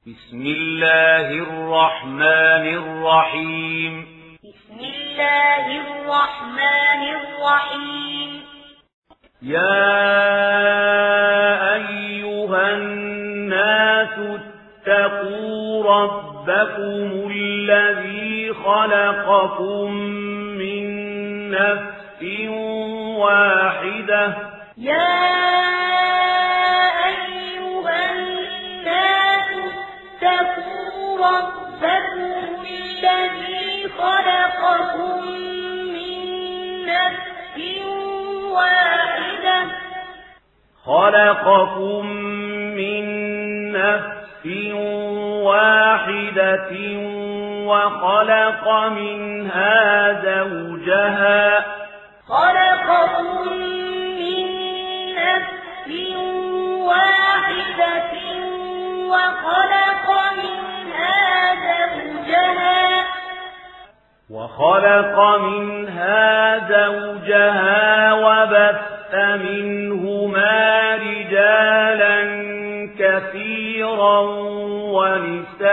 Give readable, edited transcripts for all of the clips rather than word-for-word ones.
بسم الله الرحمن الرحيم. بسم الله الرحمن الرحيم. يا أيها الناس اتقوا ربكم الذي خلقكم من نفس واحدة. يا أيها الناس اتقوا ربكم الذي خلقكم من نفس واحدة. خلقكم من نفس واحدة وخلق منها زوجها. خلقكم من نفس واحدة وخلق منها زوجها وبث منهما رجالا كثيرا ونساء.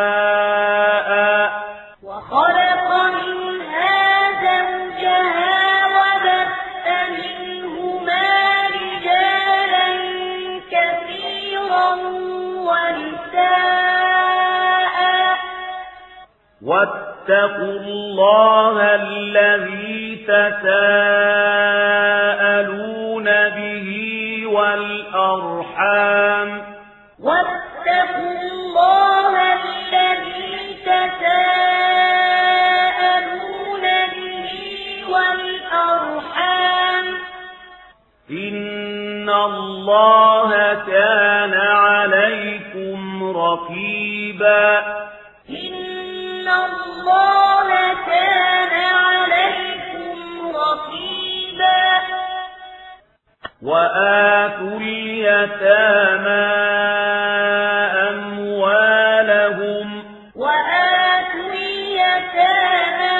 وخلق منها زوجها وبث منهما رجالا كثيرا ونساء. واتقوا الله الذي تساءلون به والأرحام. واتقوا الله الذي تساءلون به والأرحام. إن الله كان عليكم رقيبا. إن الله كان عليكم رقيبا. وآتوا اليتامى أموالهم. وآتوا اليتامى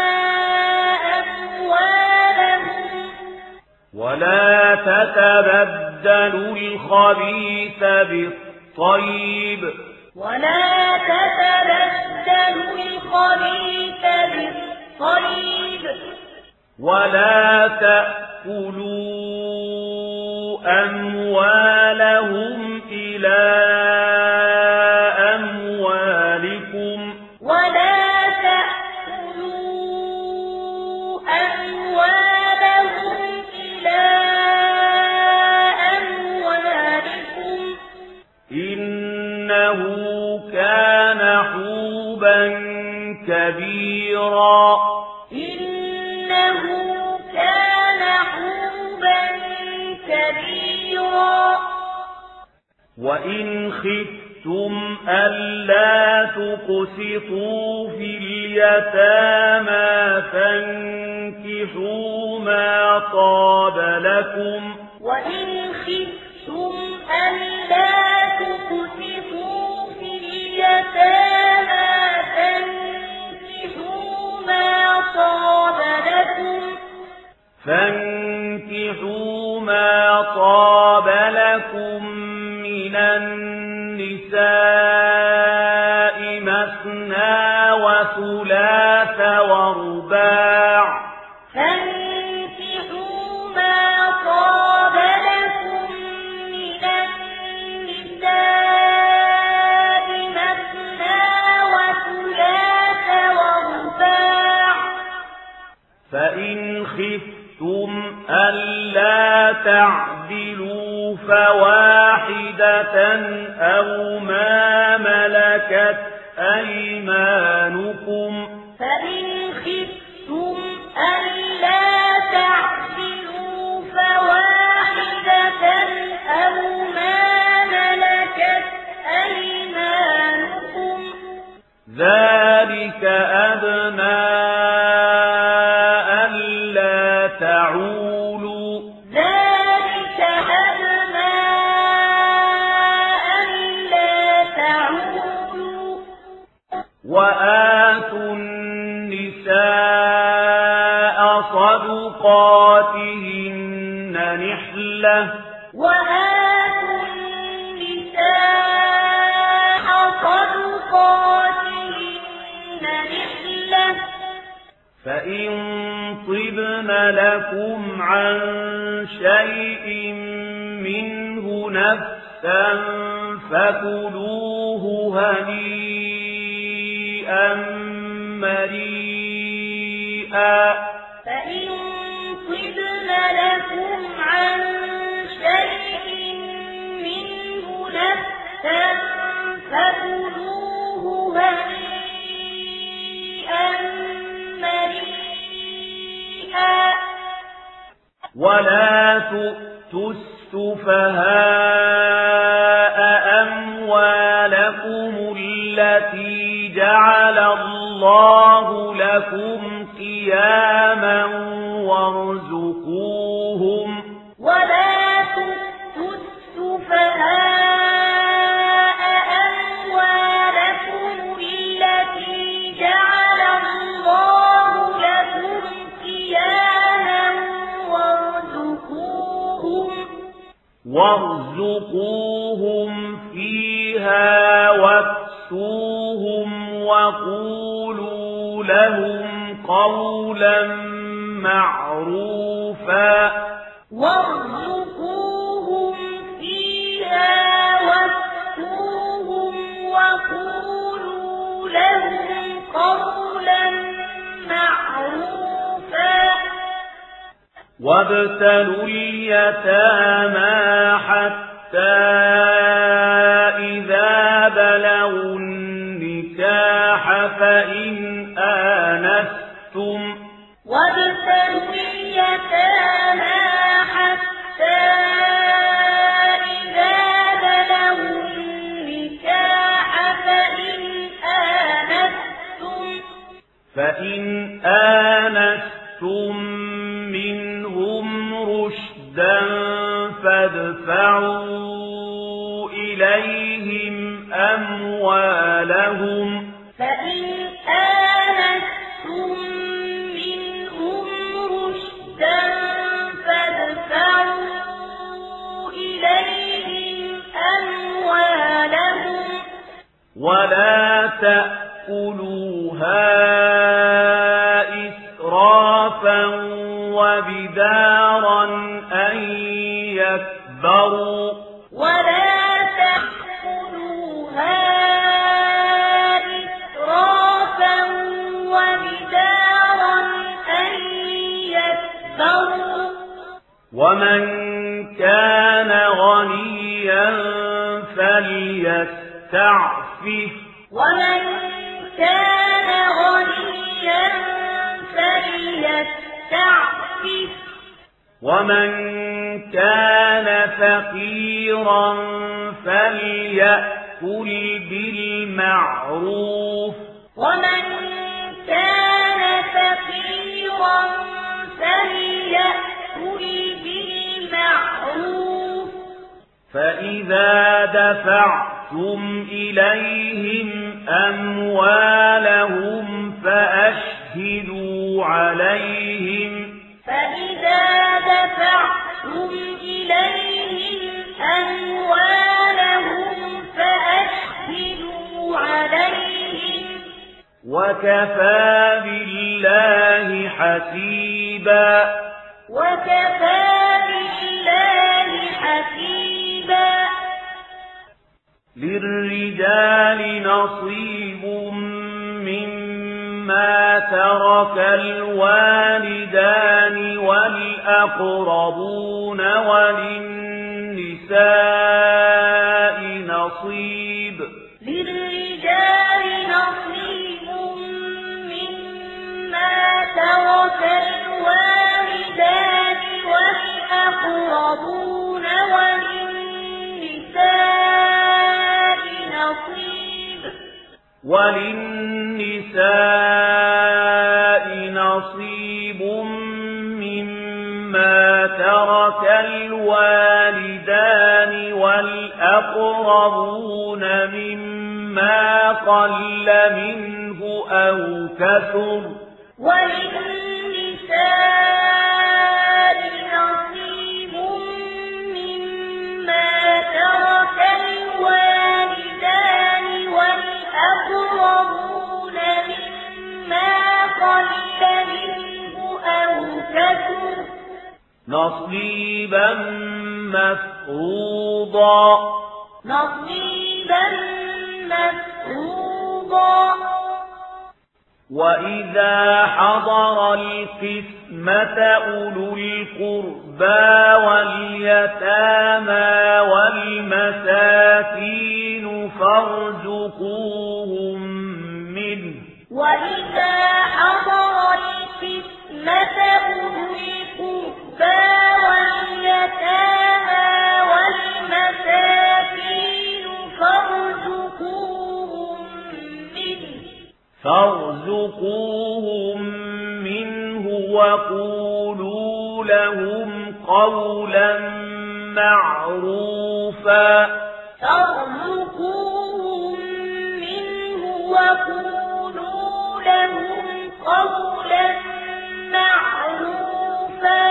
أموالهم. ولا تتبدلوا الخبيث بالطيب. ولا تتبدلوا الخبيث بالطيب. ولا تأكلوا أموالهم إلى أموالكم. ولا تأكلوا أموالهم إلى أموالكم. إنه كان حوبا كبيرا. إنه كان حوبا كبيرا. وإن خفتم ألا تقسطوا في اليتامى فانكحوا ما طاب لكم. وإن خفتم ألا تقسطوا في اليتامى فانكحوا ما طاب لكم من النساء مثنى وثلاث ورباع. فانكحوا ما طاب لكم من النساء مثنى وثلاث ورباع. فإن خفتم ألا تعدلوا فواحدة أو ما ملكت أيمانكم. فإن خفتم ألا تعدلوا فواحدة أو ما ملكت أيمانكم. ذلك أدنى ألا تعولوا. ذلك أدنى ألا تعولوا. وآتوا النساء صدقاتهن نحلة. وآتوا النساء فإن طبن لكم عن شيء منه نفسا فكلوه هنيئا مريئا فإن طبن لكم عن شيء منه نفسا فكلوه هنيئا مريئا ولا تؤتوا السفهاء أموالكم التي جعل الله لكم قياما وارزقوهم ولا تؤتوا السفهاء أموالكم التي جعل الله لكم قياما وارزقوهم فيها واكسوهم وقولوا لهم قولا معروفا وارزقوهم فيها واكسوهم وقولوا لهم قولا معروفا وابتلوا اليتامى حتى إذا بلغوا النكاح فإن آنستم وابتلوا اليتامى حتى إذا بلغوا النكاح فإن آنستم منهم رشدا فادفعوا إليهم أموالهم فإن آنستم منهم رشدا فادفعوا إليهم أموالهم ولا تأكلوها إسرافا وبدارا أن يكبروا ولا تأكلوها إسرافا وبدارا أن يكبروا ومن كان غنيا فليستعفف ومن كان غنيا فليستعفف ومن كان فقيرا فليأكل بالمعروف ومن كان فقيرا فليأكل بالمعروف فإذا دفعتم إليهم أموالهم فأشهدوا عليهم فإذا دفعتم إليهم أموالهم فأشهدوا عليهم وكفى بالله حسيبا وكفى بالله حسيبا للرجال نصيب مما ترك الوالدان والأقربون وللنساء نصيب للرجال نصيب مما ترك الوالدان والأقربون وللنساء نصيب مما ترك الوالدان والأقربون مما قل منه أو كثر وللنساء نصيب مما ترك الوالدان والأقربون مما قل منه نصيبا مفروضا نصيبا مفروضا وإذا حضر القسمة أولو القربى واليتامى والمساكين فارزقوهم منه وإذا حضر القسمة أولو القربى واليتامى والمساكين فارزقوهم منه وقولوا لهم قولا معروفا فارزقوهم منه وقولوا لهم قولا معروفا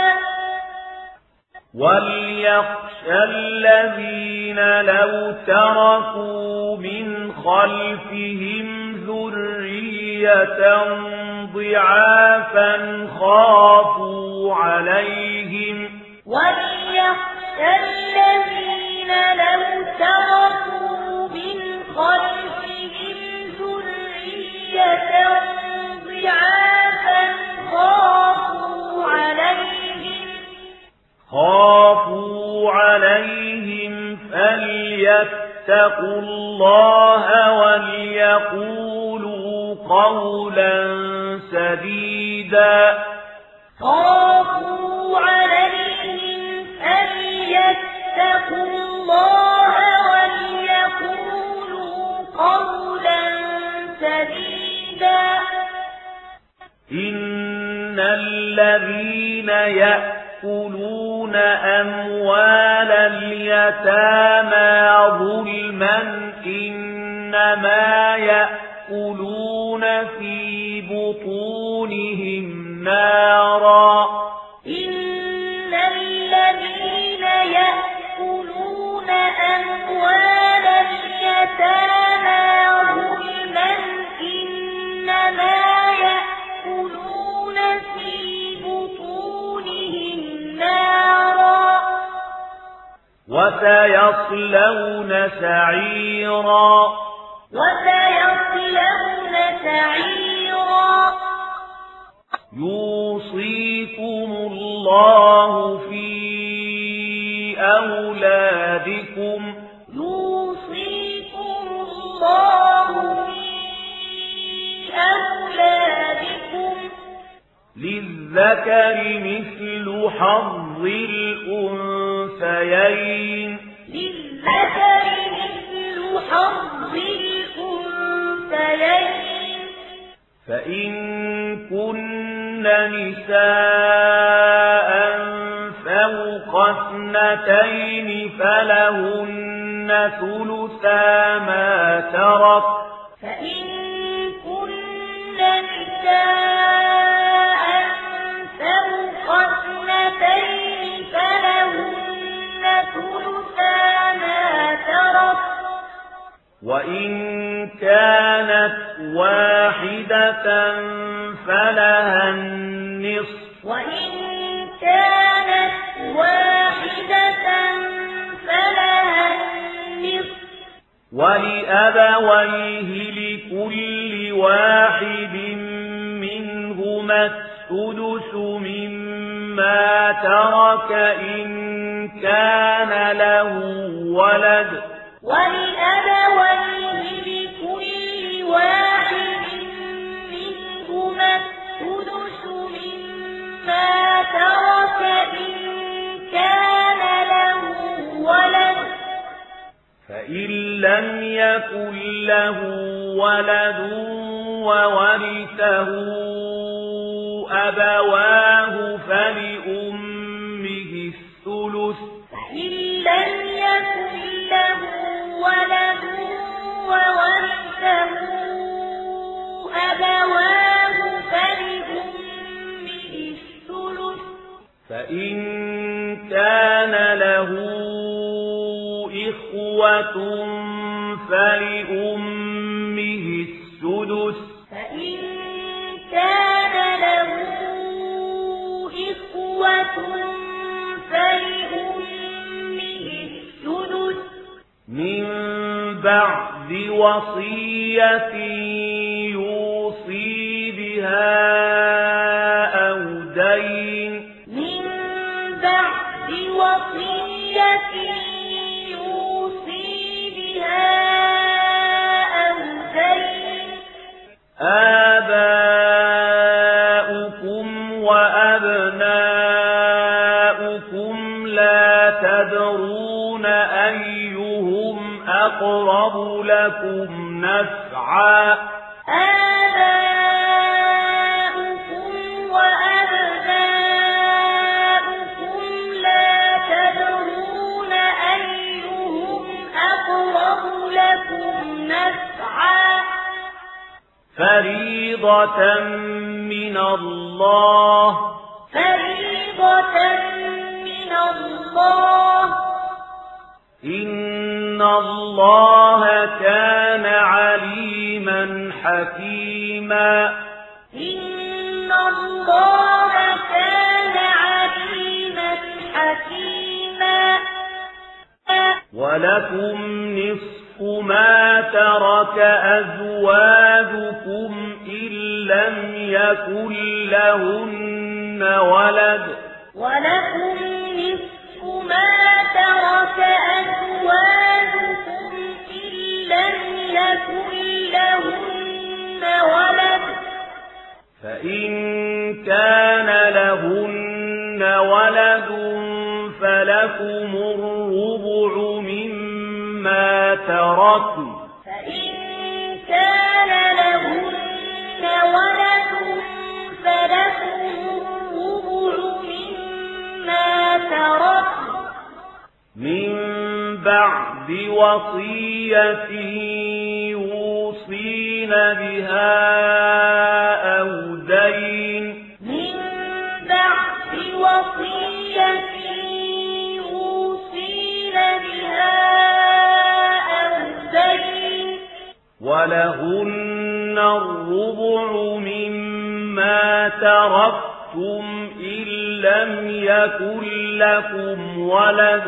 وليخشى الذين لو تركوا من خلفهم ذرية ضعافا خافوا عليهم وليخشى الذين لو تركوا من خلفهم ذرية ضعافا خافوا عليهم فليتقوا الله وليقولوا قولا سديدا خافوا عليهم فليتقوا الله وليقولوا قولا سديدا إن الذين يأكلون أموال اليتامى ظلما إنما يأكلون في بطونهم نارا إن الذين يأكلون أموال اليتامى ظلما إنما يأكلون في بطونهم نارا وسيصلون سعيرا يوصيكم الله في أولادكم للذكر مثل حظ الأنثيين فإن كن نساء فوق اثنتين فلهن ثلثا ما ترك فإن كن نساء فوق اثنتين فلهن ثلثا ما ترك وإن كانت واحدة فلها النصف ولأبويه لكل واحد منهما السدس مما ترك إن كان له ولد ولأبويه لكل واحد منهما السدس مما ترك إن كان له ولد فإن لم يكن له ولد وورثه أبواه فلأمه الثلث فإن لم يكن له ولد وورثه أبواه فلأمه الثلث فإن كان له إخوة فلأمه السدس فإن كان له إخوة بعد وصية يوصي بها أو دين من بعد وصية يوصي بها أو دين آباؤكم وأبناؤكم لا تدرون أيهم أقرب لكم نفعا آباؤكم وأبناؤكم لا تدرون أيهم أقرب لكم نفعا فريضة من الله فريضة من الله إن الله كان عليما حكيما إن الله كان عليما حكيما ولكم نصف ما ترك أزواجكم إن لم يكن لهن ولد ولكم نصف ما ترك أزواجكم إن لم يكن لهن ولد فإن كان لهن ولد فلكم الربع مما تركن فإن كان لهن ولد فلكم الربع مما تركن من بعد وصية يوصين بها أو دين من بعد وصية يوصين بها أو دين ولهن الربع مما تركتم إن لم يكن لكم ولد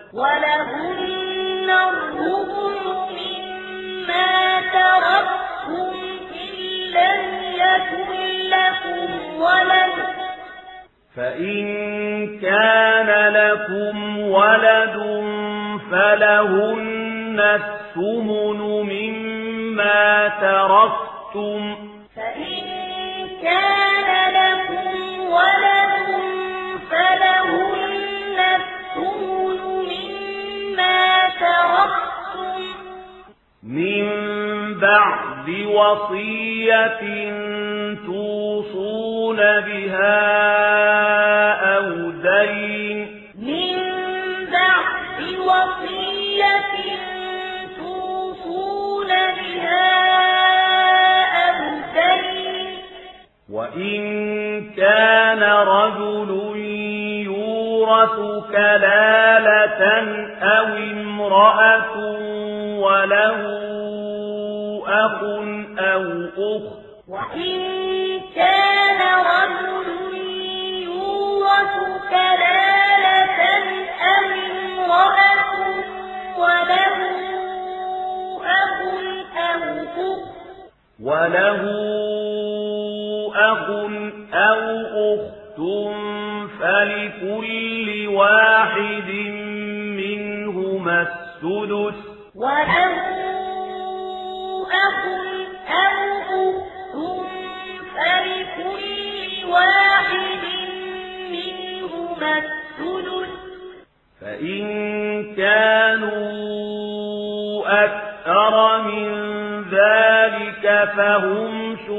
ولهن الربع مما تركتم إن لم يكن لكم ولد فإن كان لكم ولد فلهن الثمن مما تركتم فإن كان لكم ولد فلهن الثمن مما تركتم من بعد وصية توصون بها أو دين من بعد وصية توصون بها أو دين وإن كان رجل يورث كلالة أو امرأة وله أخ أو أخت وإن كان رجل يورث كلالة أو امرأة وله أخ أو أخت فلكل واحد منهما السدس وله أخ أو أخت فلكل واحد منهما السدس فإن كانوا أكثر من ذلك فهم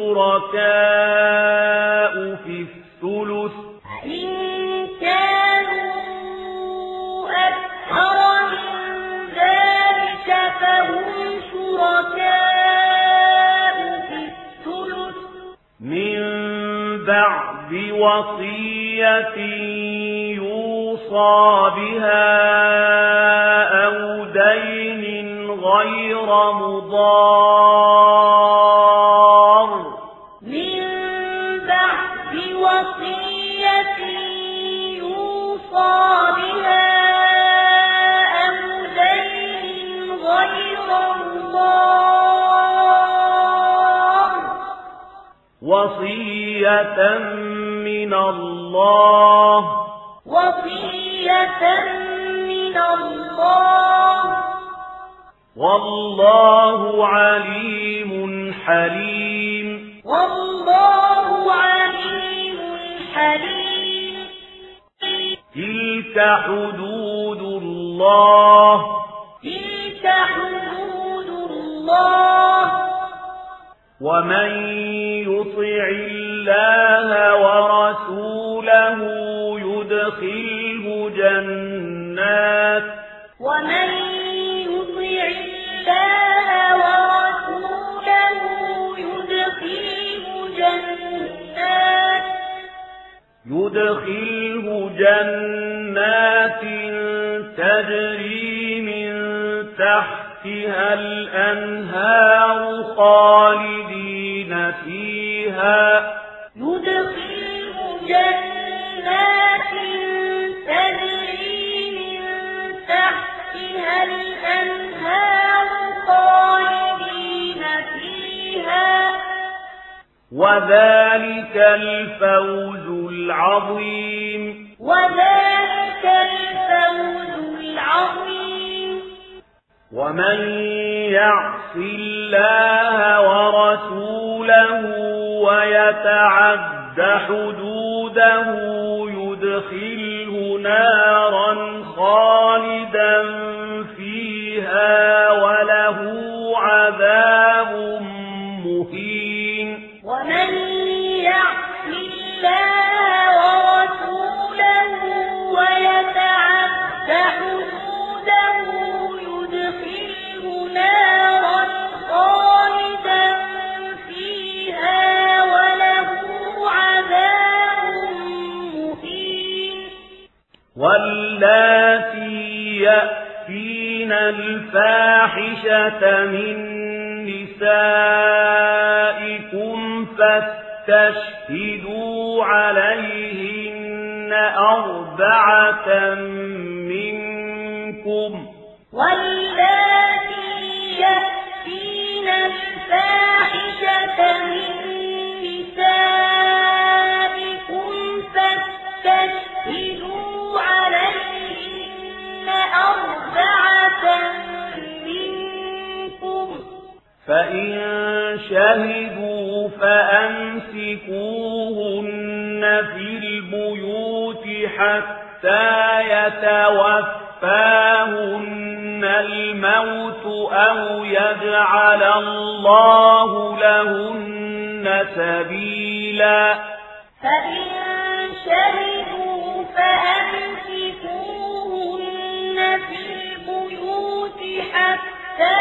شركاء في الثلث فإن كانوا أكثر من ذلك فهم شركاء في الثلث من بعد وصية يوصى بها أو دين غير مضار من بعد وصية يوصى بها أو دين غير مضار وصية من الله والله عليم حليم تلك حدود الله ومن يطع الله ورسوله يدخله جنات تجري من تحتها الأنهار خالدين فيها وذلك الفوز العظيم ومن يعص الله ورسوله ويتعد حدوده يدخله نارا خالدا فيها وله عذاب مهين ومن يعص الله ورسوله ويتعد حدوده يدخله نارا خالدا فيها وله عذاب مهين واللاتي يأتين الفاحشة من نسائكم فاستشهدوا عليهن 4 منكم واللاتي يأتين الفاحشة من نسائكم فاستشهدوا عليهن 4 منكم فإن شهدوا فأمسكوهن في البيوت حتى يتوفاهن الموت أو يجعل الله لهن سبيلا فإن شهدوا فأمسكوهن في البيوت حتى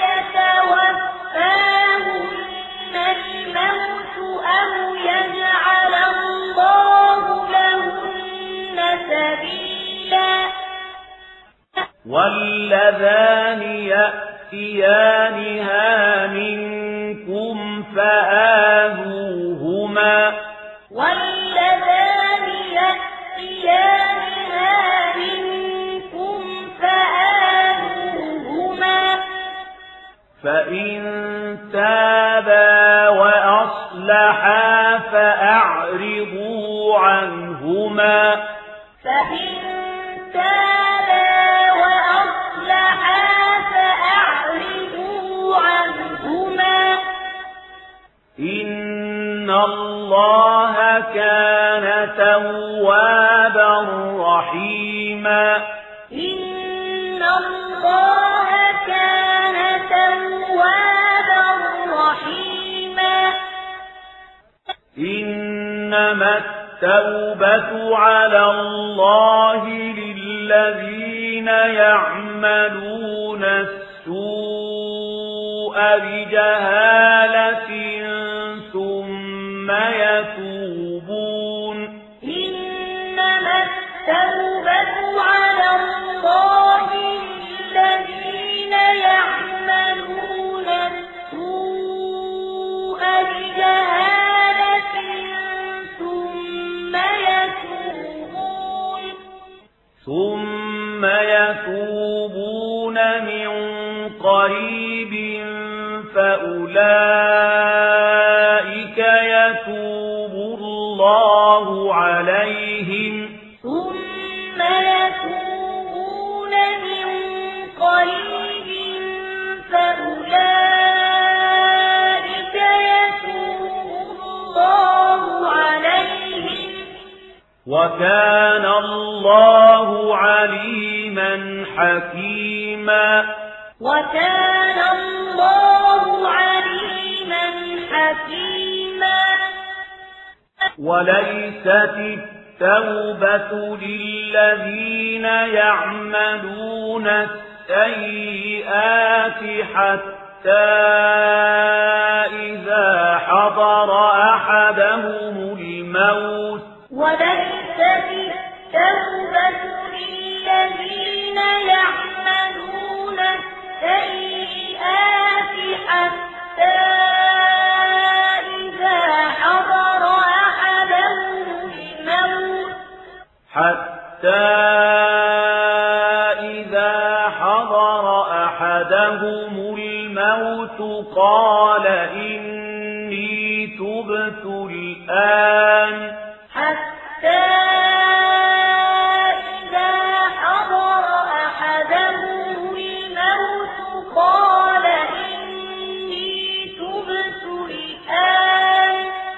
يتوفاهن الموت أو يجعل الله لهن سبيلا واللذان يأتيانها منكم فآذوهما فإن تابا وأصلحا فأعرضوا عنهما إن الله كان توابا رحيما إنما التوبة على الله للذين يعملون السوء بجهالة ثم يتوبون إنما التوبة على الله للذين يعملون السوء بجهالة ثم يتوبون من قريب فأولئك وكان الله عليما حكيما وكان الله عليما حكيما وليست التوبة للذين يعملون السيئات حتى إذا حضر أحدهم الموت وليست التوبة للذين يعملون السيئات حتى إذا حضر أحدهم الموت قال إني تبت الآن حتى إذا حضر أحدهم الموت قال إني تبت الآن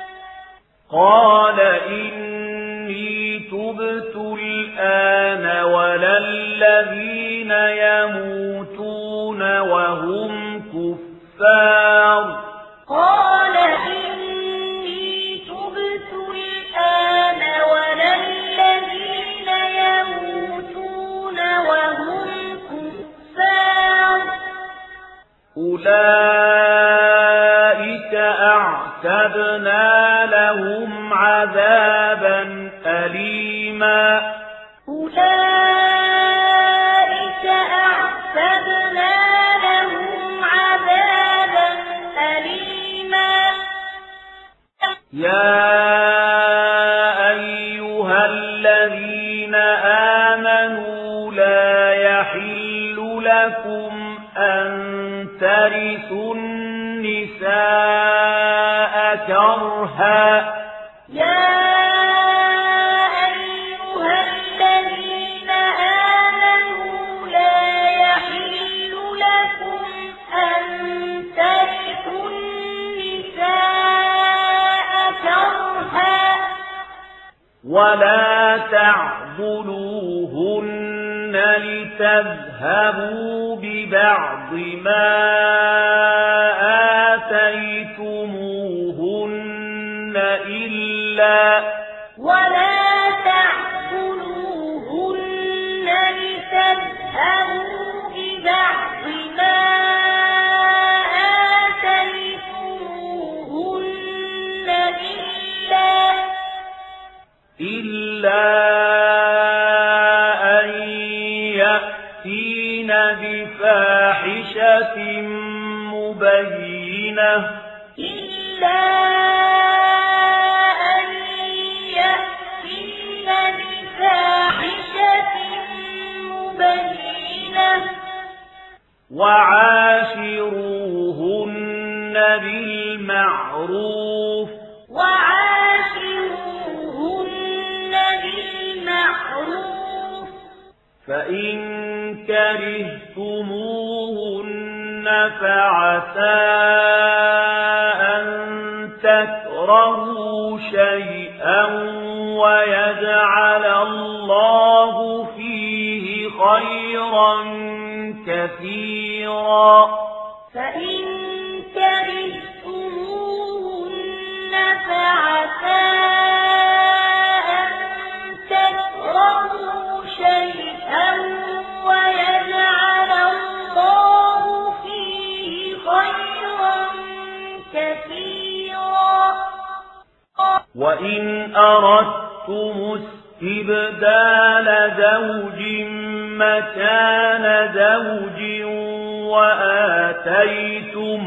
ولا الذين يموتون وهم كفار قال إني تبت الآن ولا الذين يموتون وهم كفار أولئك أعتدنا لهم عذابا أليما أولئك أعتدنا لهم عذابا أليما يا أيها الذين آمنوا لا يحل لكم أن ترثوا النساء كرها ولا تعضلوهن لتذهبوا ببعض ما آتيتموهن إلا أن يأتين بفاحشة مبينة وعاشروهن بالمعروف فإن كرهتموهن فعسى أن تكرهوا شيئا ويجعل الله فيه خيرا كثيرا فإن كرهتموهن فعسى أن تكرهوا شيئا ويجعل الله فيه خيرا كثيرا وإن أردتم استبدال زوج مكان زوج وآتيتم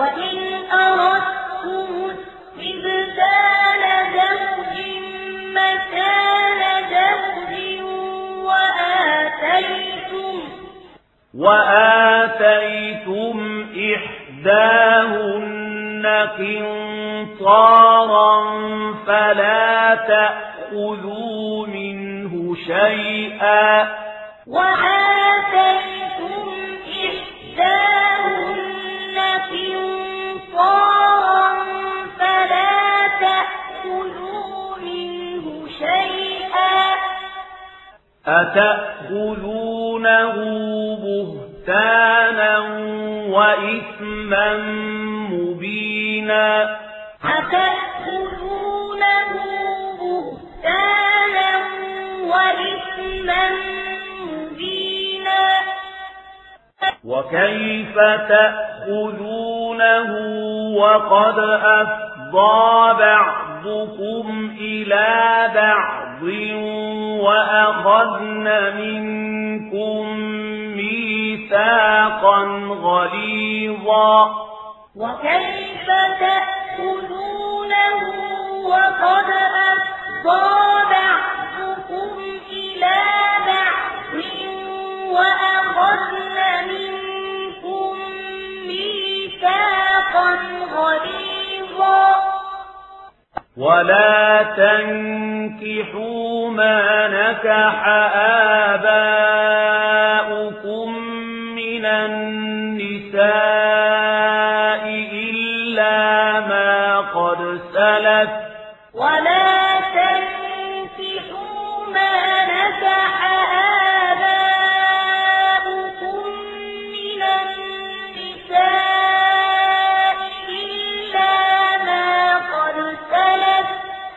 وآتيتم إحداهن قنطارا فلا تأخذوا منه شيئا أتأخذونه بهتانا وإثما مبينا أتأخذونه بهتانا وإثما مبينا وكيف تأخذونه وقد أفضى بعضكم إلى بعض وأخذن منكم ميثاقا غليظا وكيف تأخذونه وقد أفضى بعضكم إلى بعض وأخذن منكم ميثاقا غليظا ولا تنكحوا ما نكح آباؤكم من النساء إلا ما قد سلف ولا تنكحوا ما نكح آباؤكم من النساء إلا ما قد سلف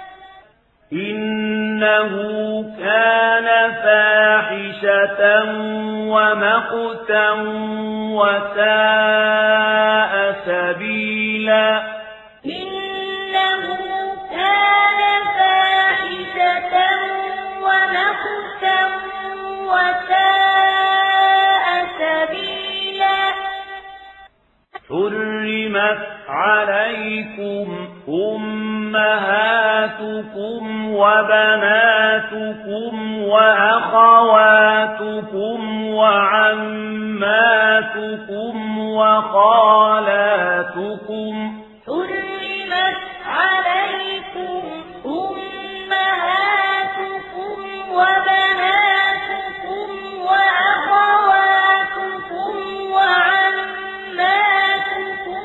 إنه كان فاحشة ومقتا وساء سبيلا إنه كان فاحشة ومقتا وساء سبيلا حرمت عليكم أمهاتكم وبناتكم وأخواتكم وعماتكم وخالاتكم حرمت عليكم أمهاتكم وبناتكم وأخواتكم وعماتكم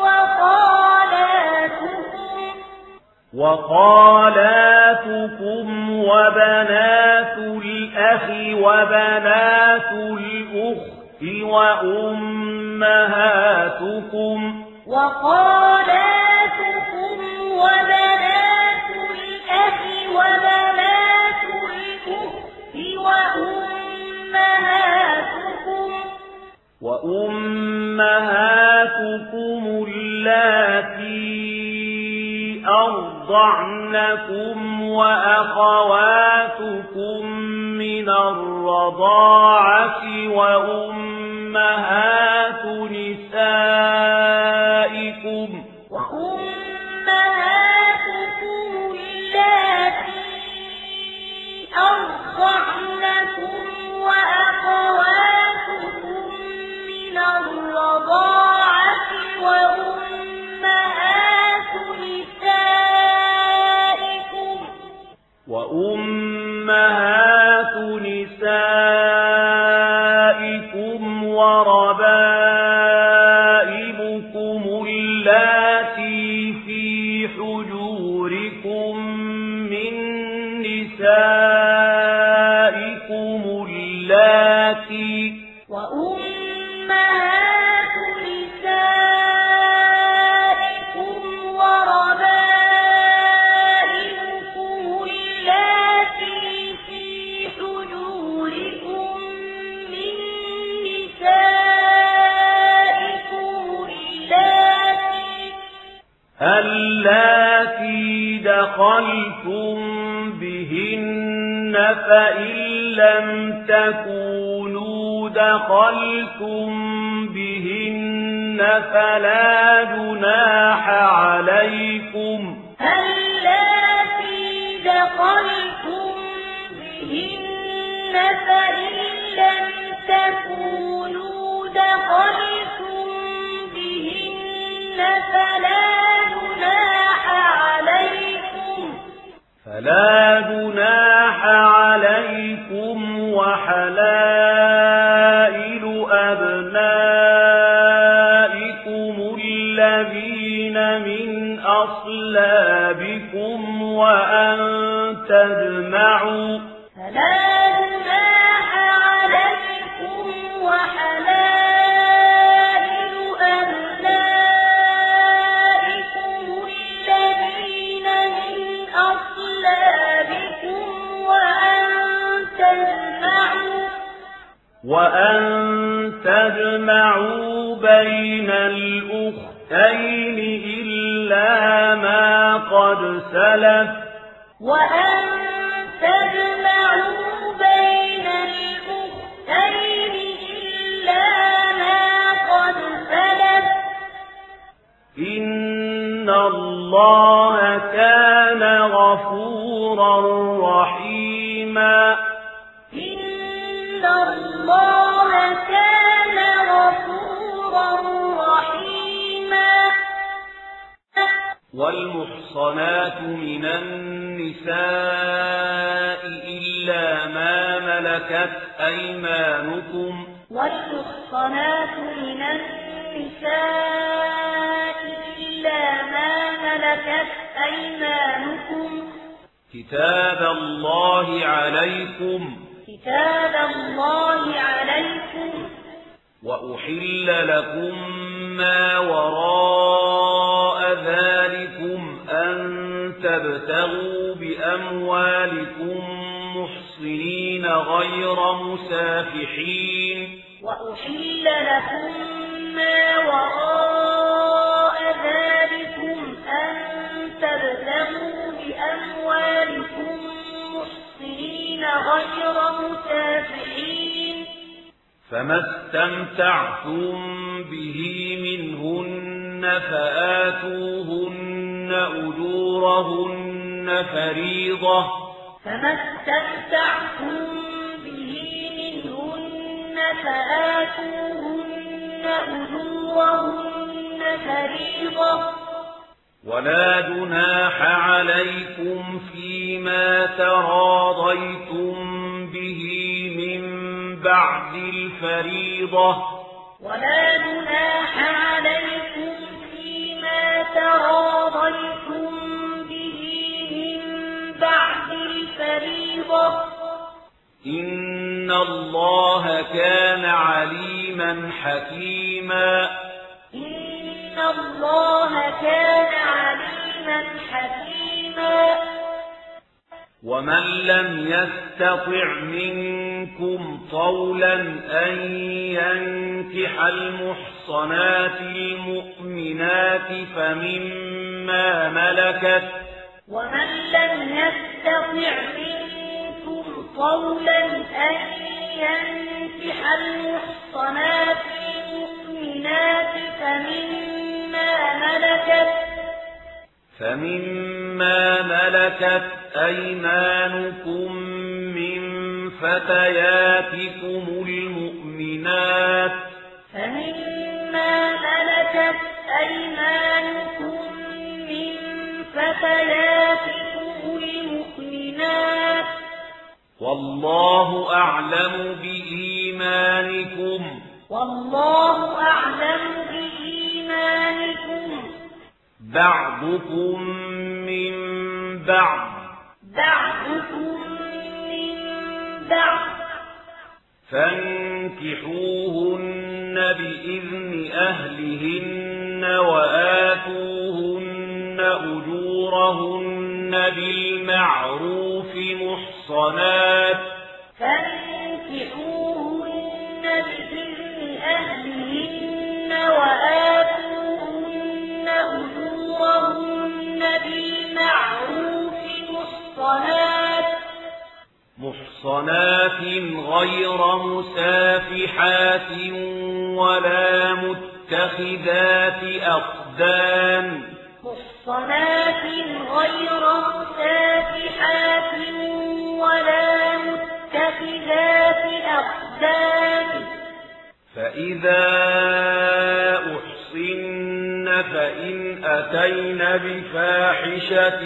وخالاتكم وبنات الأخ وبنات الأخت وأمهاتكم وخالاتكم وبنات الأخ وبنات الأخت وأمهاتكم اللاتي أرضعنكم وأخواتكم من الرضاعة وأمهات نسائكم اللاتي أرضعنكم وأخواتكم من الرضاعة وأمهات نسائكم وربائبكم اللاتي في حجوركم من نسائكم اللاتي وأمهات نسائكم وربائبكم اللاتي في حجوركم من نسائكم اللاتي دخلتم بهن فإن لم تكونوا دخلتم بهن فلا جناح عليكم اللاتي دخلتم بهن فإن لم تكونوا دخلتم بهن فلا جناح عليكم وحلائل أبنائكم الذين من أصلابكم وأن تجمعوا فلا جناح وحلائل أبنائكم الذين من أصلابكم وأن تجمعوا بين الأختين إلا ما قد سلف وأن تجمعوا بين الأختين إلا ما قد سلف إن الله كان غفورا رحيما إن الله كان غفورا رحيما والمحصنات من النساء إلا ما ملكت أيمانكم والمحصنات من النساء إلا ما ملكت أيمانكم كتاب الله عليكم وأحل لكم ما وراء ذلكم أن تبتغوا بأموالكم محصنين غير مسافحين وأحل لكم ما وراء ذلكم أن تبتغوا بأموالكم محصنين غير مسافحين فما استمتعتم به منهن فآتوهن أجورهن فريضة فما استمتعتم به منهن فآتوهن أجورهن فريضة ولا جناح عليكم فيما تراضيتم به من بعد الفريضة ولا جناح عليكم فيما تراضيتم به من بعد الفريضة إن الله كان عليما حكيما إن الله كان عليما حكيما ومن لم يستطع منكم طولا أن ينكح المحصنات المؤمنات فمما ملكت ومن لم يستطع منكم طولا أن ينكح المحصنات المؤمنات فمما ملكت أيمانكم من فتياتكم المؤمنات والله أعلم بإيمانكم بعضكم من بعض فانكحوهن بإذن أهلهن وآتوهن أجورهن بالمعروف محصنات محصنات غير مسافحات ولا متخذات أخدان فإذا أحصن فإن أتين بفاحشة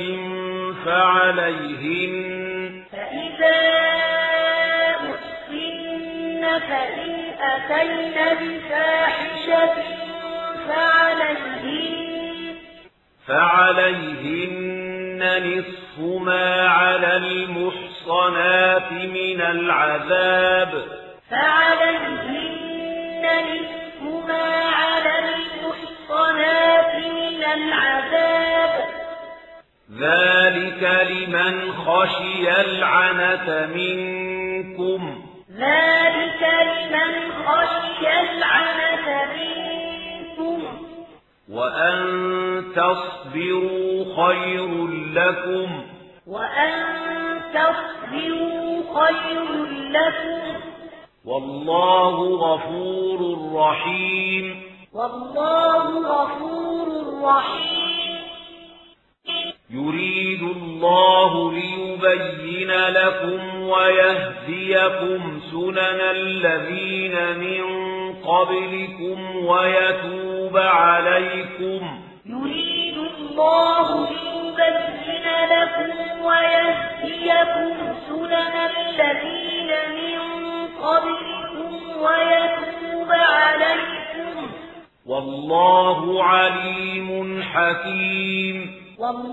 فعليهن نصف ما على المحصنات من العذاب فعليهن نصف ما على المحصنات من العذاب ذلك لمن خشي العنة منكم وأن تصبروا خير لكم والله غفور رحيم يريد الله ليبين لكم ويهديكم سنن الذين من قبلكم ويتوب عليكم يريد الله ليبين لكم ويهديكم سنن الذين من قبلكم ويتوب عليكم والله عليم حكيم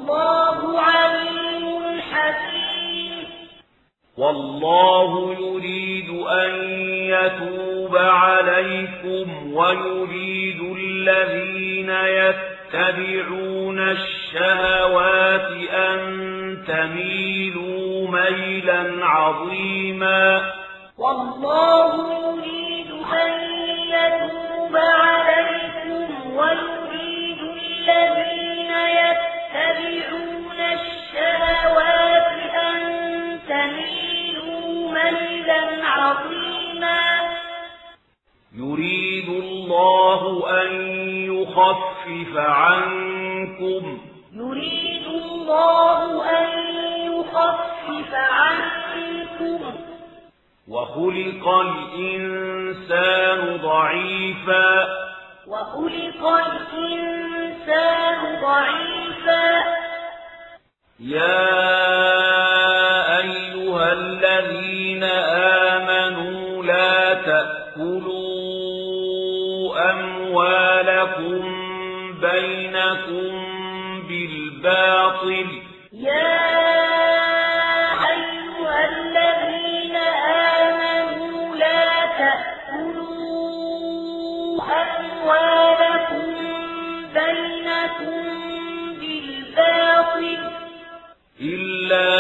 والله يريد أن يتوب عليكم ويريد الذين يتبعون الشهوات أن تميلوا ميلا عظيما والله يريد أن يتوب عليكم ويريد الذين يتبعون الشهوات أن تميلوا ميلا عظيما يريد الله أن يخفف عنكم وخلق الإنسان ضعيفا يا أيها الذين آمنوا لا تأكلوا أموالكم بينكم بالباطل إلا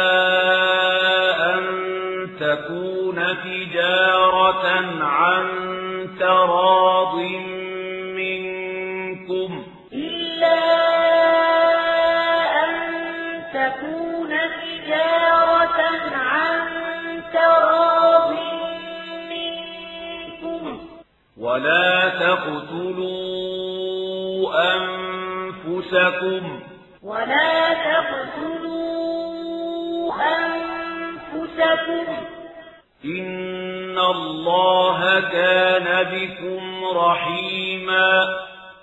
أن تكون تجارة عن تراض منكم ولا تقتلوا أنفسكم إن الله كان بكم رحيما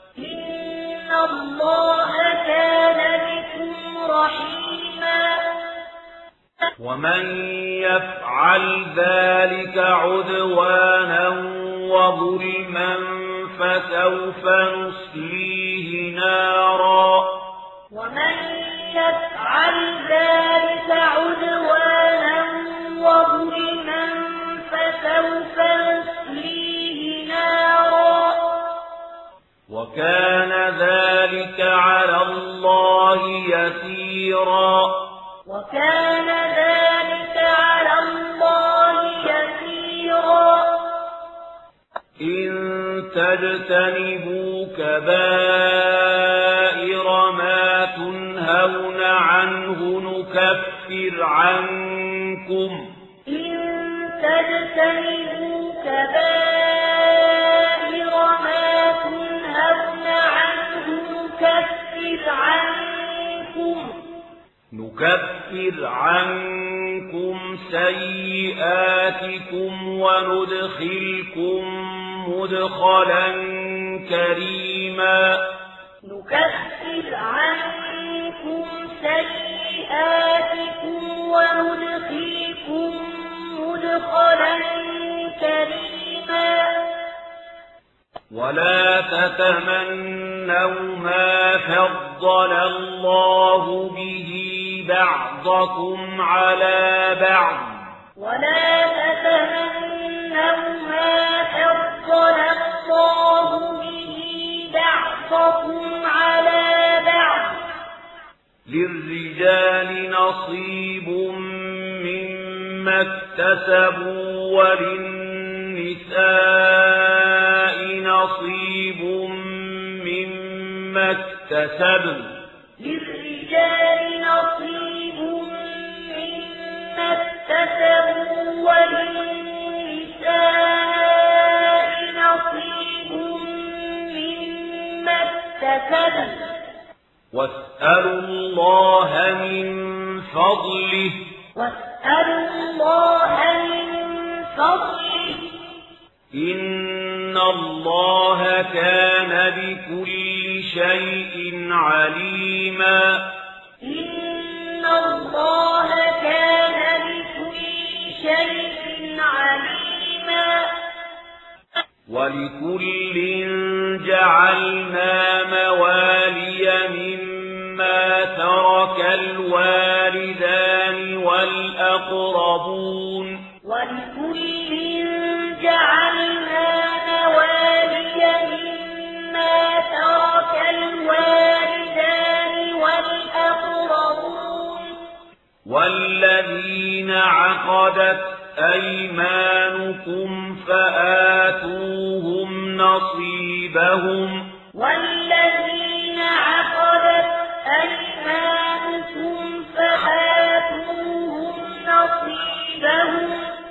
ومن يفعل ذلك عدوانا وظلما فسوف نصليه نارا وكان ذلك على الله يسيرا إن تجتنبوا كبائر ما تنهون عنه نكفر عنكم نكفر عنكم سيئاتكم وندخلكم مدخلا كريما ولا تتمنوا ما فضل الله به بعضكم على بعض ولا تتمنوا ما فضل فضل الله به بعضكم على بعض للرجال نصيب مما اكتسبوا وللنساء نصيب مما اكتسبن للرجال نصيب مما اكتسبوا وللنساء نصيب مما اكتسبن واسألوا الله من فضله إن الله كان بكل شيء عليما إن الله كان بكل شيء عليما ولكل جعلنا موالي مما ترك الوالدان والأقربون ولكل جعلنا موالي مما ترك الوالدان والأقربون والذين عقدت أيمانكم فآتوهم نصيبهم والذين عقدت أيمانكم فآتوهم نصيبهم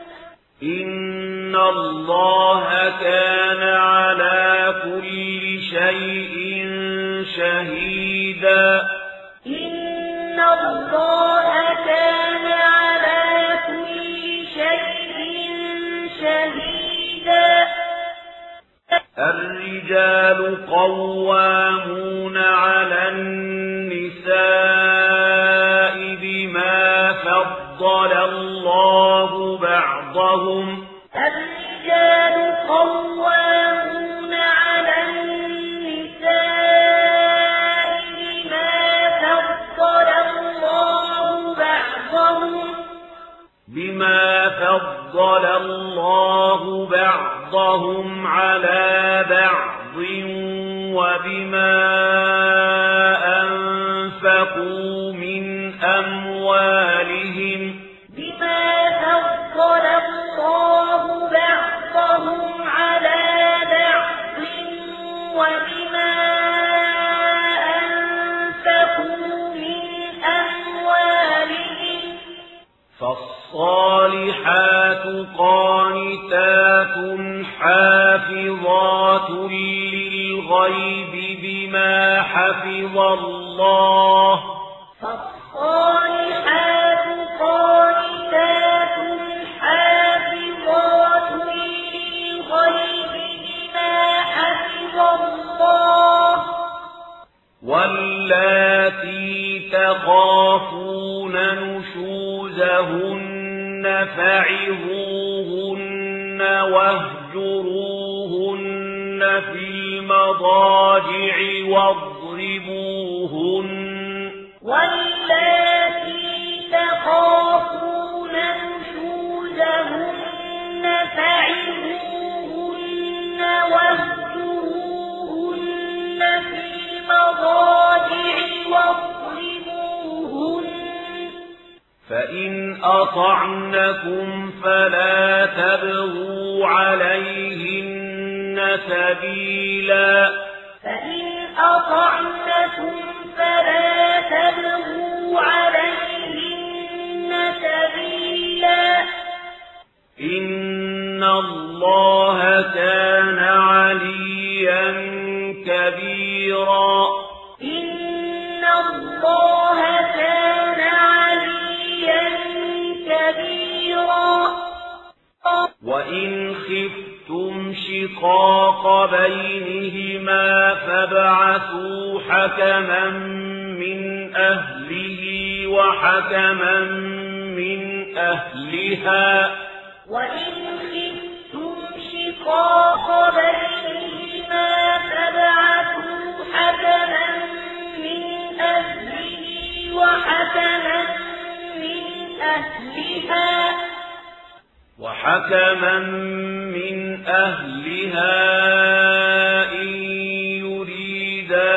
إن الله كان على كل شيء شهيدا إن الله كان على كل شيء شهيدا الرجال قوامون على النساء بما فضل الله بعضهم الرجال قوامون على النساء بما فضل الله بعضهم على بعض وبما أنفقوا من أموالهم بما فضل الله بعضهم على بعض وبما أنفقوا من أموالهم فالصالحات قانتات حافظات للغيب بما حفظ الله فالصالحات قانتات حافظات للغيب بما حفظ الله واللاتي تخافون نشوزهن فعظوهن واهجروهن في المضاجع واضربوهن واللاتي تخافون نشوزهن فعظوهن واهجروهن في المضاجع واضربوهن فإن أطعنكم فلا تبغوا عليهن سبيلا فإن أطعنكم فلا تبغوا عليهن سبيلا إن الله كان عليا كبيرا إن الله كان عليا كبيرا وإن خفتم شقاق بينهما فابعثوا حكما من أهله وحكما من أهلها وإن خفتم شقاق بينهما فابعثوا حكما من أهله وحكما من أهلها حكما من أهلها إن يريدا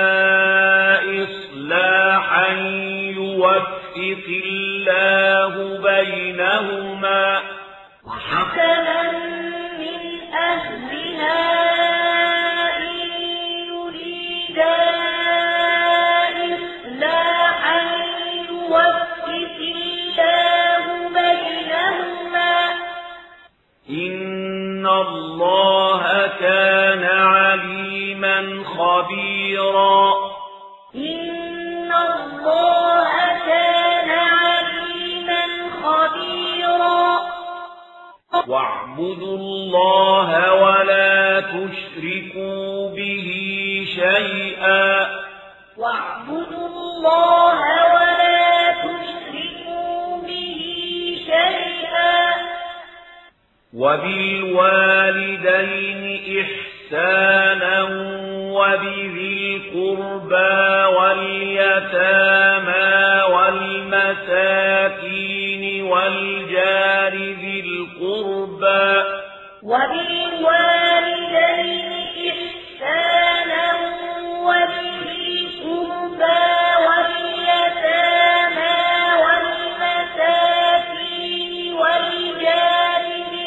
إصلاحا يوفق الله بينهما وحكما من أهلها إن يريدا إصلاحا يوفق الله بينهما إن الله كان عليما خبيرا إن الله كان عليما خبيرا واعبدوا الله ولا تشركوا به شيئا واعبدوا الله ولا تشركوا به شيئا وبالوالدين إحسانا وبذي القربى واليتامى والمساكين والجار ذي القربى وبالوالدين إحسانا وبذي القربى واليتامى والمساكين والجار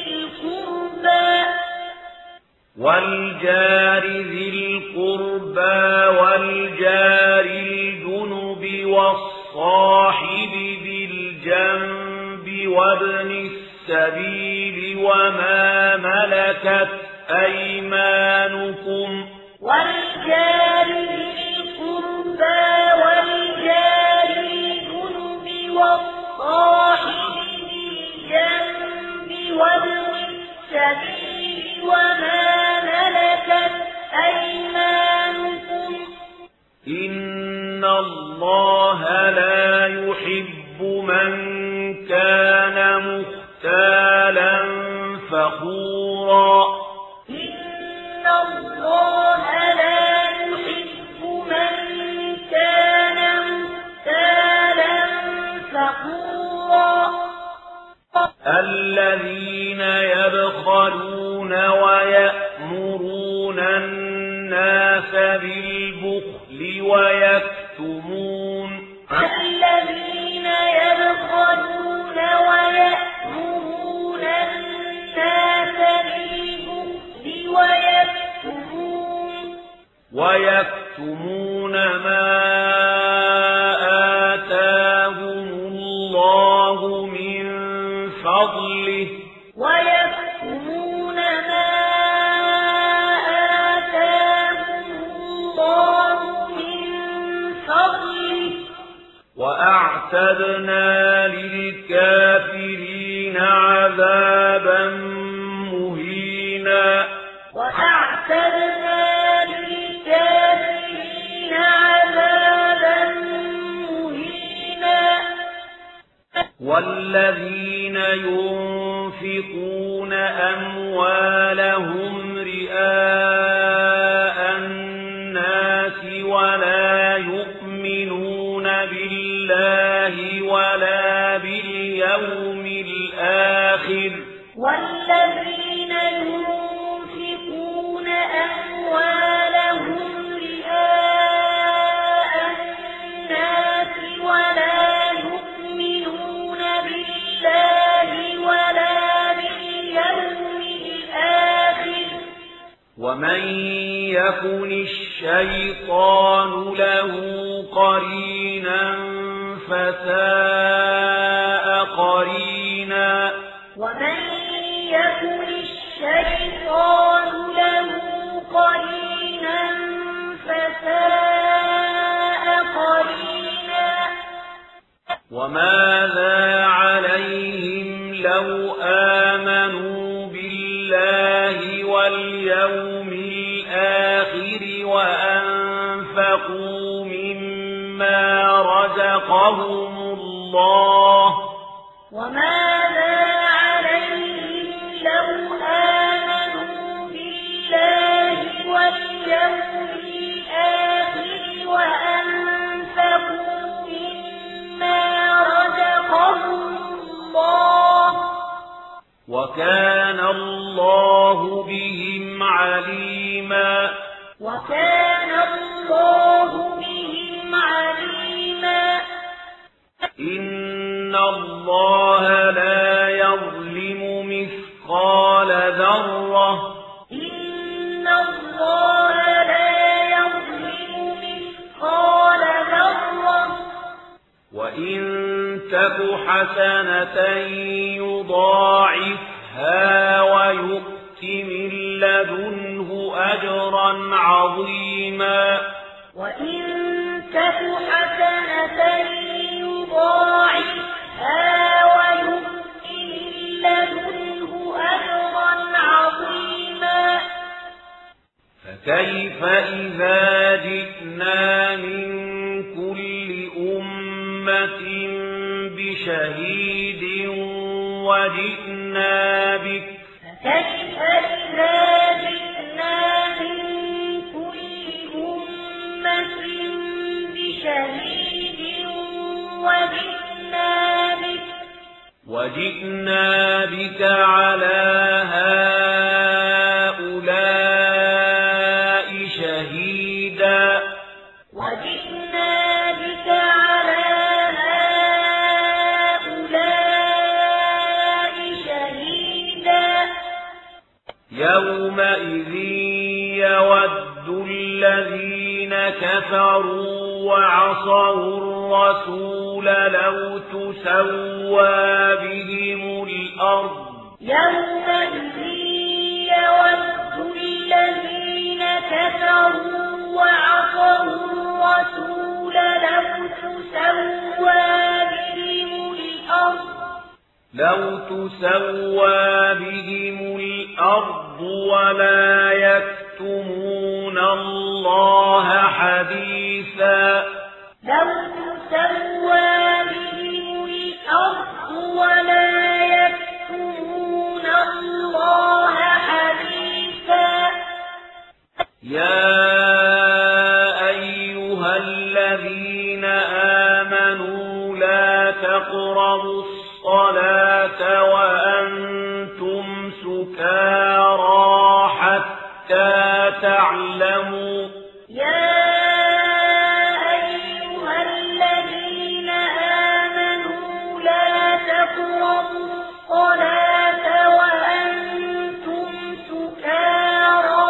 ذي القربى والجار الجنب والصاحب بالجنب وابن السبيل وما ملكت أيمانكم والجار ذي القربى والجار الجنب والصاحب بالجنب وابن السبيل وما ملكت أيمانكم إن الله لا يحب من كان مختالا فخورا إن الله لا يحب من كان مختالا فخورا الذين يبخلون ويأمرون الناس بالبخل ويكتمون الذين يبخلون ويأمرون الناس بالبخل ويكتمون ما آتاهم الله من فضله ويكتمون ما آتاهم الله من فضله وأعتدنا للكافرين عذابا مهينا وأعتدنا للكافرين عذابا مهينا والذين ينفقون أموالهم رئاء الناس ولا يؤمنون بالله ولا باليوم الآخر والذين ينفقون أموالهم رئاء الناس ولا يؤمنون بالله ولا باليوم الآخر ومن يكن الشيطان له قرينا فساء قرينا ومن يكن الشيطان له قرينا فساء قرينا وماذا عليهم لو آمنوا بالله واليوم الآخر وأنفقوا مما رزقهم الله وماذا عليهم لو آمنوا بالله واليوم الآخر وأنفقوا مما رزقهم الله وكان الله بهم عليما. وكان الله بهم عليما. إن الله لا يظلم مثقال ذرة. إن الله لا يظلم مثقال ذرة. وإن تك حسنة يضاعفها ويؤت من لدنه أجرا عظيما. وإن تك حسنة يضاعفها ويؤت من لدنه أجرا عظيما. فكيف إذا جئنا من كل أمة بشهيد وجئنا بك. فكيف إذا جئنا من كل أمة بشهيد وجئنا بك على هؤلاء شهيدا. وجئنا بك على هؤلاء شهيدا. يومئذ يود الذين كفروا وعصوا الرسول لو تسوى بهم الأرض. يومئذ يود الذين كفروا وعصوا الرسول لو تسوى بهم الأرض ولا يكتمون الله حديثا. لو تسوى بهم الأرض ولا يكتمون الله حديثا. يا أيها الذين آمنوا لا تقربوا الصلاة وأنتم سكارى حتى تعلموا. يا أيها الذين آمنوا لا تقربوا الصلاة وأنتم سكارى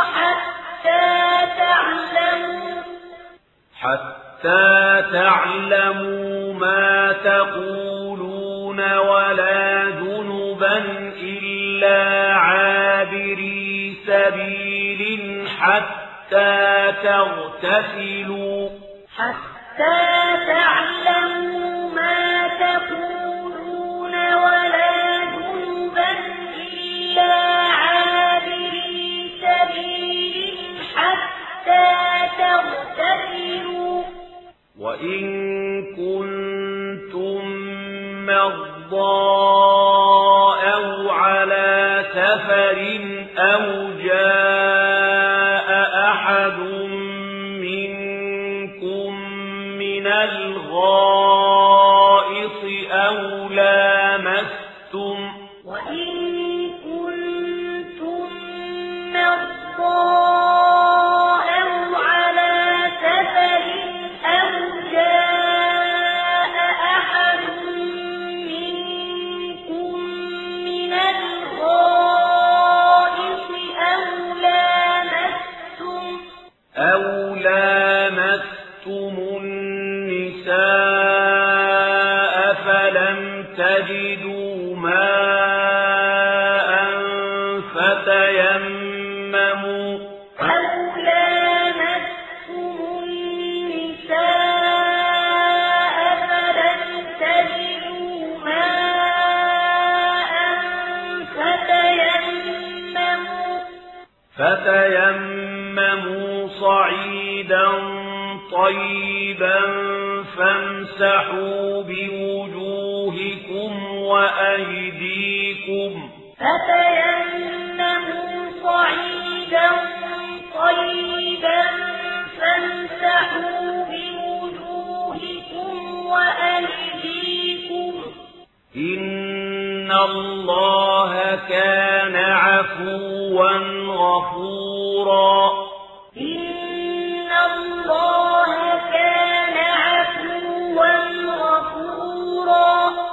حتى تعلموا ما تقولون ولا جنبا إلا عابري سبيل حتى تغتسلوا. حتى تعلموا ما تقولون ولا جنبا إلا عابري سبيل حتى تغتسلوا. وإن كنتم مرضى أو على سفر أو جاء أحد منكم من الغائط أو لامستم. وإن كنتم مرضى أو لامستم النساء فلم تجدوا ماء فتيمموا. أو لامستم النساء فلم تجدوا ماء فتيمموا صعيدا طيبا فامسحوا بوجوهكم وأيديكم. فتيمموا صعيدا طيبا فامسحوا بوجوهكم وأيديكم. إن الله كان عفوا غفورا إن الله كان عفوا غفورا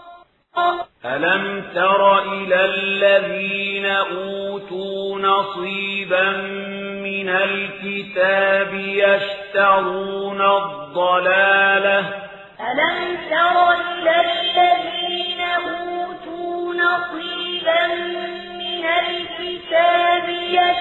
ألم تر إلى الذين أوتوا نصيبا من الكتاب يشترون الضلالة ألم تر إلى الذين أوتوا نصيبا من الكتاب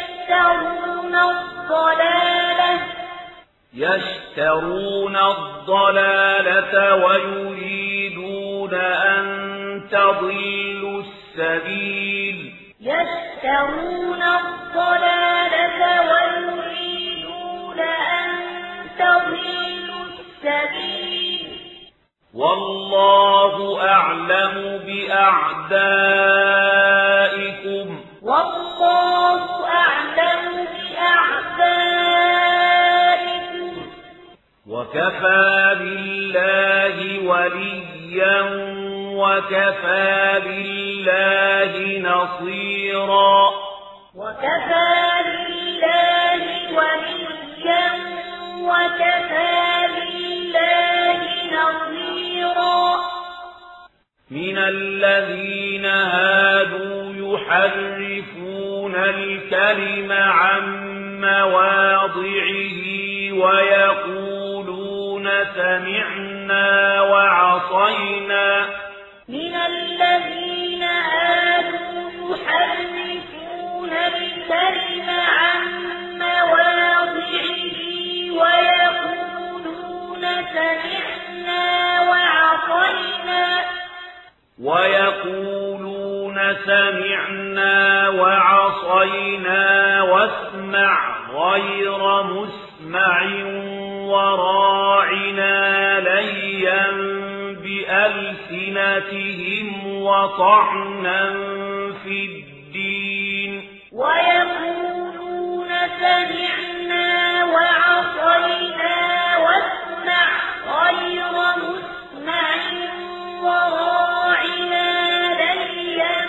يشترون الضلالة ويريدون أن تضلوا السبيل يشترون الضلالة ويريدون أن تضلوا السبيل والله أعلم بأعدائكم والله أعلم بأعدائكم وكفى بالله وليا وكفى بالله نصيرا وكفى بالله وليا وكفى بالله نصيرا من الذين هادوا يحرفون الكلم عن مواضعه ويقولون سمعنا وعصينا من الذين هادوا يحرفون الكلم عن مواضعه ويقولون سمعنا وعصينا واسمع غير مسمع وراعنا ليا بألسنتهم وطعنا في الدين ويقولون سمعنا وعصينا واسمع غير مسمع وراعنا ليا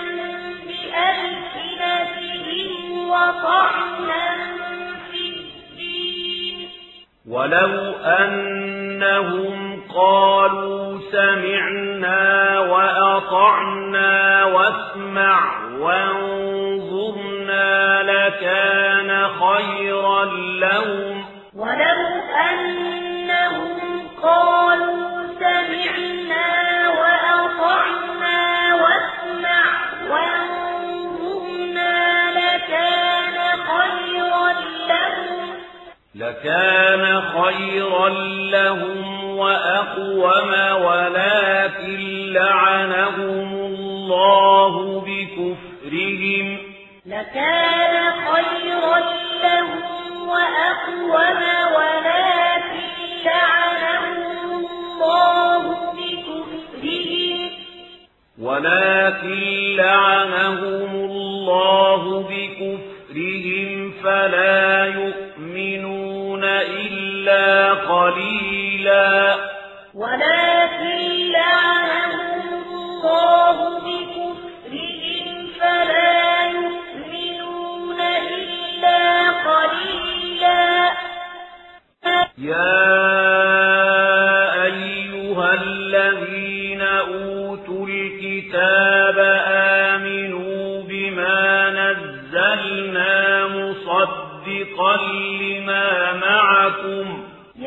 بألسنتهم وطعنا في الدين ولو أنهم قالوا سمعنا وأطعنا واسمع وانظرنا لكان خيرا لهم ولو أنهم قالوا سمعنا وأطعنا واسمع وانظرنا لكان خيرا لهم وأقوم ولكن لعنهم الله بكفرهم فلا يؤمنون إلا قليلا يا أيها الذين أوتوا الكتاب آمنوا بما نزلنا مصدقا لما معكم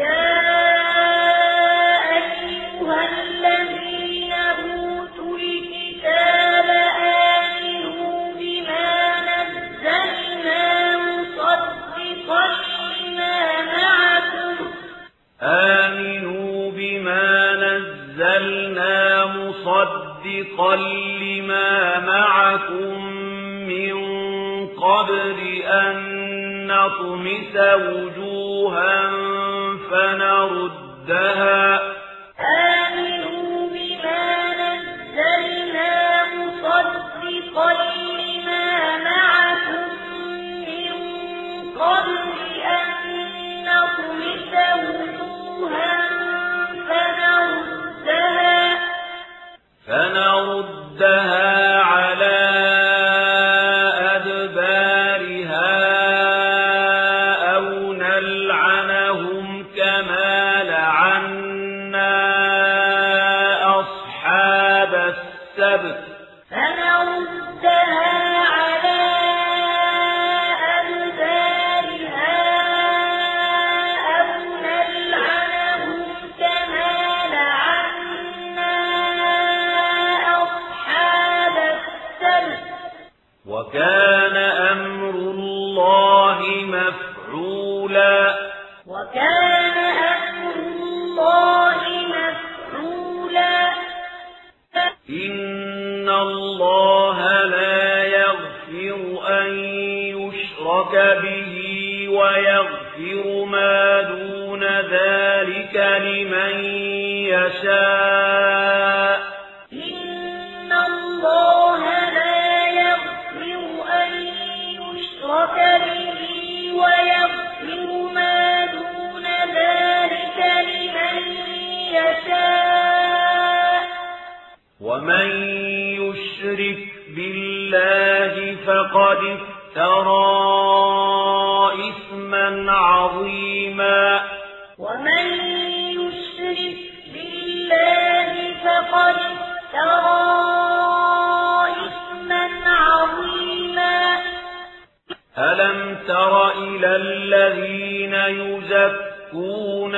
مصدقا لما معكم من قبل أن نطمس وجوها فنردها على السبت فنردها على أدبارها أو نلعنهم كما لعنا أصحاب السبت وكان أمر الله مفعولا وكان أمر الله مفعولا إن الله لا يغفر أن يشرك به ويغفر ما دون ذلك لمن يشاء إن الله لا يغفر أن يشرك به ويغفر ما دون ذلك لمن يشاء ومن يشرك بالله فقد افترى إثما عظيما ومن يشرك بالله فقد افترى إثما عظيما ألم تر إلى الذين يزكون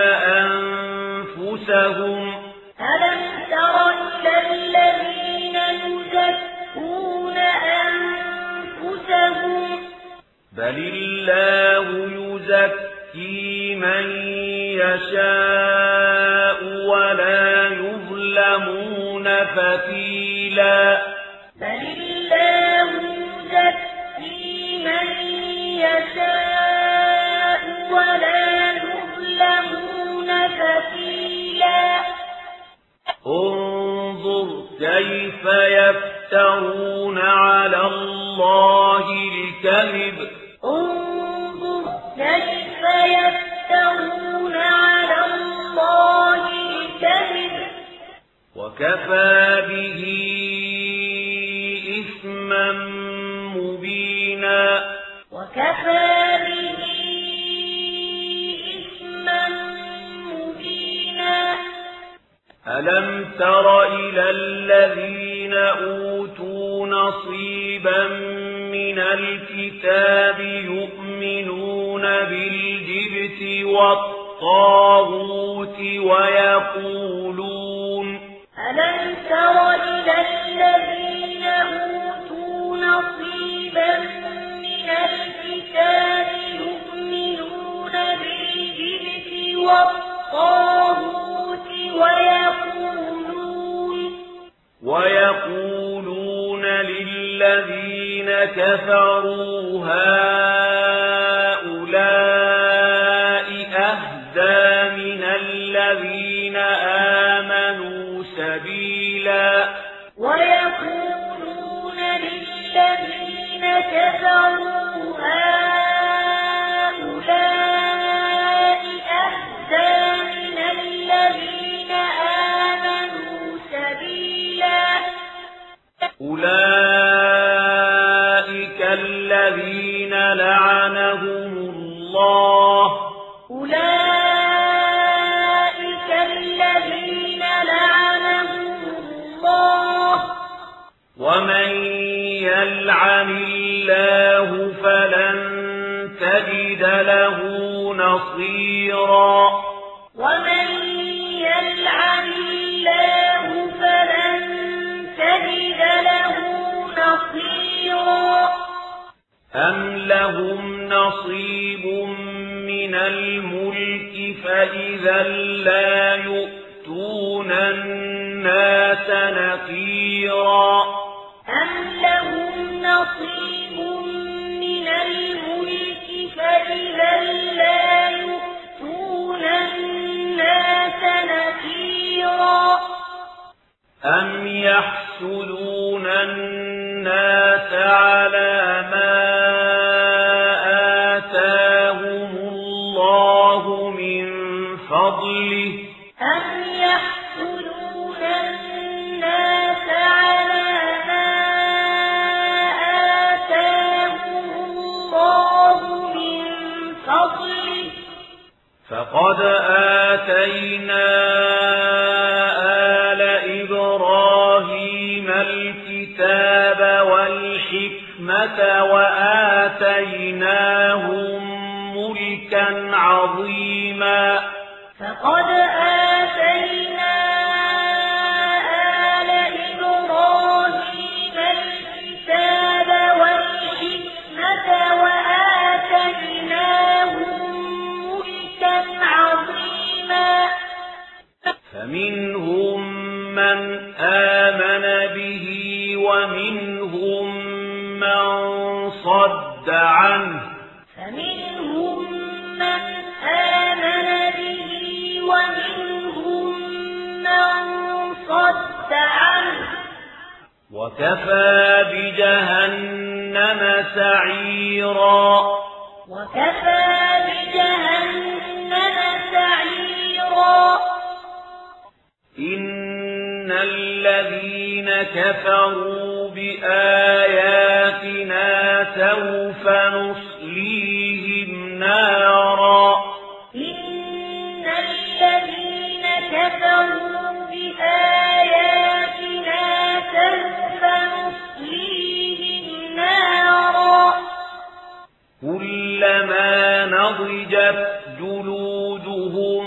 أنفسهم ألم تر إلى الذين يزكون أنفسهم بل الله يزكي من يشاء ولا يظلمون فتيلا بل الله يزكي من يشاء ولا يظلمون فتيلا انظر كيف يفترون على الله الكذب انظر كيف يفترون على الله الكذب وكفى به إثما مبينا وكفى به إثما مبينا ألم تر إلى الذين أوتوا نصيبا من الكتاب يؤمنون بالجبت والطاغوت ويقولون ألم تر إلى الذين أوتوا نصيبا من الكتاب يؤمنون بالجبت والطاغوت ويقولون للذين كفروا هؤلاء أهدى من الذين آمنوا سبيلا ويقولون للذين كفروا هؤلاء أهدى من الذين آمنوا سبيلا أولئك الذين لعنهم الله أولئك الذين لعنهم الله ومن يلعن الله فلن تجد له نصيرا ومن يلعن الله فلن تجد له نصيرا أم لهم نصيب من الملك فإذا لا يؤتون الناس نقيرا أم لهم نصيب من الملك فإذا لا يؤتون الناس نقيرا أم يحسدون الناس على ما آتاهم الله من فضله أم يحسدون الناس على ما آتاهم الله من فضله فقد آتينا آل إبراهيم فمنهم من آمن به ومنهم من صد عنه فمنهم من آمن به ومنهم من صد عنه وكفى بجهنم سعيرا وكفى بجهنم سعيرا إن الذين كفروا بآياتنا سوف نصليهم نارا إن الذين كفروا بآياتنا سوف نصليهم نارا كلما نضجت جلودهم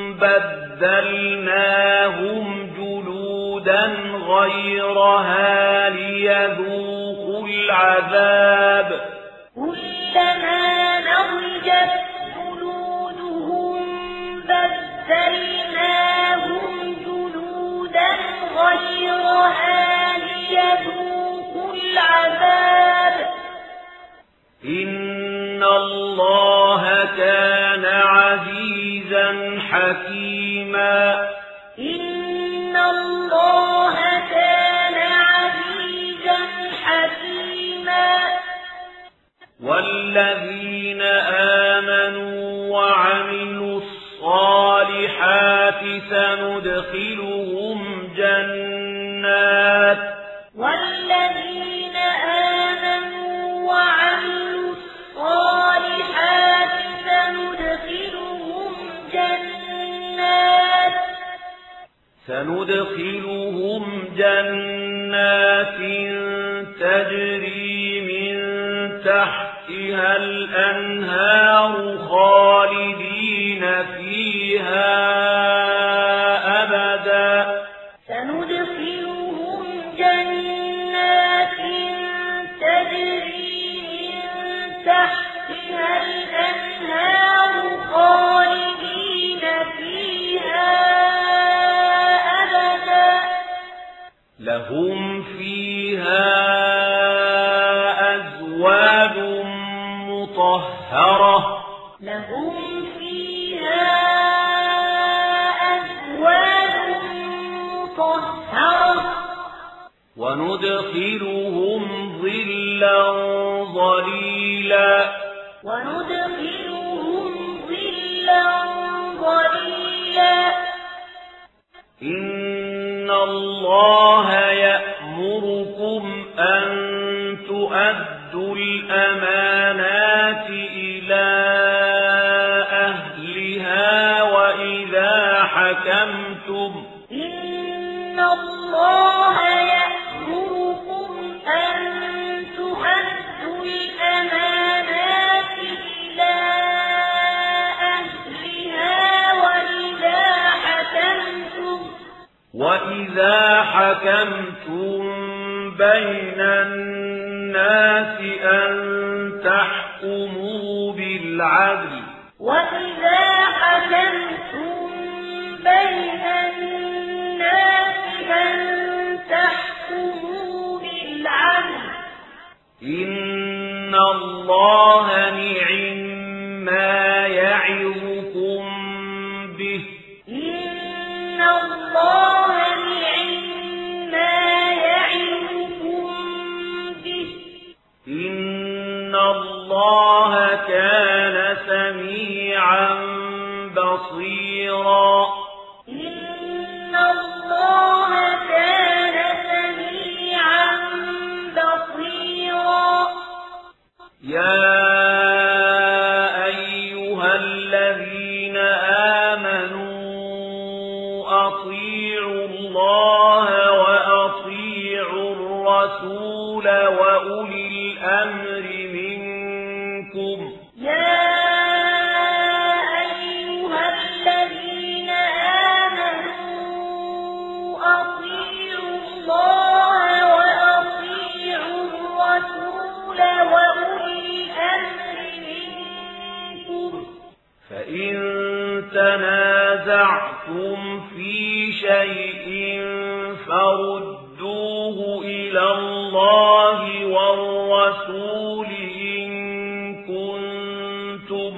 بدلناهم جلودا غيرها ليذوقوا العذاب كلما نضجت جلودهم بدلناهم جلودا غيرها ليذوقوا العذاب إن الله كان عزيزا حكيما إن الله كان عزيزا حكيما والذين آمنوا وعملوا الصالحات سندخلهم جنات والذين آمنوا وعملوا الصالحات سندخلهم جنات تجري من تحتها الأنهار خالدين فيها أبدا سندخلهم جنات تجري من تحتها الأنهار خالدين فيها أبدا لهم فيها أزواج مطهرة لهم فيها أزواج مطهرة وندخلهم ظلا ظليلا وندخلهم ظلا ظليلا إن الله يأمركم أن تؤدوا الأمانات إلى أهلها وإذا حكمتم إن الله يأمركم أن تؤدوا الأمانات إلى أهلها وإذا حكمتم بين الناس أن تحكموا بالعدل وإذا حكمتم بين الناس أن تحكموا بالعدل إن الله نعما يعظكم به إن الله نعما يعظكم به إن الله كان سميعا بصيرا إن الله كان سميعا بصيرا يا أيها الذين آمنوا أطيعوا الله وأطيعوا الرسول وأولي الأمر منكم يا أيها الذين آمنوا أطيعوا الله وأطيعوا الرسول وأولي الأمر منكم فإن تنازعتم تنازعتم في شيء فردوه إلى الله والرسول إن كنتم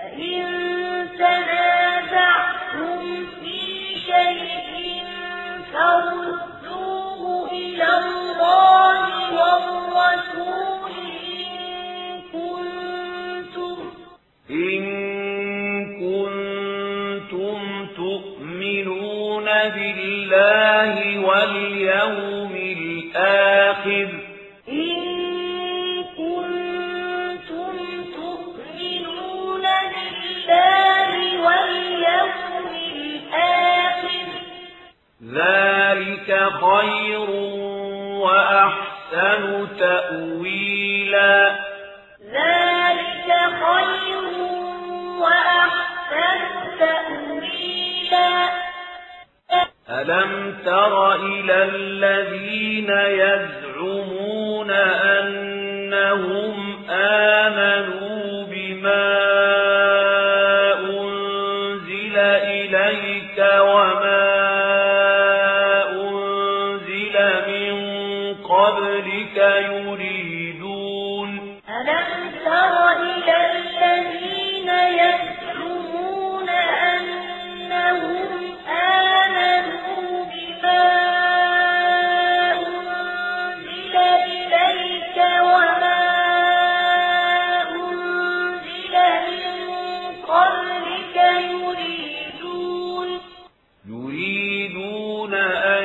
فردوه إلى الله والرسول إن كنتم تؤمنون بالله واليوم الآخر ذلك خير وأحسن تأويلا ألم تر إلى الذين يزعمون أنهم آمنوا بما أنزل إليك وما أنزل من قبلك يريدون ألم تر إلى الذين يزعمون أنهم آمنوا بما أنزل إليك وما أنزل من قبلك يريدون أن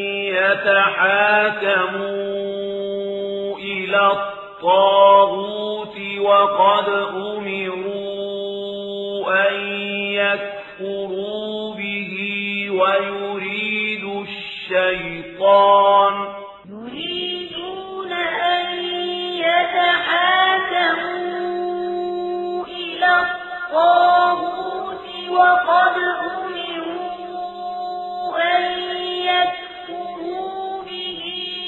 يتحاكموا إلى الطاغوت وقد أمروا أن يكفروا به ويريد الشيطان وقد أمروا أن يكفروا به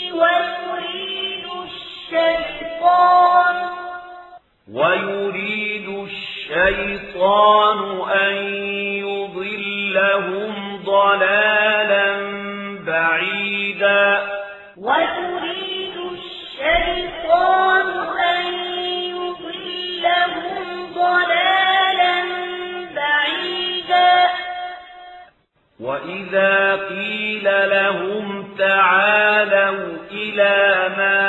ويريد الشيطان أن يضلهم ضلالا بعيدا وإذا قيل لهم تعالوا إلى ما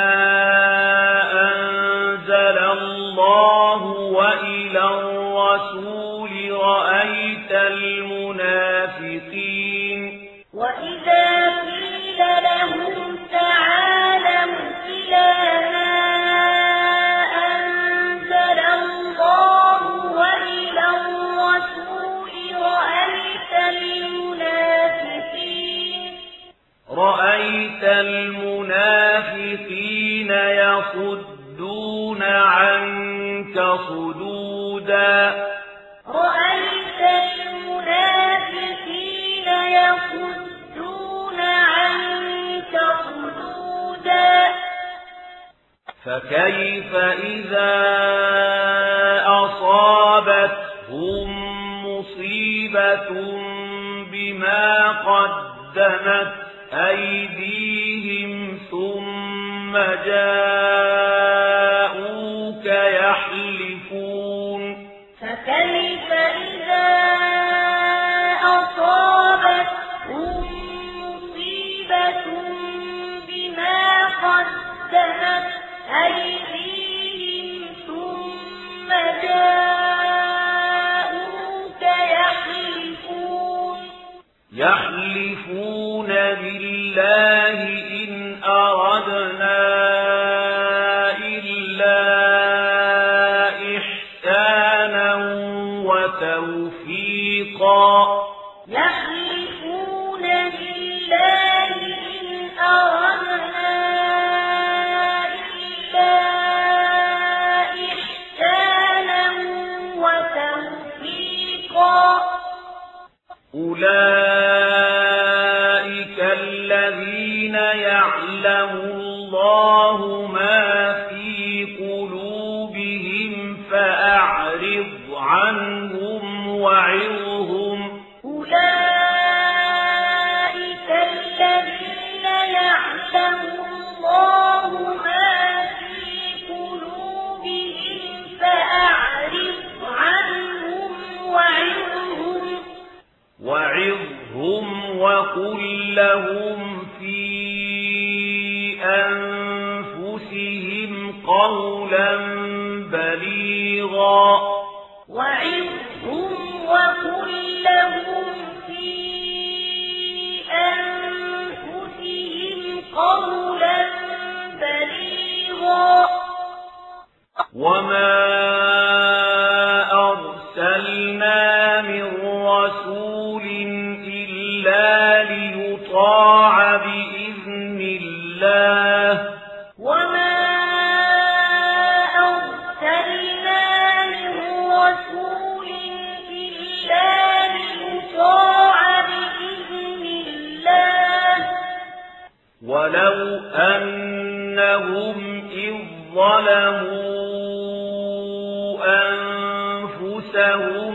أنزل الله وإلى الرسول رأيت المنافقين يصدون عنك صدودا فكيف إذا أصابتهم مصيبة بما قدمت أيديهم ثم جاءوك يحلفون يحلفون بالله إن أردنا إلا إحسانا وتوفيقا أولئك الذين يعلم الله ما في قلوبهم فأعرض عنهم وعظهم وعظهم وقل لهم في أنفسهم قولا بليغا وعظهم وقل لهم في أنفسهم قولا بليغا وما أرسلنا من رسول إلا ليطاع بإذن الله وما أرسلنا من رسول إلا ليطاع بإذن الله ولو أنهم إذ ظلموا أنفسهم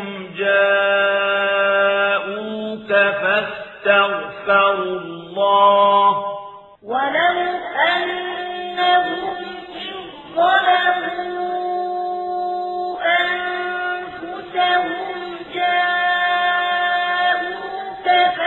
جاءوك فاستغفروا الله ولو أنهم إذ ظلموا أنفسهم جاءوك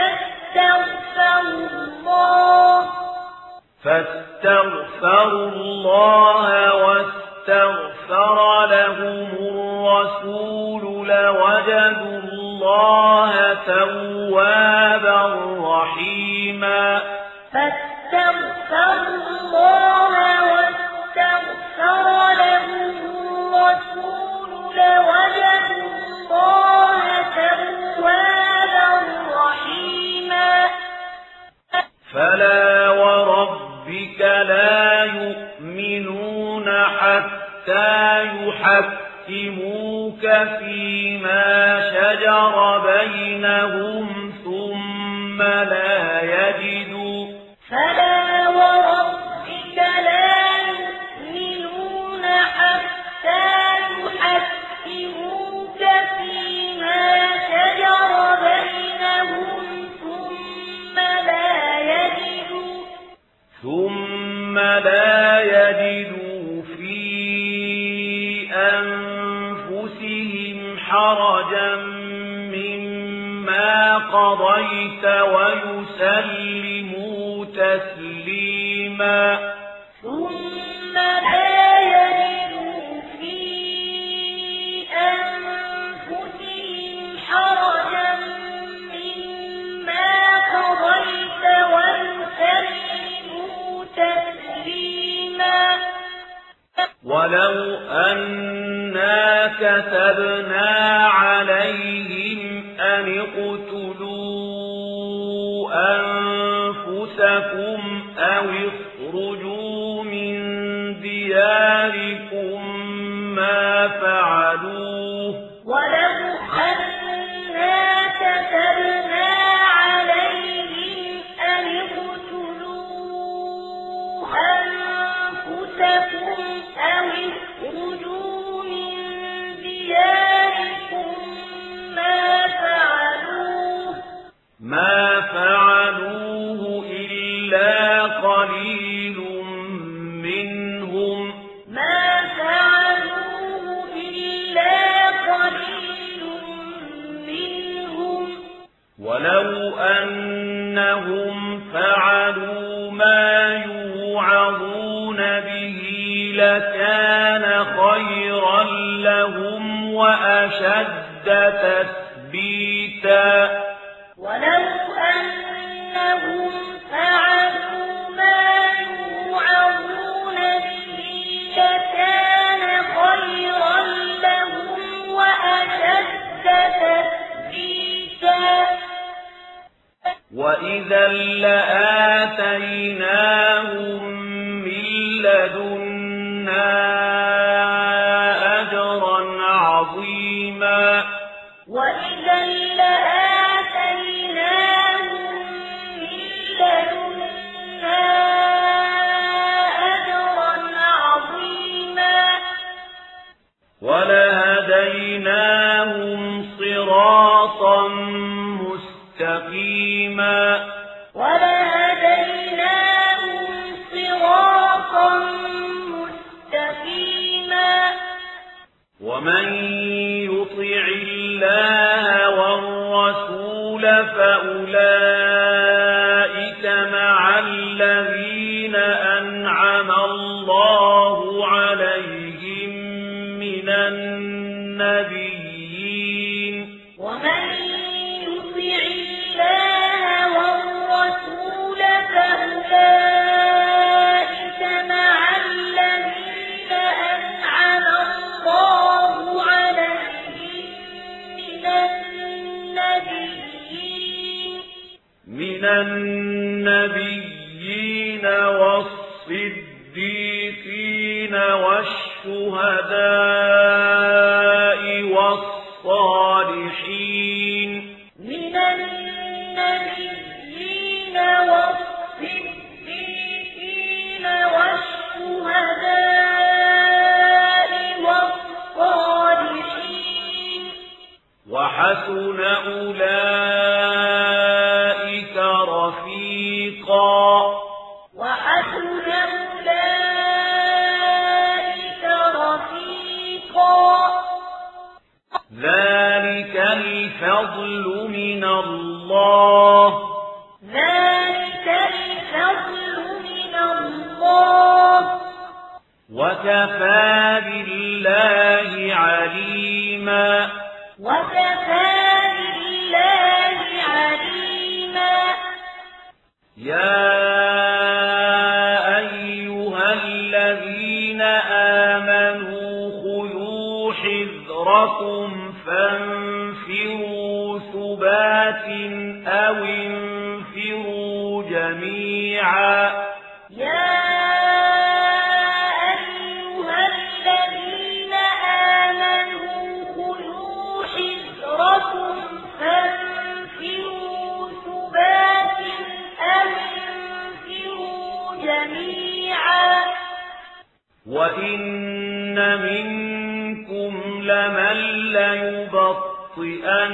فاستغفروا الله واستغفر لهم الرسول لوجدوا الله توابا رحيما فاستغفروا الله واستغفر لهم الرسول لوجدوا الله توابا رحيما فلا وربك لا يؤمنون حتى يحكموك فيما شجر بينهم ثم لا يجدوا فلا وربك لا يؤمنون حتى يحكموك فيما شجر بينهم ثم لا يجدوا في أنفسهم حرجا مما قضيت ويسلموا تسليما ثم لا يجدوا في أنفسهم حرجا مما قضيت ويسلموا تسليما ولو أنا كتبنا عليهم أن اقتلوا أنفسكم أو اخرجوا من دياركم ما فعلوه ولو أنا كتبنا عليهم أن اقتلوا أنفسكم أو اخرجوا من دياركم ما فعلوه إلا قليل منهم ولو أنهم فعلوا ما يوعظون به لكان خيرا لهم وأشد تثبيتا ولو أنهم فعلوا ما يوعظون به لكان خيرا لهم وأشد تثبيتا وإذا لآتيناهم من لدنا أجرا عظيما وإذا لآتيناهم من لدنا أجرا عظيما ولهديناهم صراطا مستقيما ومن يطع الله والرسول فأولئك مع الذين أنعم الله عليهم من النبيين ومن يطع الله والرسول فأولئك مع الذين أنعم الله عليهم من النبيين والصديقين والشهداء والصالحين من النبيين والصديقين والشهداء والصالحين وحسن أولئك رفيقا وحسن أولئك رفيقا ذلك الفضل من الله ذلك الفضل من الله وكفى بالله عليما وكفى بالله عليما يا أيها الذين آمنوا خذوا حذركم فانفروا ثبات أو انفروا جميعا يا أيها الذين آمنوا خذوا حذركم فانفروا ثبات أو انفروا جميعا وإن منكم لمن ليبطئن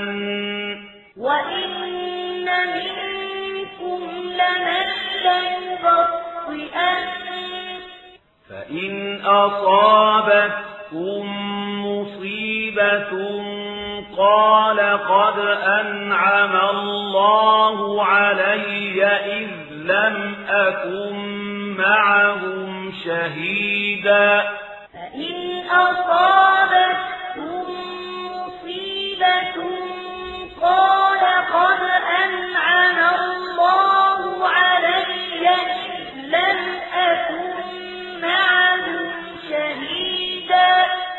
وإن منكم لمن ليبطئن فإن أصابتكم مصيبة قال قد أنعم الله علي إذ لم أكن معهم شهيدا فإن أصابتكم مصيبة قال قد أنعم الله علي إذ لم أكن معهم شهيدا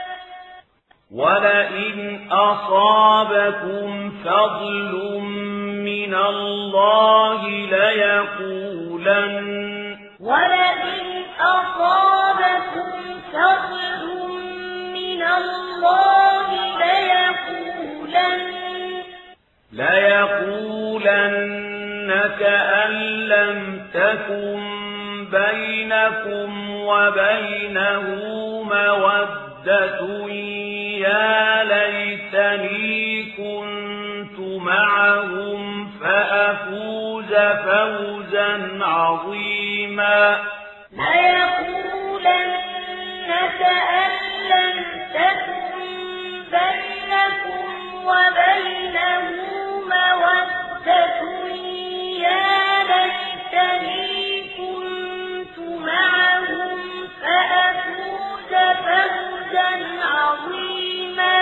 ولئن أصابكم فضل من الله ولئن أصابكم فضل من الله ليقولن كأن لم تكن بينكم وبينه مودة يا ليتني كنت معهم فأفوز فوزا عظيما ليقولن كأن لم تكن بينكم وبينه مودة يا ليتني كنت معهم فأفوز فوزا عظيما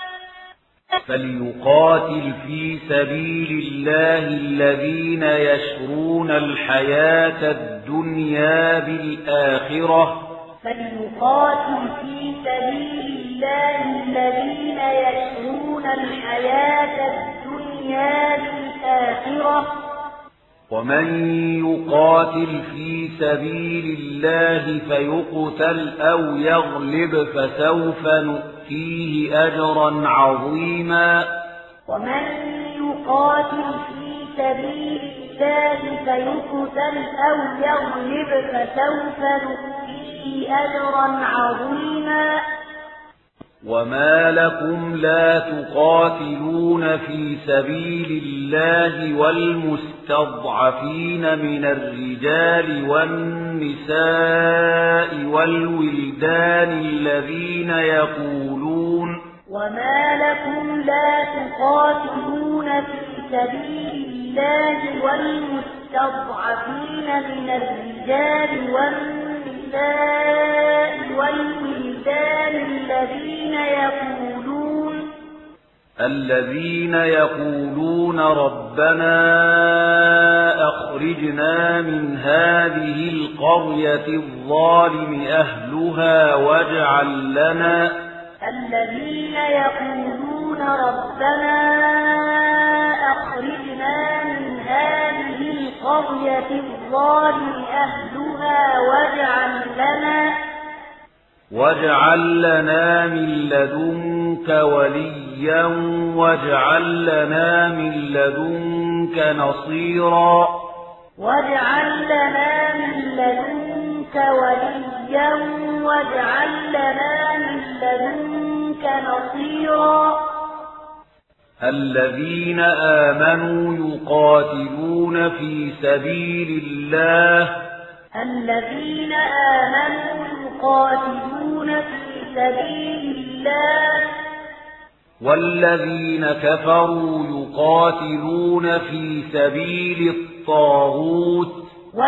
فليقاتل في سبيل الله الذين يشرون الحياة الدنيا بالآخرة فليقاتل في سبيل الله الذين يشرون الحياة الدنيا بالآخرة ومن يقاتل في سبيل الله فيقتل أو يغلب فسوف نؤتيه أجرا عظيما ومن يقاتل في سبيل الله فيقتل أو يغلب فسوف نؤتيه أجرا عظيما وما لكم لا تقاتلون في سبيل الله والمستضعفين من الرجال والنساء والولدان الذين يقولون وما لكم لا تقاتلون في سبيل الله والمستضعفين من الرجال والنساء والولدان الذين يقولون ربنا أخرجنا من هذه القرية الظالم أهلها واجعل لنا الذين يقولون ربنا أخرجنا من هذه القرية الظالم أهلها واجعل لنا من لدنك وليا واجعل لنا من لدنك نصيرا واجعل لنا من لدنك نصيرا الذين آمنوا يقاتلون في سبيل الله والذين كفروا يقاتلون في سبيل الطاغوت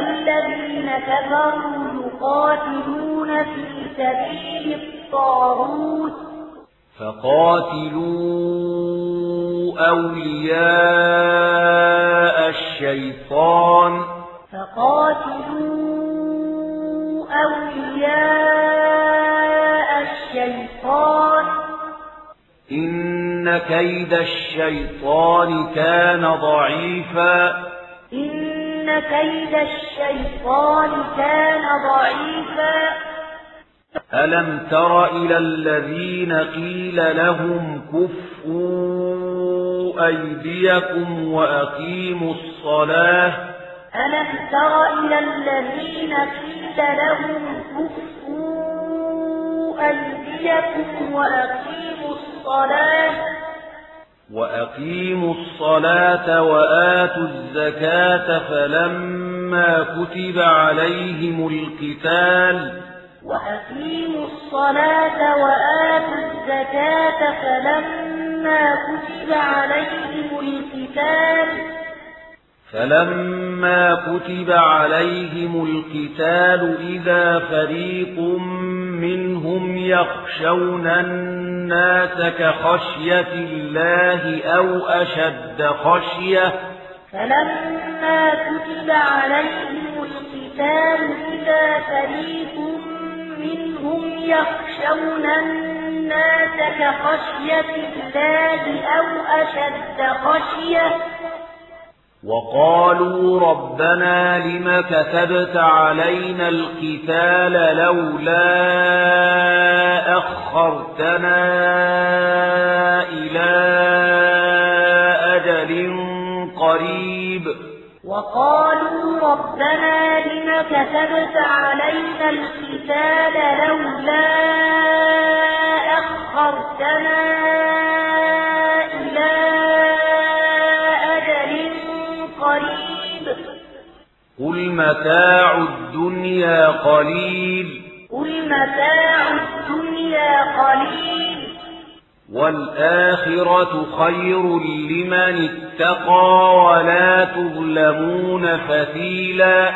فقاتلوا أولياء الشيطان إن كيد الشيطان كان ضعيفا ألم تر إلى الذين قيل لهم كفوا أيديكم وأقيموا الصلاة وأقيموا الصلاة وآتوا الزكاة فلما كتب عليهم القتال إذا فريق منهم يخشون الناس كخشية الله أو أشد خشية وقالوا ربنا لم كتبت علينا القتال لولا أخرتنا إلى أجل قريب قل متاع الدنيا قليل والآخرة خير لمن اتقى ولا تظلمون فتيلا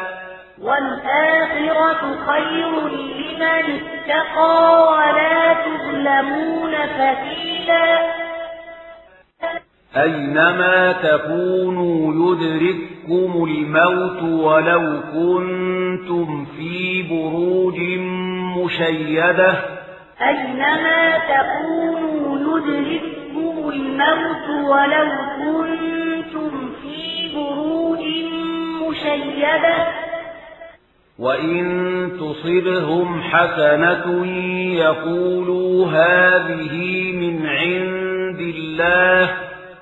أينما تكونوا يدرككم الموت ولو كنتم في بروج مشيدة وإن تصبهم حسنة يقولوا هذه من عند الله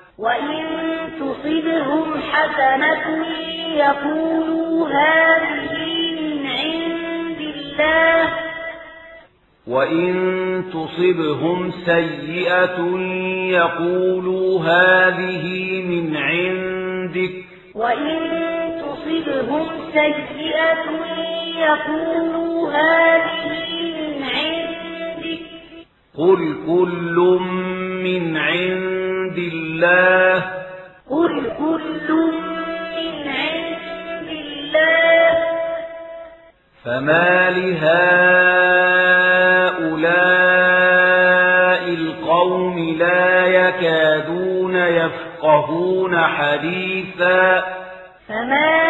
وإن تصبهم سيئة يقولوا هذه من عندك قل كل من عند الله فما لهؤلاء القوم لا يكادون يفقهون حديثا فما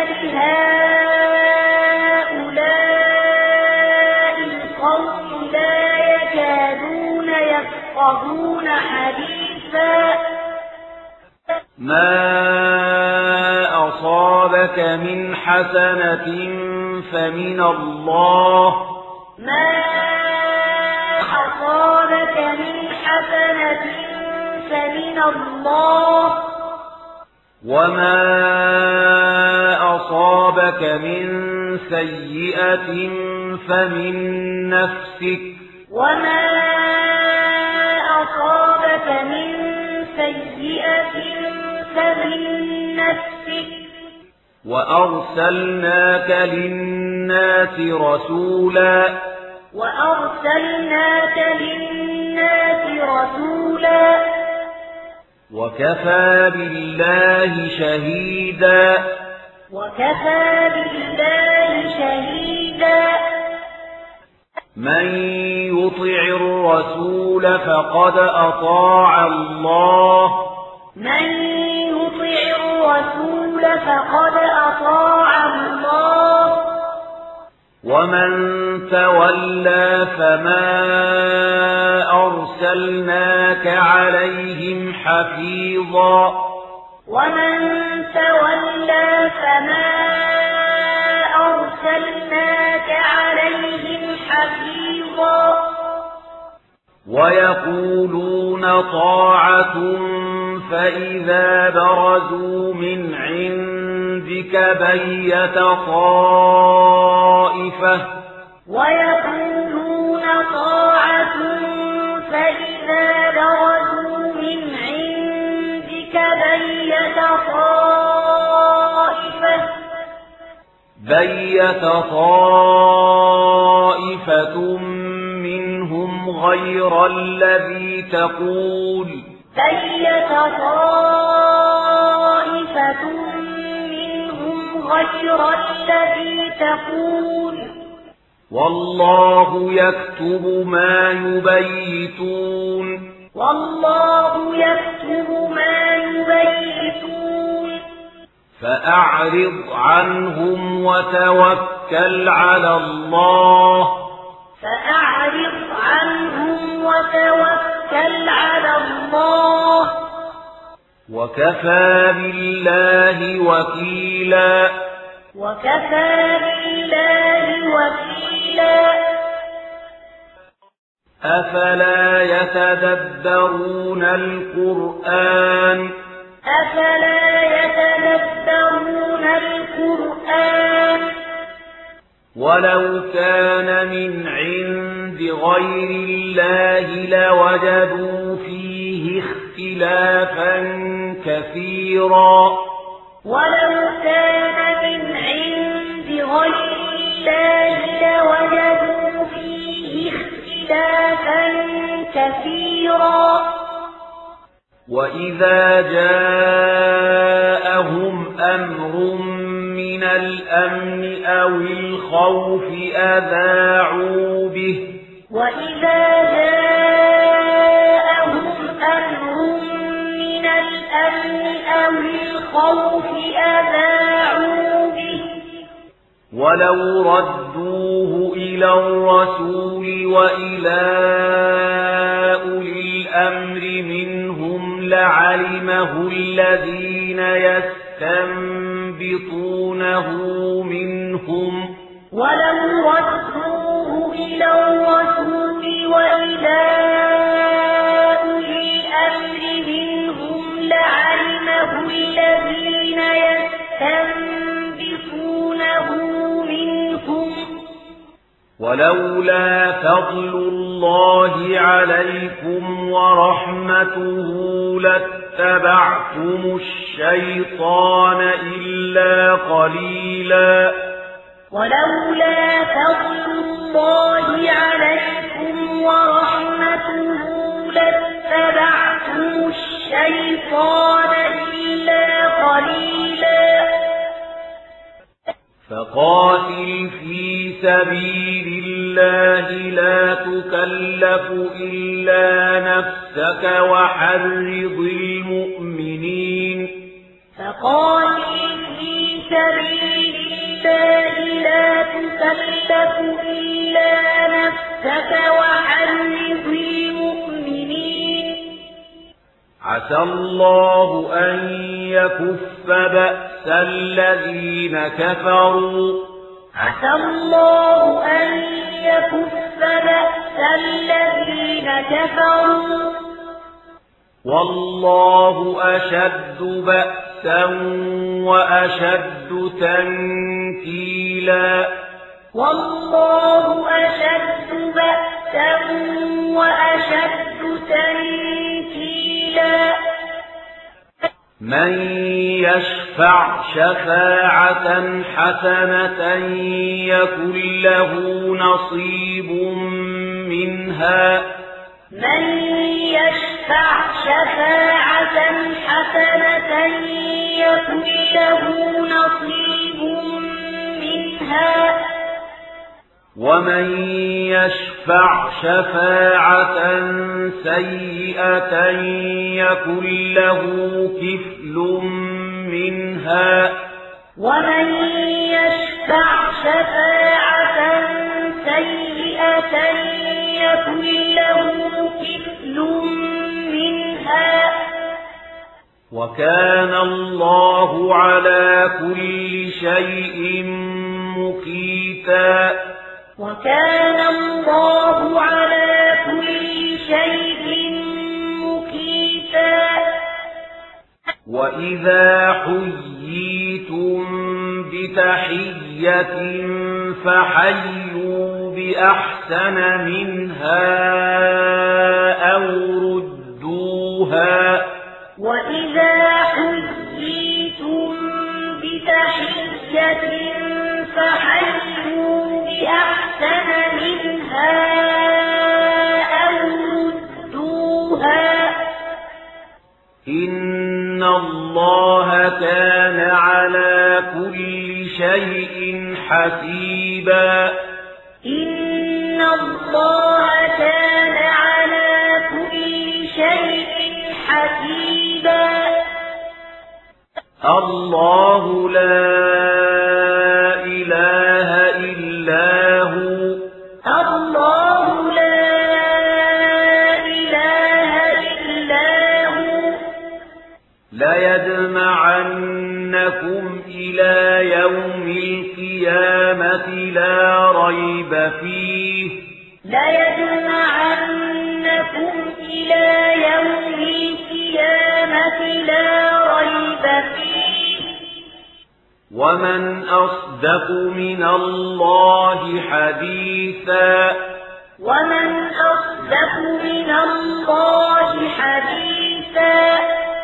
لهؤلاء القوم لا يكادون يفقهون حديثا ما أصابك من حسنة فمن الله ما أصابك من حسنة فمن الله وما أصابك من سيئة فمن نفسك وما أصابك من سيئة فمن نفسك وأرسلناك للناس رسولا وكفى بالله شهيدا من يطع الرسول فقد أطاع الله ومن تولى فما أرسلناك عليهم حفيظا ويقولون طاعة فإذا برزوا من عندك بيت طائفة منهم غير الذي تقول والله يكتب ما يبيتون فأعرض عنهم وتوكل على الله وكفى بالله وكيلا أفلا يتدبرون القرآن ولو كان من عند غير الله لوجدوا فيه اختلافا كثيرا وإذا جاءهم أمر من الأمن أو الخوف أذاعوا به ولو ردوه إلى الرسول وإلى أولي الأمر منهم لعلمه الذين يستنبطونه منهم ولولا فضل الله عليكم ورحمته لاتبعتم الشيطان إلا قليلا فقاتل في سبيل الله لا تكلف إلا نفسك وحرض المؤمنين فقاتل في سبيل الله لا تكلف إلا نفسك وحرض المؤمنين عسى الله أن يكف بأس الذين كفروا عسى الله أن يكف بأس الذين كفروا والله أشد بأسا وأشد تنكيلا والله أشد بأسا وأشد تنكيلا من يشفع شفاعة حسنة يكن له نصيب منها من يشفع شفاعة حسنة يكن له نصيب منها ومن يشفع شفاعة سيئة يكن له كفل منها ومن يشفع شفاعة سيئة يكن له كفل منها وكان الله على كل شيء مقيتا وكان الله على كل شيء مقيتا وإذا حييتم بتحية فحيوا بأحسن منها أو ردوها وإذا حييتم بتحية فحيوا بأحسن منها أو ردوها إن الله كان على كل شيء حسيبا إن الله كان على كل شيء حسيبا الله لا إله إلا هو الله لا إله إلا هو ليجمعنكم إلى يوم القيامة لا ريب فيه ليجمعنكم إلى يوم القيامة لا ريب فيه ومن أصدق من الله حديثا ومن أصدق من الله حديثا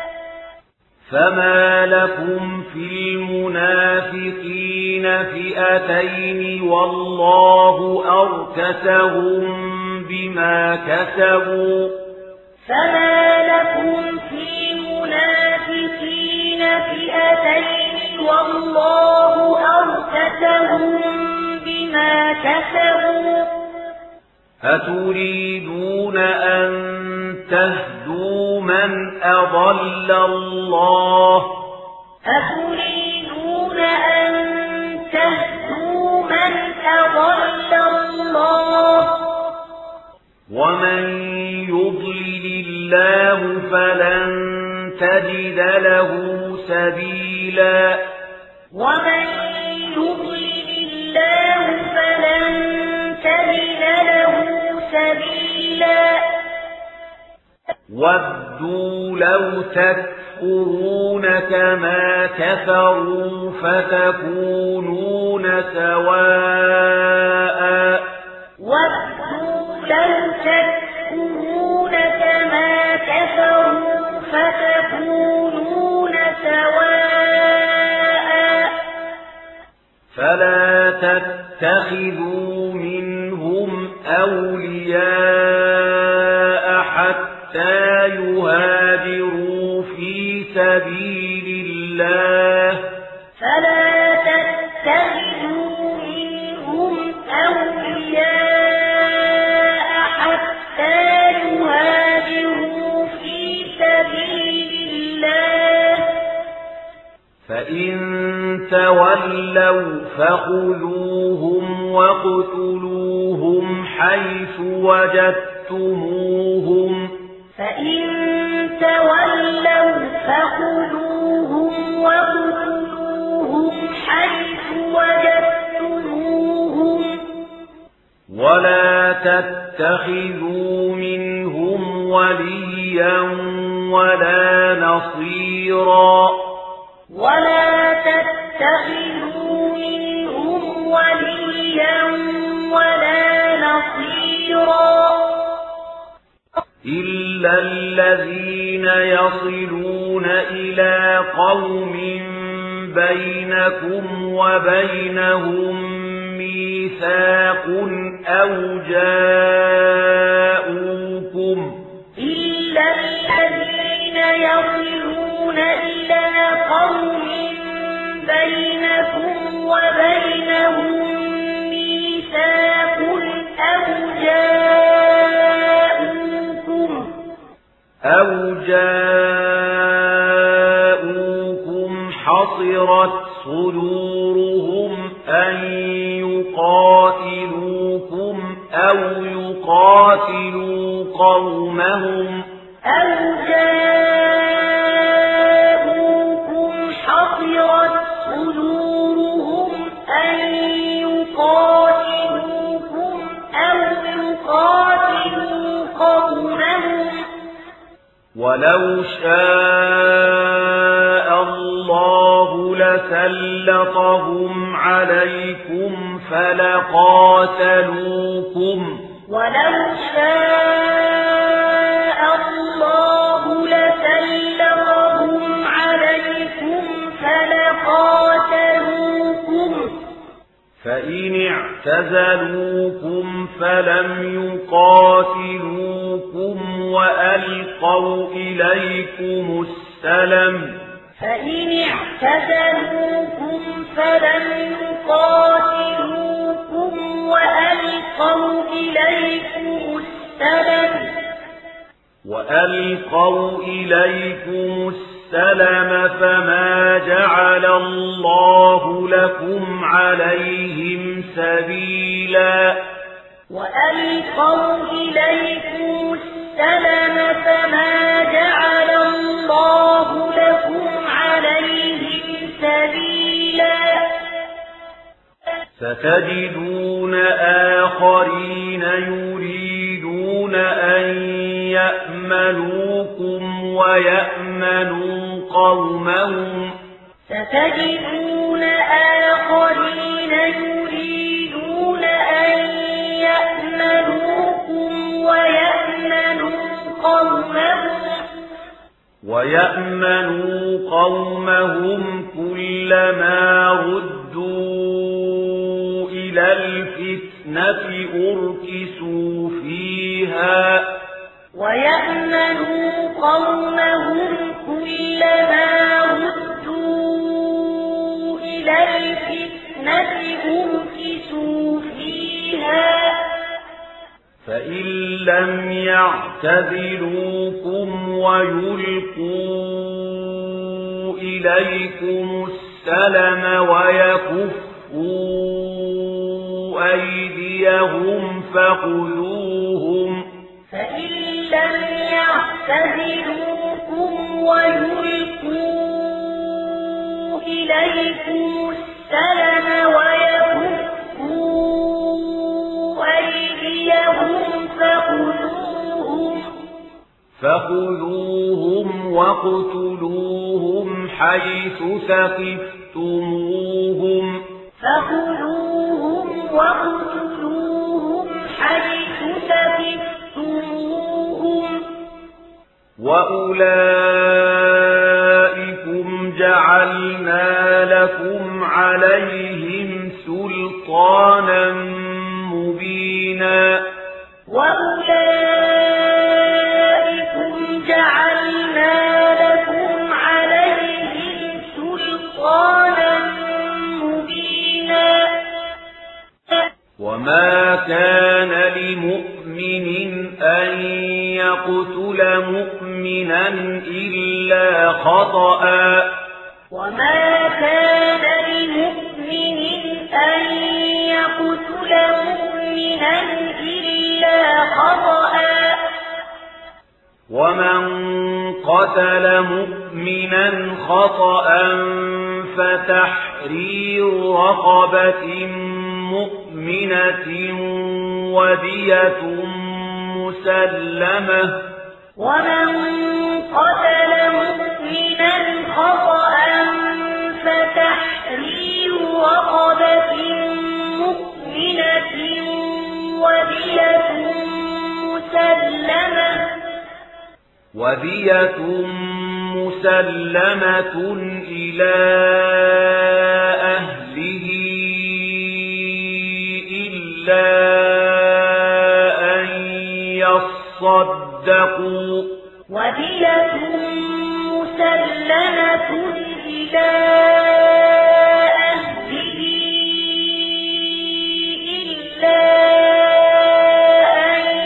فما لكم في المنافقين فئتين والله أركسهم بما كسبوا فما لكم في المنافقين فئتين والله أركسهم بما كسبوا أتريدون أن تهدوا من أضل الله أتريدون أن تهدوا من أضل الله ومن يضلل الله فلن تجد له سبيلا ومن يضلل الله فلن تجد له سبيلا ودوا لو تكفرون كما كفروا فتكونون سواء ودوا لو تكفرون كما كفروا فتكونون سواء فلا تتخذوا منهم أولياء حتى يهاجروا في سبيل الله فلا تتخذوا تتخذوا منهم أولياء حتى يهاجروا في سبيل الله فإن تولوا فخذوهم واقتلوهم حيث وجدتموهم فإن تولوا فخذوهم واقتلوهم حيث وجدتموهم ولا تتخذوا منهم وليا ولا نصيرا ولا تتخذوا منهم وليا ولا نصيرا إلا الذين يصلون إلى قوم بينكم وبينهم ميثاق أو جاءوكم إلا الذين يصلون إلى قوم بينكم وبينهم ميثاق أو جاءوكم حصرت صدورهم أن يقاتلوكم أو يقاتلوا قومهم حصرت صدورهم أن يقاتلوكم أو يقاتلوا قومهم ولو شاء الله لسلطهم عليكم فلقاتلوكم ولو شاء الله لسلطهم عليكم فلقاتلوكم فإن اعتزلوكم فلم يقاتلوكم وألقوا إليكم السلم فإن اعتزلوكم فلم يقاتلوكم وألقوا إليكم السلم فما جعل الله لكم عليهم سبيلا وألقوا إليكم السلم فما جعل الله لكم عليهم سبيلا ستجدون آخرين يريدون أن يأمنوكم ويأمنوا قومهم ستجدون آخرين يريدون أن يأمنوكم ويأمنوا قومهم كلما ردوا إلى الفتنة أركسوا فيها ويأمنوا قومهم كلما ردوا إلى الفتنة أركسوا فيها فإن لم يعتزلوكم ويلقوا إليكم السلم ويكفوا أيديهم فخذوهم فإن لم يعتزلوكم ويلقوا إليكم السلم ويكفوا أيديهم فخذوهم واقتلوهم حيث ثقفتموهم وأولئكم جعلنا لكم عليهم سلطانا مبينا وأولئكم جعلنا لكم عليهم سلطانا مبينا وما كان لمؤمن أن يقتل مؤمنا إلا خطأ وما كان لمؤمن أن يقتل مؤمنا إلا خطأ ومن قتل مؤمنا خطأ فتحرير رقبة مؤمنة ودية مسلمة ومن قتل مؤمنا خطأ فتحرير رقبة مؤمنة ودية مسلمة إلى أهله إلا أن يصدقوا ودية مسلمة إلى أهله إلا أن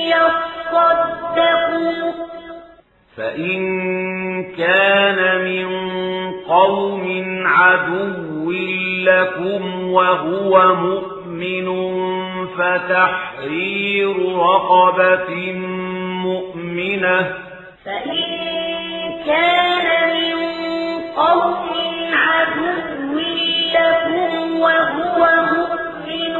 يصدقوا فإن كان من قوم عدو لكم وهو مؤمن فتحرير رقبة مؤمنة فإن كان من قوم عدو لكم وهو مؤمن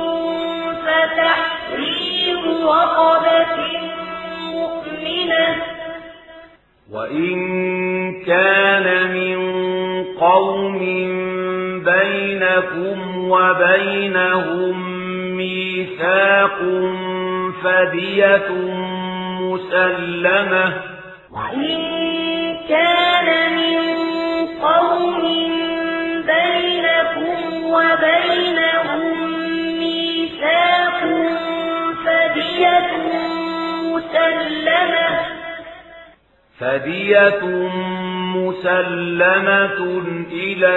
فتحرير رقبة مؤمنة وإن كان من قوم بينكم وبينهم ميثاق فدية مسلمة وإن كان من قوم بينكم وبينهم ميثاق فدية مسلمة إلى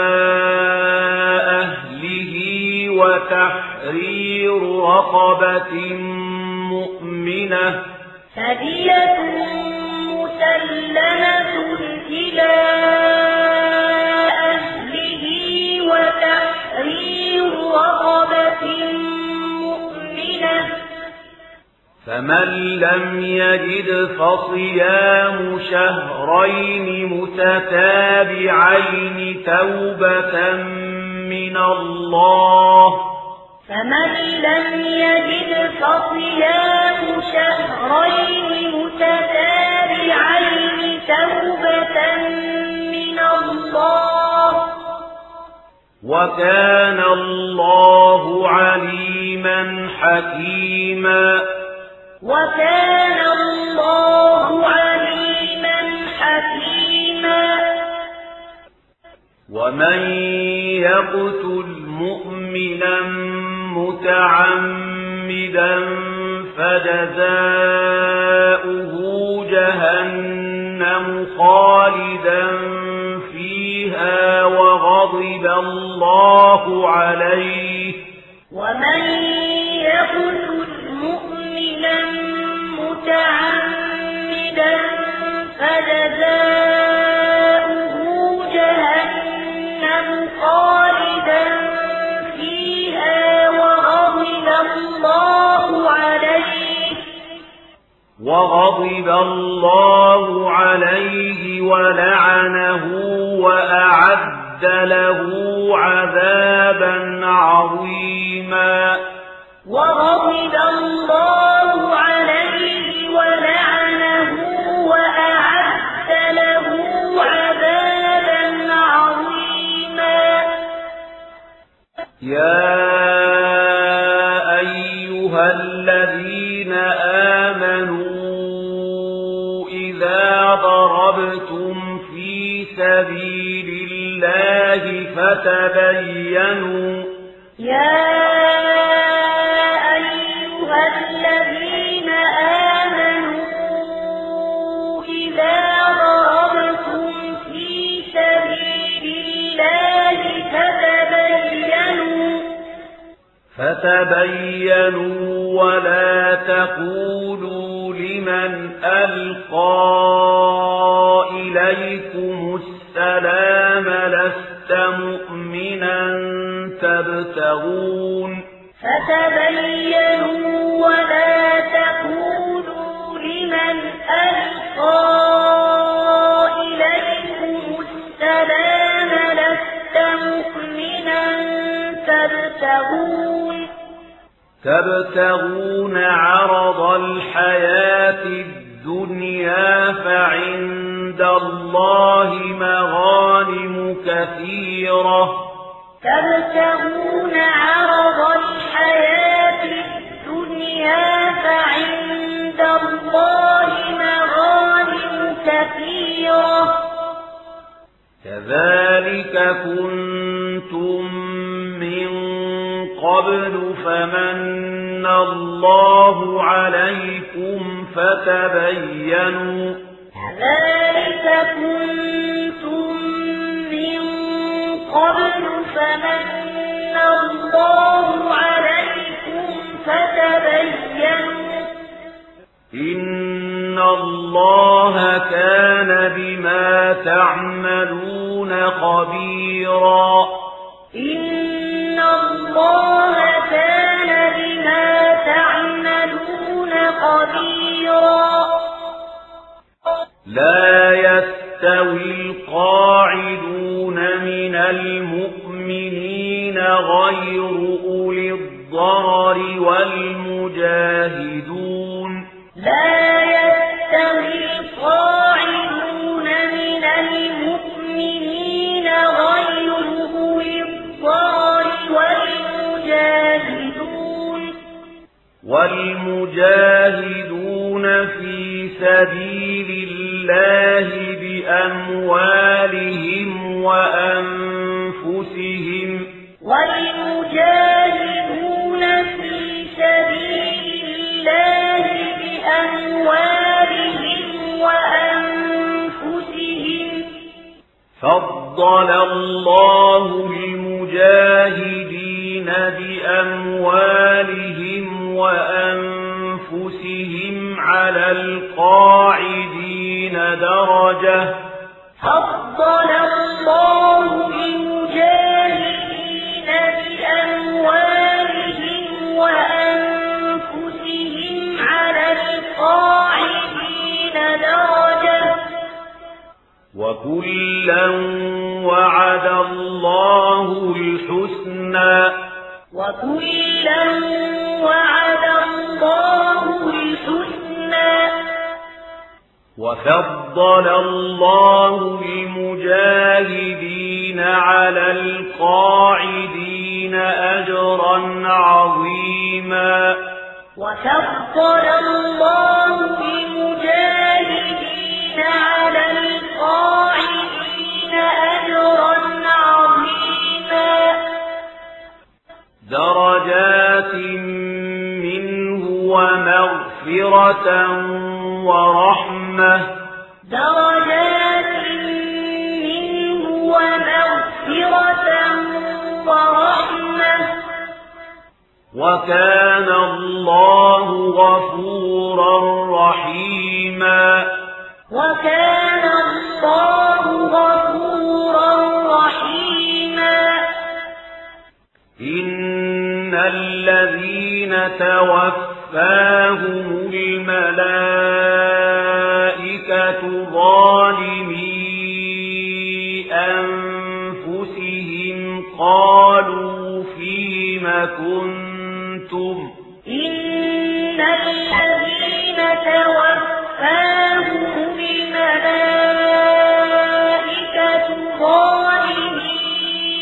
أهله وتحرير رقبة مؤمنة فدية مسلمة إلى أهله وتحرير رقبة مؤمنة فمن لم يجد فصيام شهرين متتابعين توبة من الله فمن لم يجد فصيام شهرين متتابعين توبة من الله وكان الله عليما حكيما وكان الله عليما حكيما ومن يقتل مؤمنا متعمدا فجزاؤه جهنم خالدا فيها وغضب الله عليه ومن يقتل مؤمنا متعمدا فجزاؤه جهنم خالدا فيها وغضب الله عليه ولعنه وأعد له عذابا عظيما وغضب الله عليه ولعنه وأعد له عذابا عظيما يا أيها الذين آمنوا إذا ضربتم في سبيل الله فتبينوا يا أيها الذين آمنوا إذا ضربتم في سبيل الله فتبينوا فتبينوا ولا تقولوا لمن ألقى إليكم السلام لست مؤمنا تبتغون فتبينوا ولا تقولوا لمن ألقى إليكم السلام لست مؤمنا تبتغون عرض الحياة الدنيا فعند الله مغانم كثيرة تبتغون عرض الحياة الدنيا فعند الله مغانم كثيرة كذلك كنتم من قبل فمن الله عليكم فتبينوا كذلك كنتم من قبل فمن الله عليكم فتبينوا إن الله كان بما تعملون خبيرا إن الله كان بما تعملون خبيرا لا يستوي القاعدون من المؤمنين غير أولي الضرر والمجاهدون لا يستوي القاعدون من المؤمنين غير أولي الضرر والمجاهدون في سبيل الله بأموالهم وأنفسهم والمجاهدون في سبيل الله بأموالهم وأنفسهم فضل الله المجاهدين بأموالهم وأنفسهم على القاعدين درجة فضل الله المجاهدين بأموالهم وأنفسهم على القاعدين درجة وكلا وعد الله الحسنى وكلا وعد الله الحسنى وفضل الله المجاهدين على القاعدين أجرا عظيما وفضل الله المجاهدين على القاعدين أجرا عظيما درجات منه ومغفرة ورحمة درجات منه ومغفرة ورحمة وكان الله غفورا رحيما وكان الله غفورا رحيما إن الذين توفاهم الملائكة ظالمي أنفسهم قالوا فيم كنتم إن الذين توفاهم الملائكة ظالمي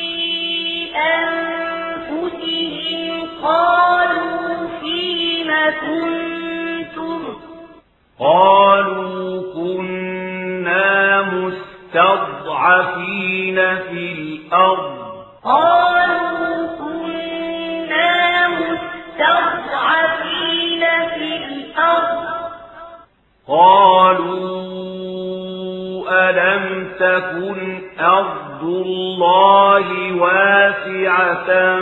أنفسهم قالوا فيم كنتم قالوا كنا مستضعفين في الأرض قالوا كنا مستضعفين في الأرض قالوا ألم تكن أرض أرض الله واسعة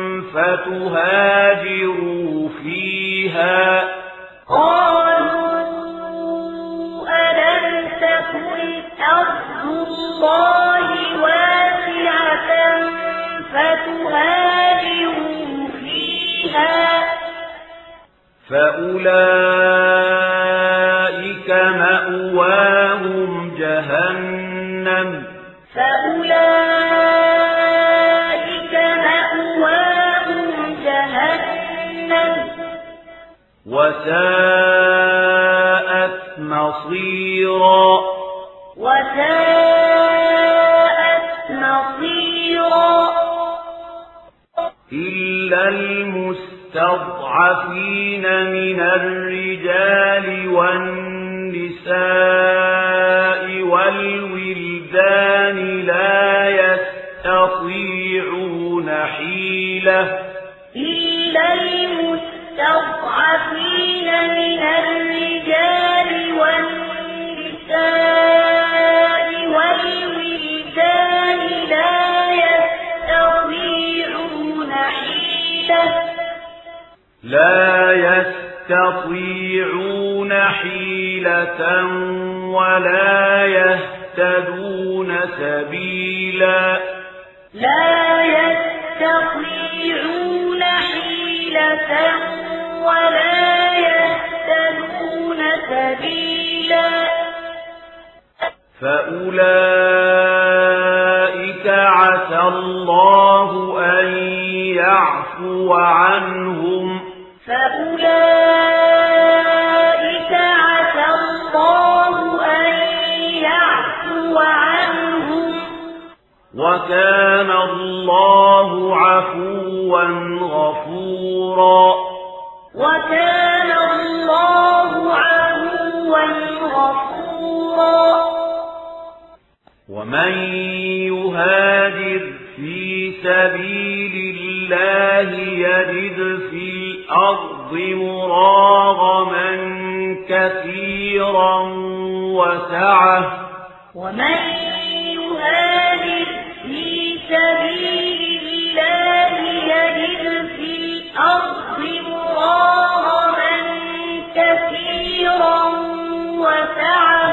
فتهاجروا فيها قالوا ألم تكن أرض الله واسعة فتهاجروا فيها فأولئك مأواهم جهنم وساءت مصيرا إلا المستضعفين من الرجال والنساء والولدان لا يستطيعون حيلة من الرجال والنساء والولدان لا يستطيعون حيلة ولا يهتدون سبيلا فأولئك عسى الله أن يعفو عنهم وكان الله عفوا غفورا ومن يهاجر في سبيل الله يجد في الأرض مراغما كثيرا وسعة ومن يهاجر في سبيل الله يجد في الأرض مراغما كثيرا وسعة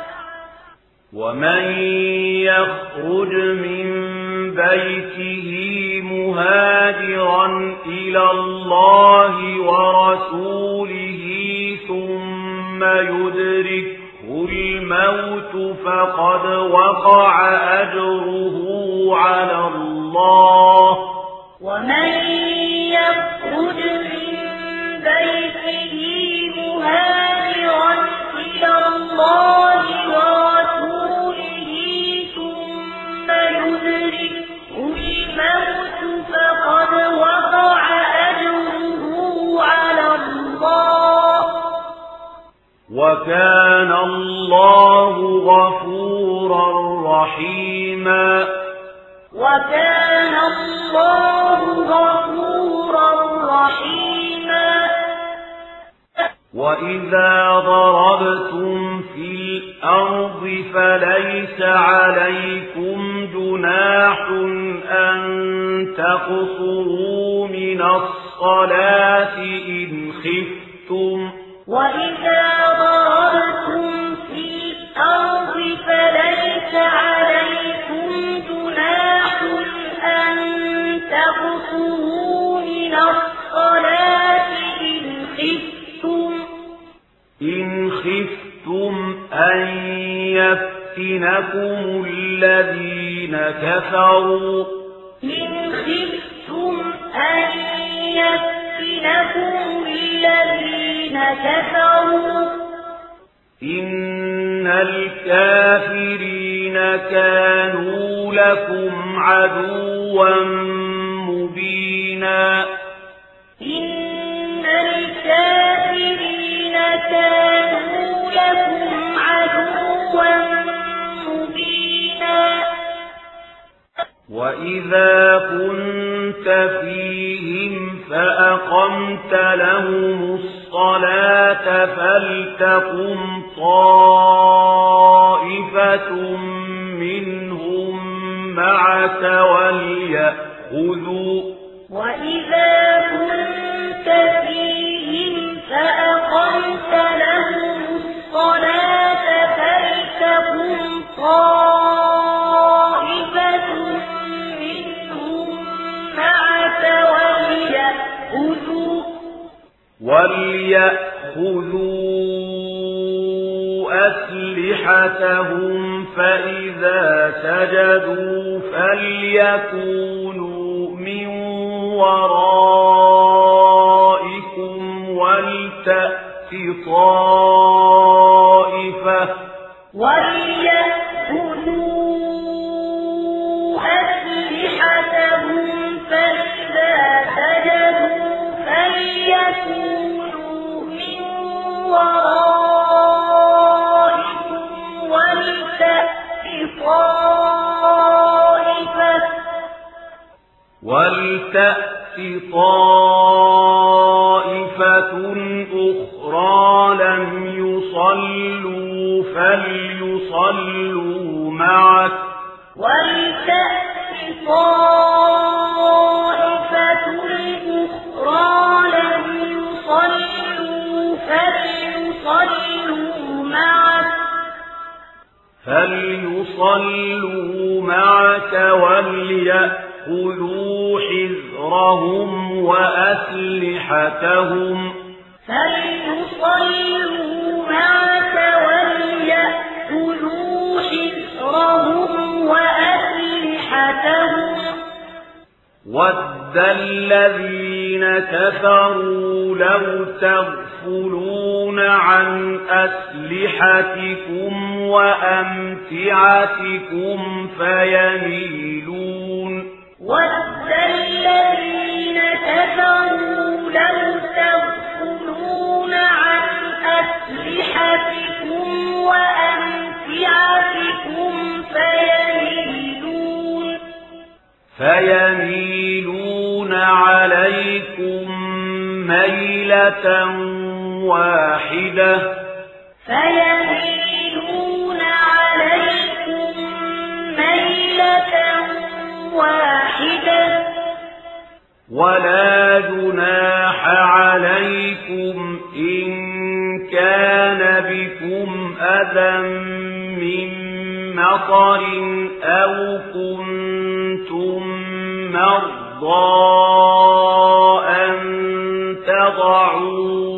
ومن يخرج من بيته مهاجرا إلى الله ورسوله ثم يدركه الموت فقد وقع أجره على الله ومن يخرج من بيته مهاجرا إلى الله ورسوله ثم يدركه الموت فقد وقع أجره على الله وكان الله غفورا رحيما وإذا ضربتم في الأرض فليس عليكم جناح أن تقصروا من الصلاة إن خفتم وإذا ضربتم في الأرض فليس عليكم جناح أن تقصروا من الصلاة إن خفتم أن يفتنكم الذين كفروا إن الكافرين كانوا لكم عدوا مبينا إن الكافرين كانوا لكم عدوا مبينا وإذا كنت فيهم فأقمت لهم الصلاة فلتقم طائفة منهم معك وليأخذوا وإذا كنت فيهم فأقمت لهم الصلاة فلتقم طائفة منهم معك وليأخذوا أسلحتهم فإذا سجدوا فليكونوا من ورائكم ولتأت طائفة وليأخذوا أسلحتهم فإذا سجدوا فليكونوا من ورائكم ولتأت طائفة أخرى لم يصلوا فليصلوا معك ولتأت طائفة أخرى لم يصلوا فليصلوا معك وليأخذوا حذرهم وأسلحتهم وَدَّ الَّذِينَ كَفَرُوا لَوْ تَغْفُلُونَ عَنْ أَسْلِحَتِكُمْ وَأَمْتِعَتِكُمْ فَيَمِيلُونَ وَدَّ الَّذِينَ كَفَرُوا لَوْ تَغْفُلُونَ عَنْ أَسْلِحَتِكُمْ وَأَمْتِعَتِكُمْ فيميلون عليكم ميلة واحدة ولا جناح عليكم إن كان بكم أذى من مطر أو كنتم مرضى أن تضعوا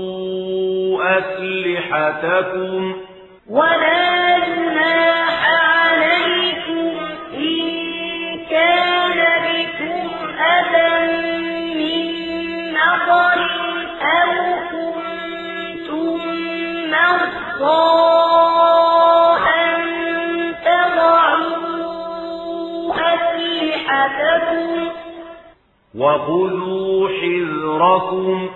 أسلحتكم ولا جناح عليكم إن كان بكم أذى من مطر أو كنتم مرضى وخذوا حذركم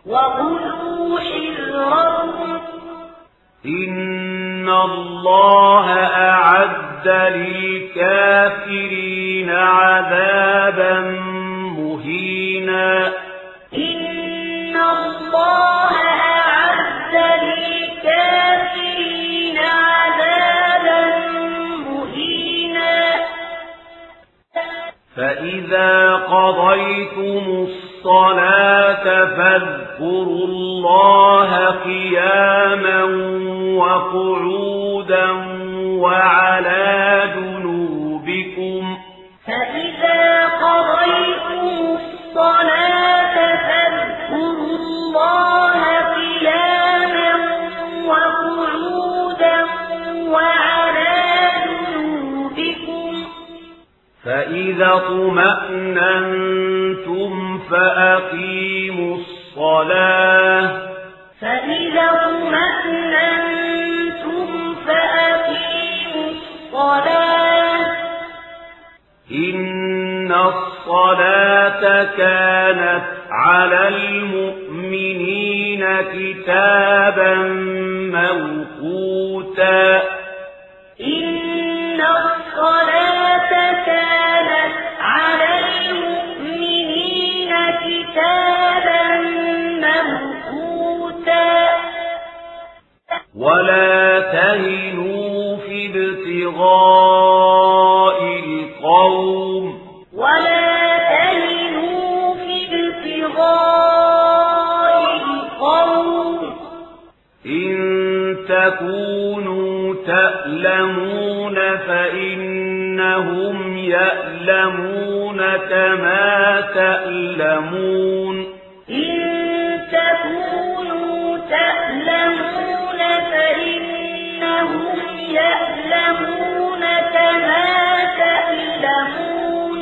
إن الله أعد للكافرين عذابا مهينا إن الله أعد للكافرين عذابا مهينا فإذا قضيتم الصلاة فاذكروا الله قياما وقعودا وعلى جنوبكم فإذا قضيتم الصلاة فاذكروا الله قياما وقعودا وعلى جنوبكم فإذا اطمأننتم فأقيموا الصلاة إن الصلاة كانت على المؤمنين كتابا موقوتا إن الصلاة كانت على المؤمنين كتابا موقوتا ولا تهنوا في ابتغاء القوم تكونوا تألمون فإنهم يألمون كما تألمون إن تكونوا تألمون فإنهم يألمون كما تألمون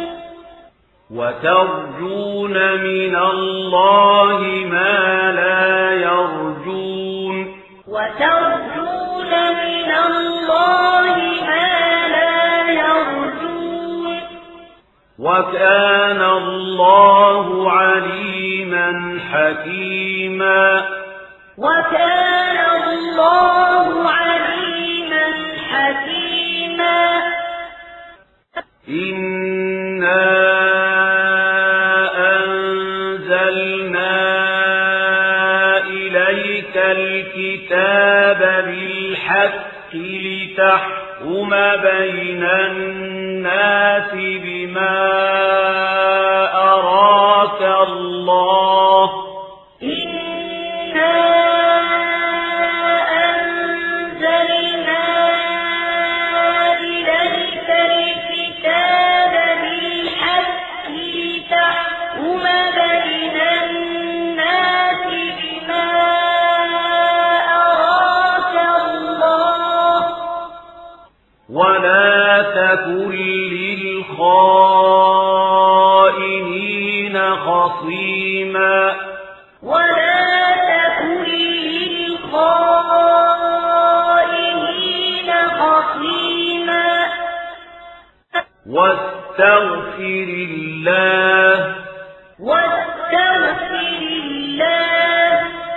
وترجون من الله ما لا يرجون وترجون من الله ما لا يرجون وكان الله عليما حكيما وكان الله عليما حكيما إنا أنزلنا إليك الكتاب بالحق لتحكم بين الناس بما أراك الله إنا أنزلنا إليك الكتاب بالحق لتحكم بين الناس بما أراك الله ولا تكن للخائنين خصيما ولا تكن للخائنين خصيما واستغفر الله واستغفر الله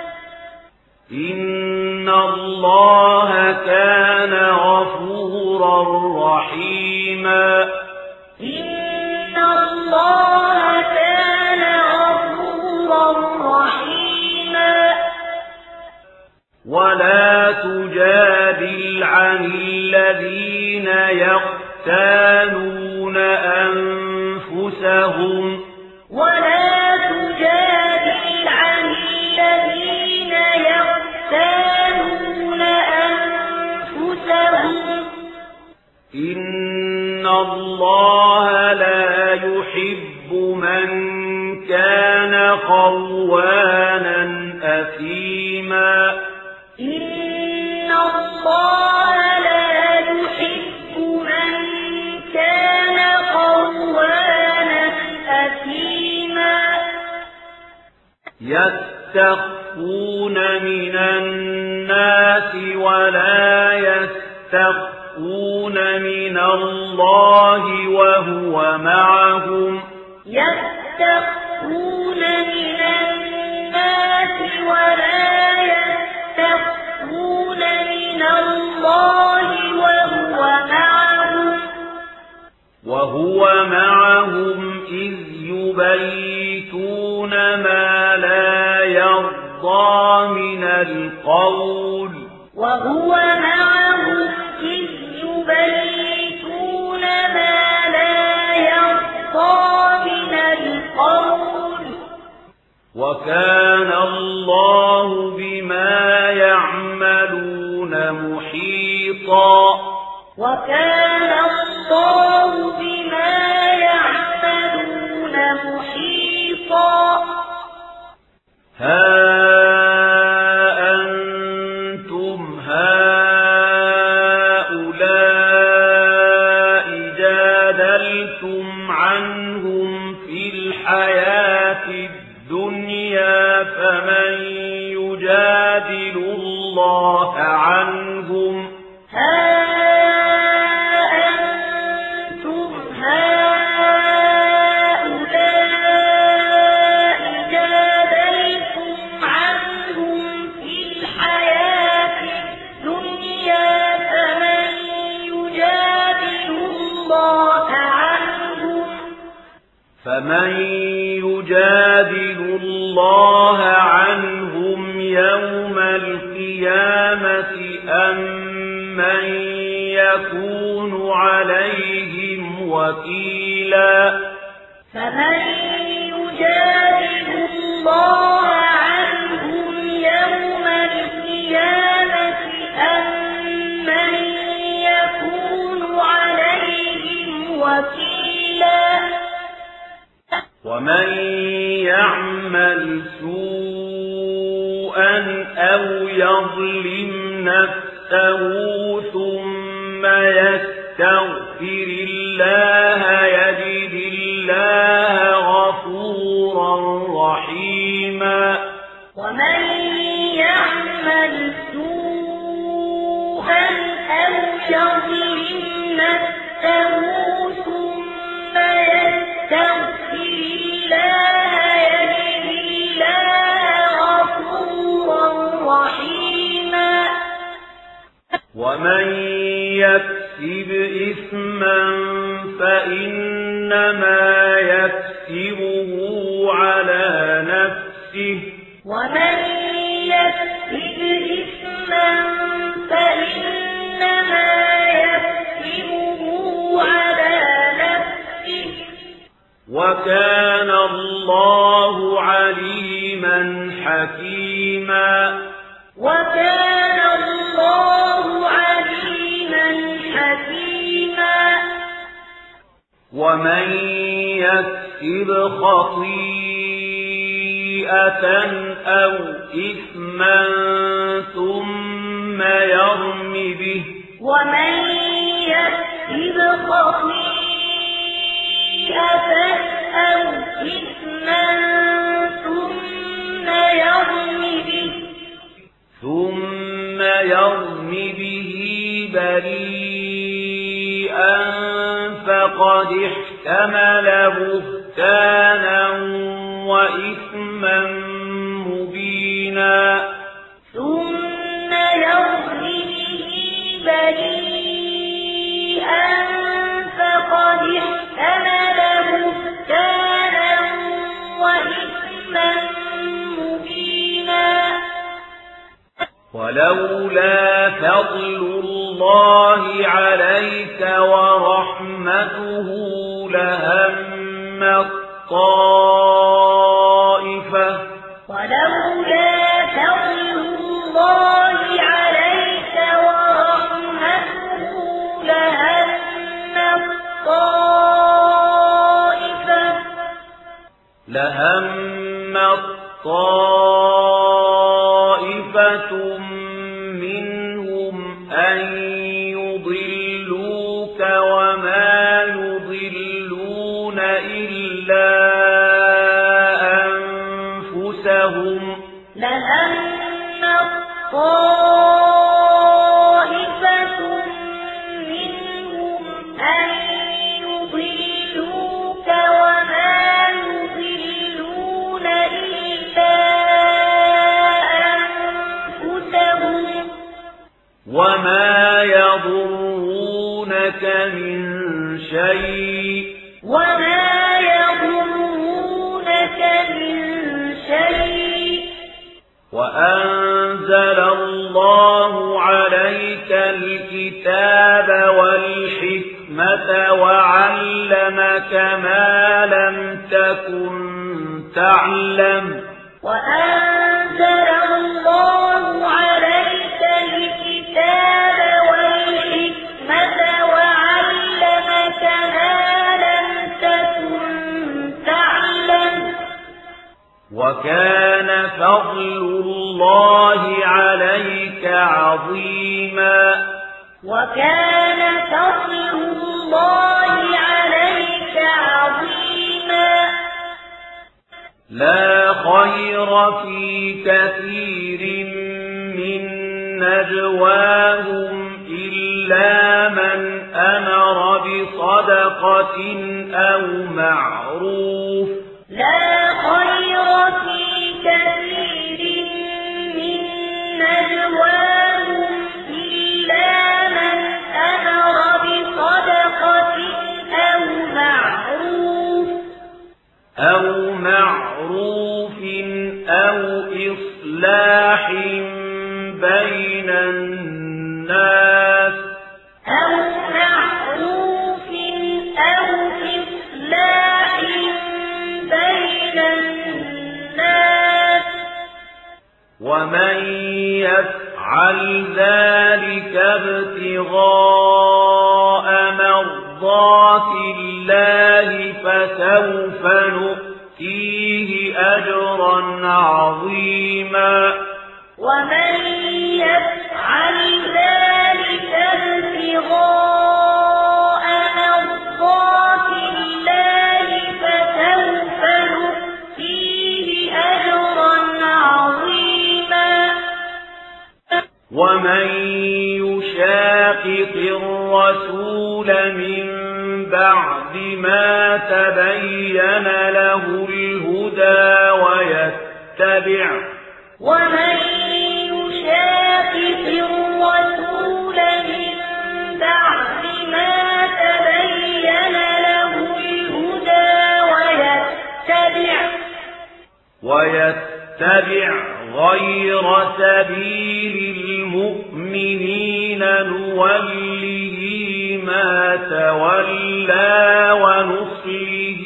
إن الله كان غفورا رحيما إن الله كان غفورا رحيما ولا تجادل عن الذين يختانون أنفسهم ولا تجادل عن الذين يختانون أنفسهم إن الله لا يحب من كان خوانا أثيما إن الله لا يحب من كان خوانا أثيما يستخفون من الناس ولا يستخفون من الله وهو معهم يستخفون من الناس ولا يستخفون من الله وهو معهم إذ يبيتون ما لا يرضى من القول وهو معهم إذ يبيتون ما لا يرضى من القول وكان الله بما يعملون محيطا وكان الله بما يعملون محيطا ها أنتم هؤلاء جادلتم عنهم في الحياة الدنيا فمن يجادل الله عنهم فمن يجادل الله عنهم يوم القيامة أم من يكون عليهم وكيلا فمن يجادل الله عنهم يوم القيامة أم ومن يعمل سوءا أو يظلم نفسه ثم يستغفر الله يجد الله غفورا رحيما ومن يعمل سوءا أو يظلم نفسه ثم يستغفر الله يجد الله غفورا رحيما ومن يكسب إثما فإنما يكسبه على نفسه ومن يكسب إثما فإنما يكسبه على نفسه وكان الله عليما حكيما وكان الله عليما حكيما ومن يكسب خطيئة أو إثما ثم يرم به ومن يكسب خطيئة أو إثما ثم يرم به بريئا فقد احتمل بهتانا وإثما مبينا ثم يرم به بريئا فقد احتمل بهتانا وإثما مبينا ولولا فضل الله عليك ورحمته لهم طائفة ولولا فضل الله عليك ورحمته لهم طائفة منهم أن يضلوك وما يضلون إلا أنفسهم لهم طائفة منهم أن يضلوك وما يضلون إلا أنفسهم وما يضرونك من شيء وأنزل الله عليك الكتاب والحكمة وعلمك ما لم تكن تعلم وأنزل الله عليك الكتاب والحكمة وعلمك ما لم تكن تعلم وكان فضل الله عليك عظيما وكان فضل الله عليك عظيما لا خير في كثير من نجواهم إلا من أمر بصدقة أو معروف لا خير في كثير من نجواهم إلا من أمر بصدقة أو معروف أو إصلاح بين الناس ومن يفعل ذلك ابتغاء مرضات الله فسوف نؤتيه أجرا عظيما ومن يفعل ذلك ابتغاء مرضات الله فسوف نؤتيه أجرا عظيما ومن يشاقق الرسول من بعد ما تبين له الهدى ومن يشاقق الرسول من بعد ما تبين له الهدى ويتبع غير سبيل المؤمنين نوله ما تولى ونصله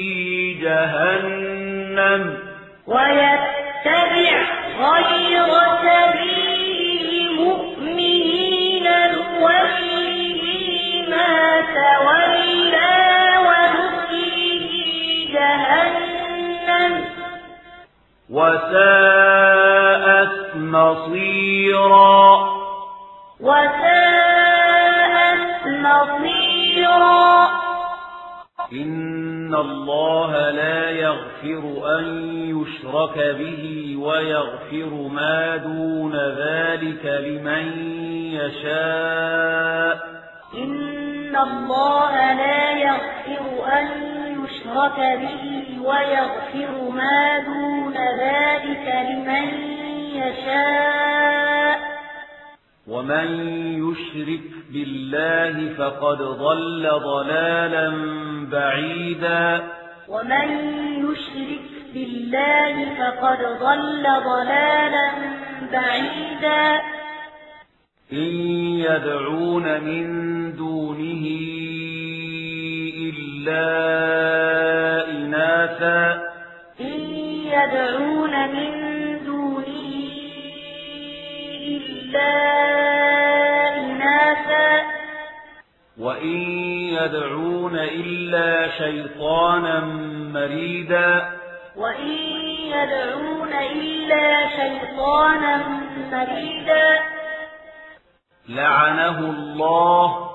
جهنم ويتبع غير سبيل المؤمنين نوله ما تولى ونصله جهنم وساءت مصيرا إن الله لا يغفر أن يشرك به ويغفر ما دون ذلك لمن يشاء إن الله لا يغفر أن يشرك به ويغفر ما دون ذلك لمن يشاء ومن يشرك بالله فقد ضل ضلالا بعيدا ومن يشرك بالله فقد ضل ضلالا بعيدا إن يدعون من دونه إلا إناثا إن يدعون من دونه إلا إناثا وإن يدعون إلا شيطانا مريدا وإن يدعون إلا شيطانا مريدا لعنه الله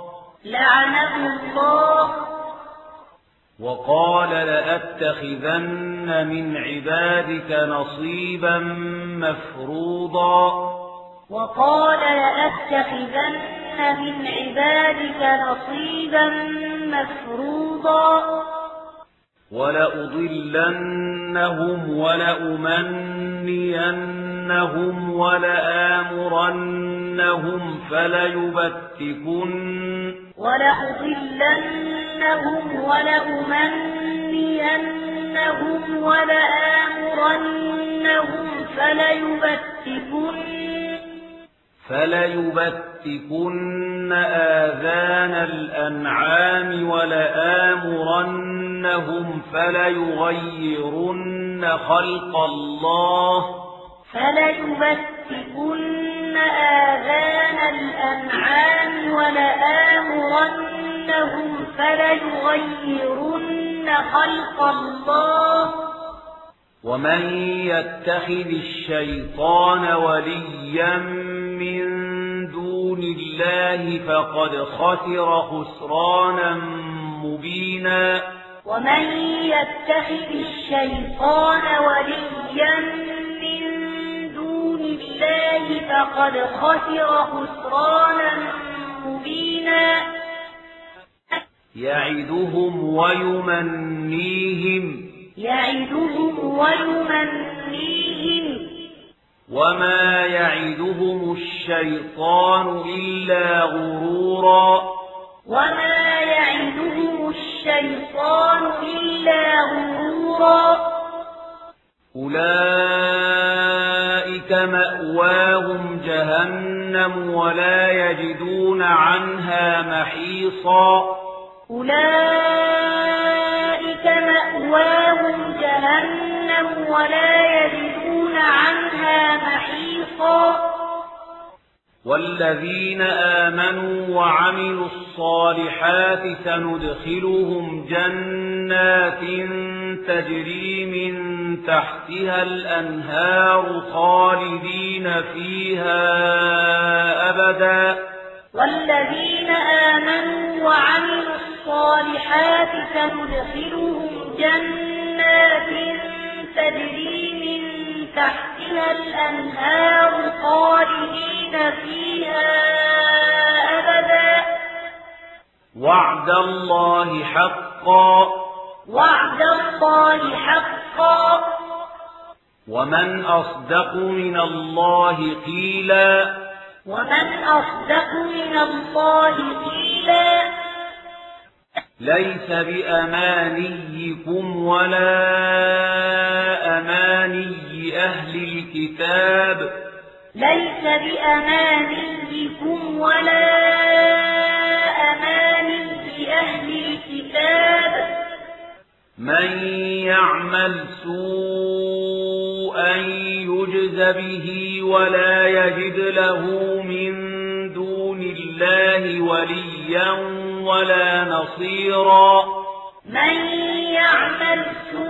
وقال لأتخذن من عبادك نصيبا مفروضا وقال لأتخذن من عبادك نصيبا مفروضا ولأضلنهم ولأمنينهم ولآمرنهم فليبتكن فليبتكن آذان الأنعام ولآمرنهم فليغيرن خلق الله فليبتكن آذان الأنعام ولآمرنهم فليغيرن خلق الله ومن يتخذ الشيطان وليا من دون الله فقد خسر خسرانا مبينا ومن يتخذ الشيطان وليا من دون الله فقد خسر خسرانا مبينا يعدهم ويمنيهم وما يعدهم الشيطان إلا غرورا أولئك مأواهم جهنم ولا يجدون عنها محيصا أولئك مأواهم جهنم ولا يجدون عنها محيصا والذين آمنوا وعملوا الصالحات سندخلهم جنات تجري من تحتها الأنهار خالدين فيها أبدا. والذين آمنوا وعملوا الصالحات سندخلهم جنات تجري من تحتها الأنهار خالدين فيها أبدا. وعد الله حقا. وعد الله حقا. ومن أصدق من الله قيلا. ومن أصدق من الله قيلا. ليس بأمانيكم ولا أماني أهل الكتاب. ليس بأمانيكم ولا أماني أهل الكتاب. من يعمل سوءا يجز به ولا يجد له من دون الله وليا ولا نصيرا. من يعمل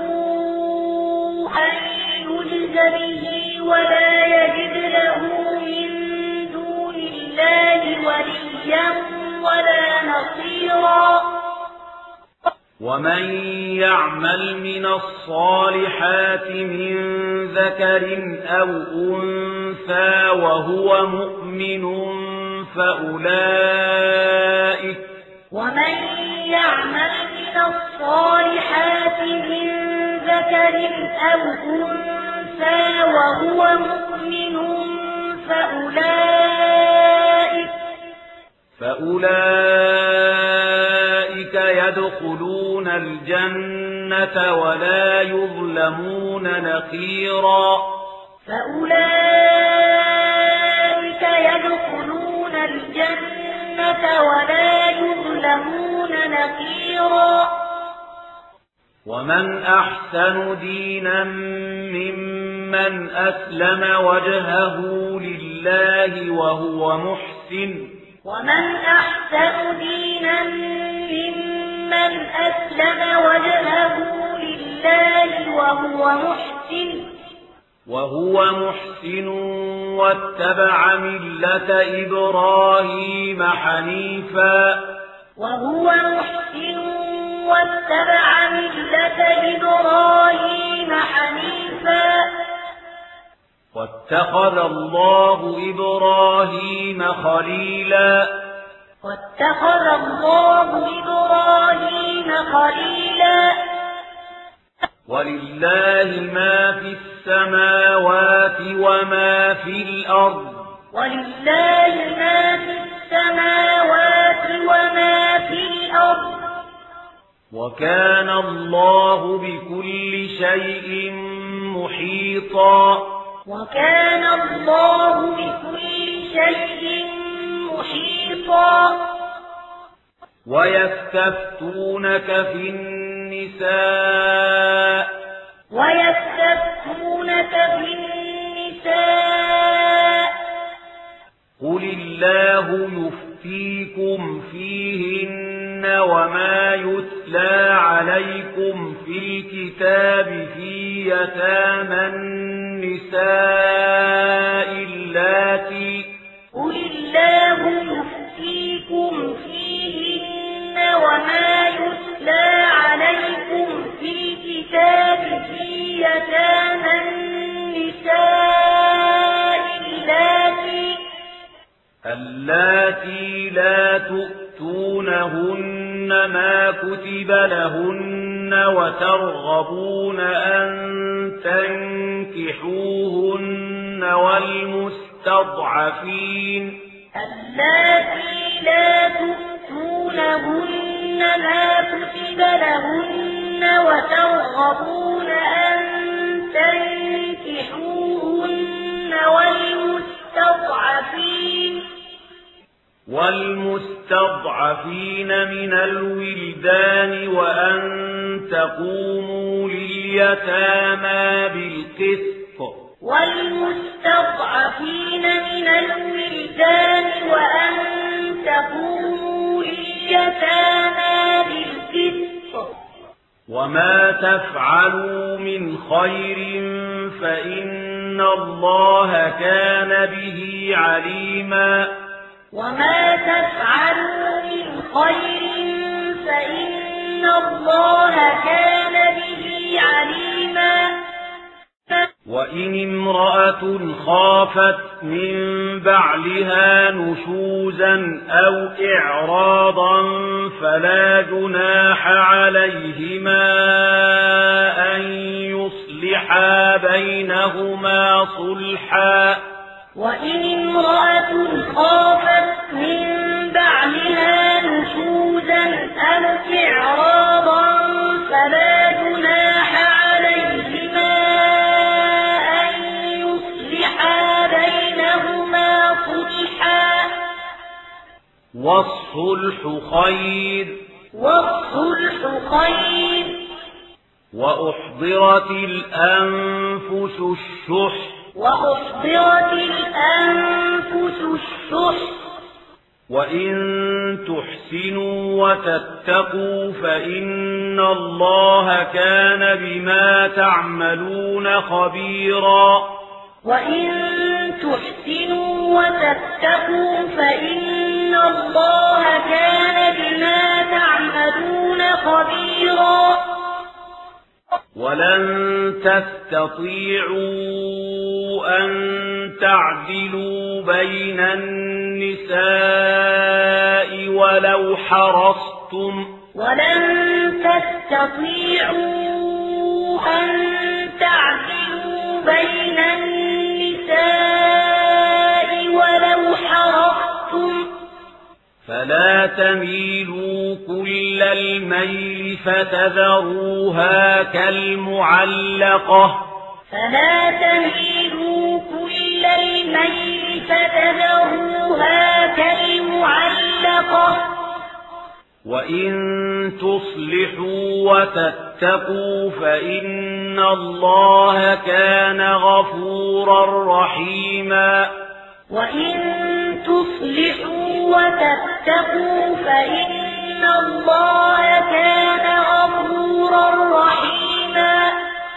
سوءا يجز به ولا يجد له من دون الله وليا ولا نصيرا. ومن يعمل من الصالحات من ذكر أو أنثى وهو مؤمن فأولئك. ومن يعمل من الصالحات من ذكر أو أنثى وهو مؤمن فأولئك يدخلون الجنة ولا يظلمون نقيرا. فأولئك يدخلون الجنة ولا يظلمون نقيرا. ومن أحسن دينا ممن أسلم وجهه لله وهو محسن. ومن أحسن دينا ممن أسلم وجهه لله وهو محسن واتبع ملة إبراهيم حنيفا. وهو محسن واتبع ملة إبراهيم حنيفا. واتخذ الله إبراهيم خليلا. واتخذ الله إبراهيم خليلا. ولله ما في السماوات وما في الأرض. ولله ما في السماوات وما في الأرض. وكان الله بكل شيء محيطا. وكان الله بكل شيء محيطا. ويستفتونك في النساء. ويستفتونك في النساء. قل الله يفتيكم فيهن وما يتلى عليكم في الكتاب في يتامى النساء اللاتي. قل الله يفتيكم فيهن وما يتلى عليكم في الكتاب في يتامى النساء اللاتي لا تؤتونهن ما كتب لهن وترغبون أن تنكحوهن والمستضعفين. اللاتي لا تؤتونهن ما كتب لهن وترغبون أن تنكحوهن والمستضعفين من الولدان وأن تقوموا لليتامى بالقسط. والمستضعفين من الولدان وأن تقوموا لليتامى بالقسط. وما تفعلوا من خير فإن الله كان به عليما وما تفعلوا من خير فإن الله كان به عليما وإن امرأة خافت من بعلها نشوزا أو إعراضا فلا جناح عليهما أن يصلحا بينهما صلحا وإن امرأة خافت من بعلها نشوزا أو إعراضا فلا جناح عليهما أن يصلحا بينهما صلحا والصلح خير وأحضرت الأنفس الشح وإن تحسنوا وتتقوا فإن الله كان بما تعملون خبيرا وإن تحسنوا وتتقوا فإن الله كان بما تعملون خبيرا ولن تستطيعوا أن تعدلوا بين النساء ولو حرصتم بين النساء ولو حرصتم فلا تميلوا كل الميل فتذروها كالمعلقة وإن تصلحوا وتتقوا فإن الله كان غفورا رحيما وإن تصلحوا وتتقوا فإن الله كان غفورا رحيما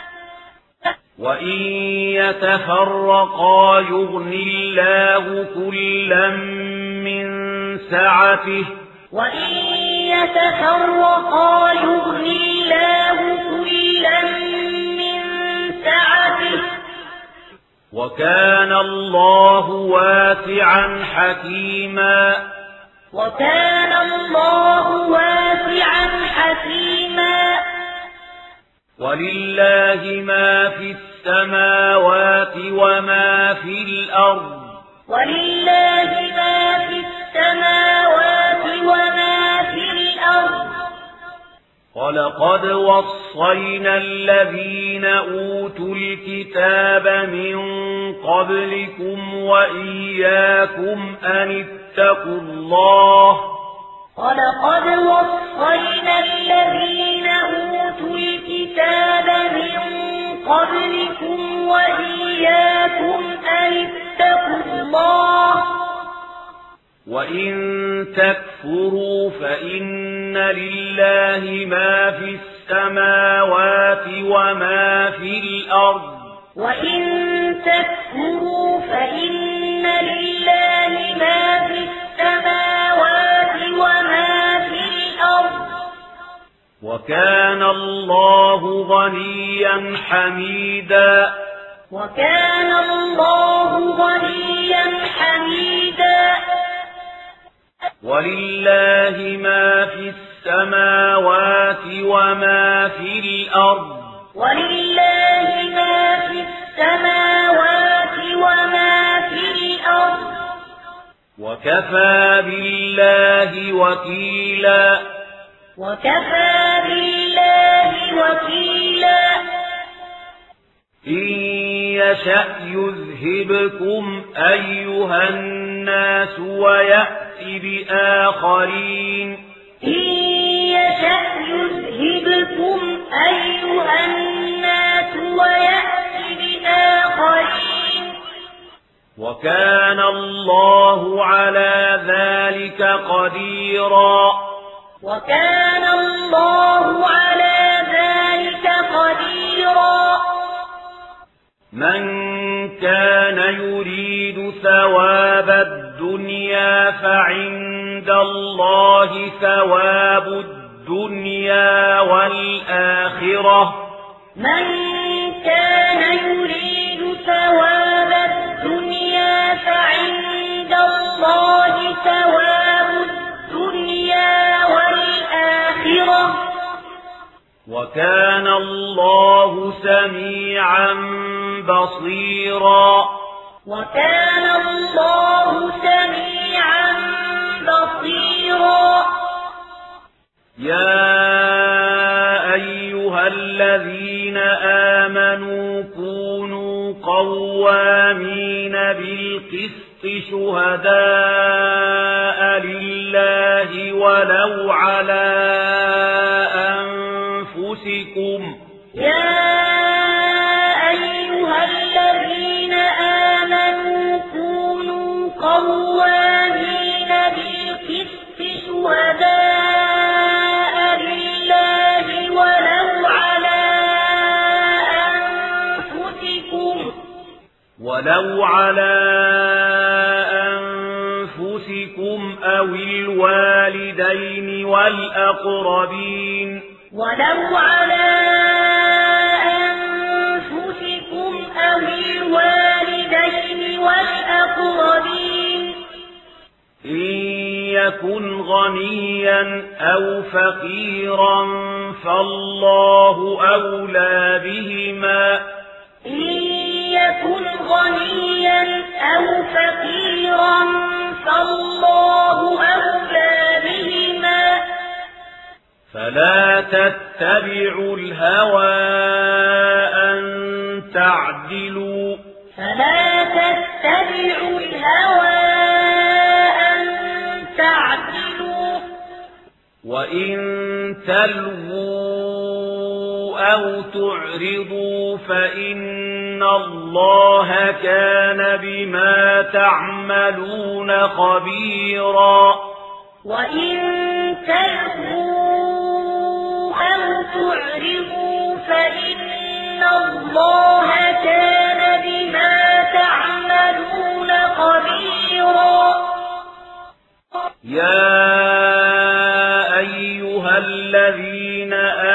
وإن يتفرقا يغن الله كلا من سعته وإن يتفرقا يغن الله كلا من سعته وكان الله واسعا حكيما ولله ما في السماوات وما في الأرض ولقد وصينا الذين أوتوا الكتاب من قبلكم وإياكم أن اتقوا الله ولقد وصينا الذين أوتوا الكتاب من قبلكم وإياكم أن اتقوا الله وإن تكفروا فإن لله ما في السماوات وما في الأرض وإن تكفروا فإن لله ما في السماوات وما في الأرض وكان الله غنيا حميدا ولله ما في السماوات وما في الأرض وكفى بالله وكيلا إن يشأ يذهبكم أيها الناس ويأتي بآخرين وكان الله على ذلك قديرا وكان الله على ذلك من كان يريد ثواب الدنيا فعند الله ثواب الدنيا والآخرة من كان يريد ثواب الدنيا فعند الله ثواب الدنيا والآخرة وكان الله سميعا بصيرا وكان الله سميعا بصيرا يا أيها الذين آمنوا كونوا قوامين بالقسط شهداء لله ولو على أنفسكم يا أيها الذين آمنوا كونوا قوامين بالقسط شهداء لله ولو على أنفسكم أو الوالدين والأقربين ولو على أنفسكم أو الوالدين والأقربين إن يكن غنيا أو فقيرا فالله أولى بهما إن يكن غنيا أو فقيرا فالله أولى بهما فلا تتبعوا الهوى أن تعدلوا فلا تتبعوا الهوى أن تعدلوا وإن تلووا أو تعرضوا فإن الله كان بما تعملون خبيرا وإن تلووا أو تعرضوا فإن الله كان بما تعملون خبيرا يا أيها الذين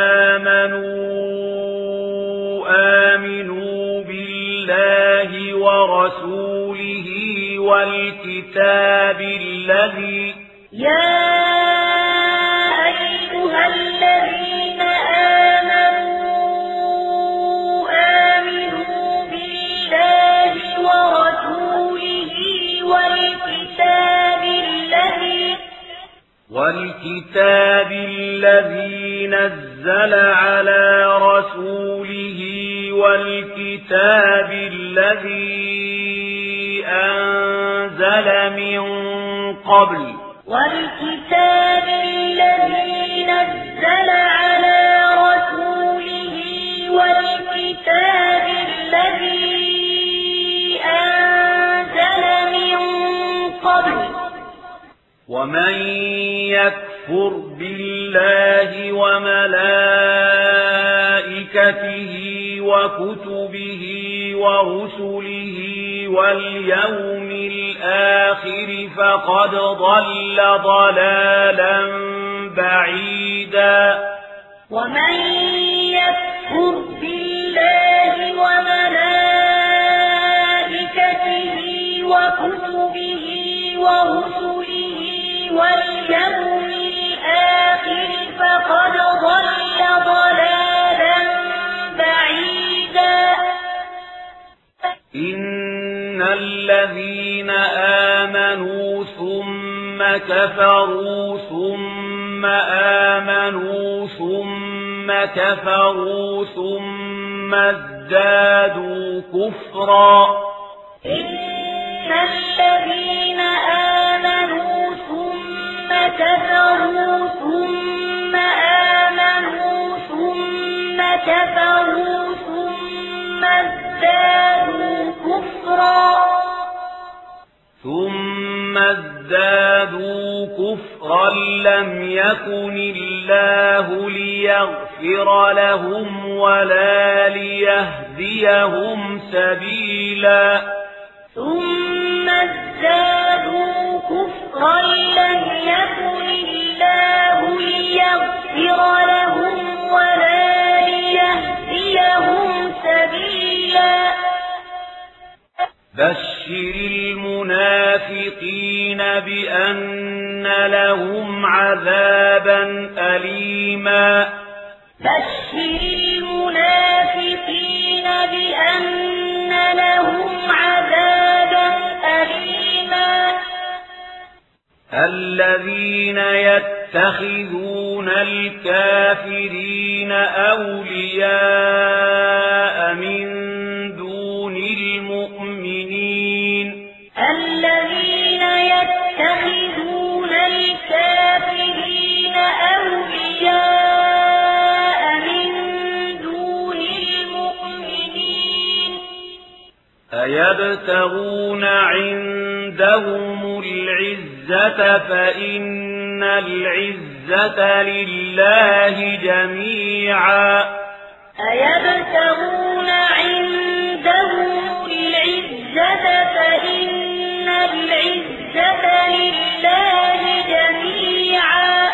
آمنوا بالله ورسوله والكتاب الذي يا أيها الذين آمنوا بالله ورسوله والكتاب الذي نزل على رسوله والكتاب الذي أنزل من قبل والكتاب الذي نزل على رسوله والكتاب الذي أنزل من قبل ومن يكفر بالله وملائكته وكتبه ورسله واليوم الآخر فقد ضل ضلالا بعيدا ومن يكفر بالله وملائكته وكتبه ورسله واليوم الآخر فقد ضل ضلالا بعيدا إن الذين آمنوا ثم كفروا ثم آمنوا ثم كفروا ثم ازدادوا كفرا إن الذين آمنوا ثم كفروا ثم آمنوا ثم كفروا ثم ازدادوا كفرا لم يكن الله ليغفر لهم ولا ليهديهم سبيلا ثم ازدادوا كفرا لم يكن الله ليغفر لهم ولا ليهديهم سبيلا بشر المنافقين بأن لهم عذابا أليما بشر المنافقين بأن لهم عذابا أليما الذين يتخذون الكافرين أولياء من دون المؤمنين الذين يتخذون الكافرين أولياء من دون المؤمنين أيبتغون عندهم العزة فإن العزة لله جميعا أيبتغون عندهم العزة فإن العزة لله جميعا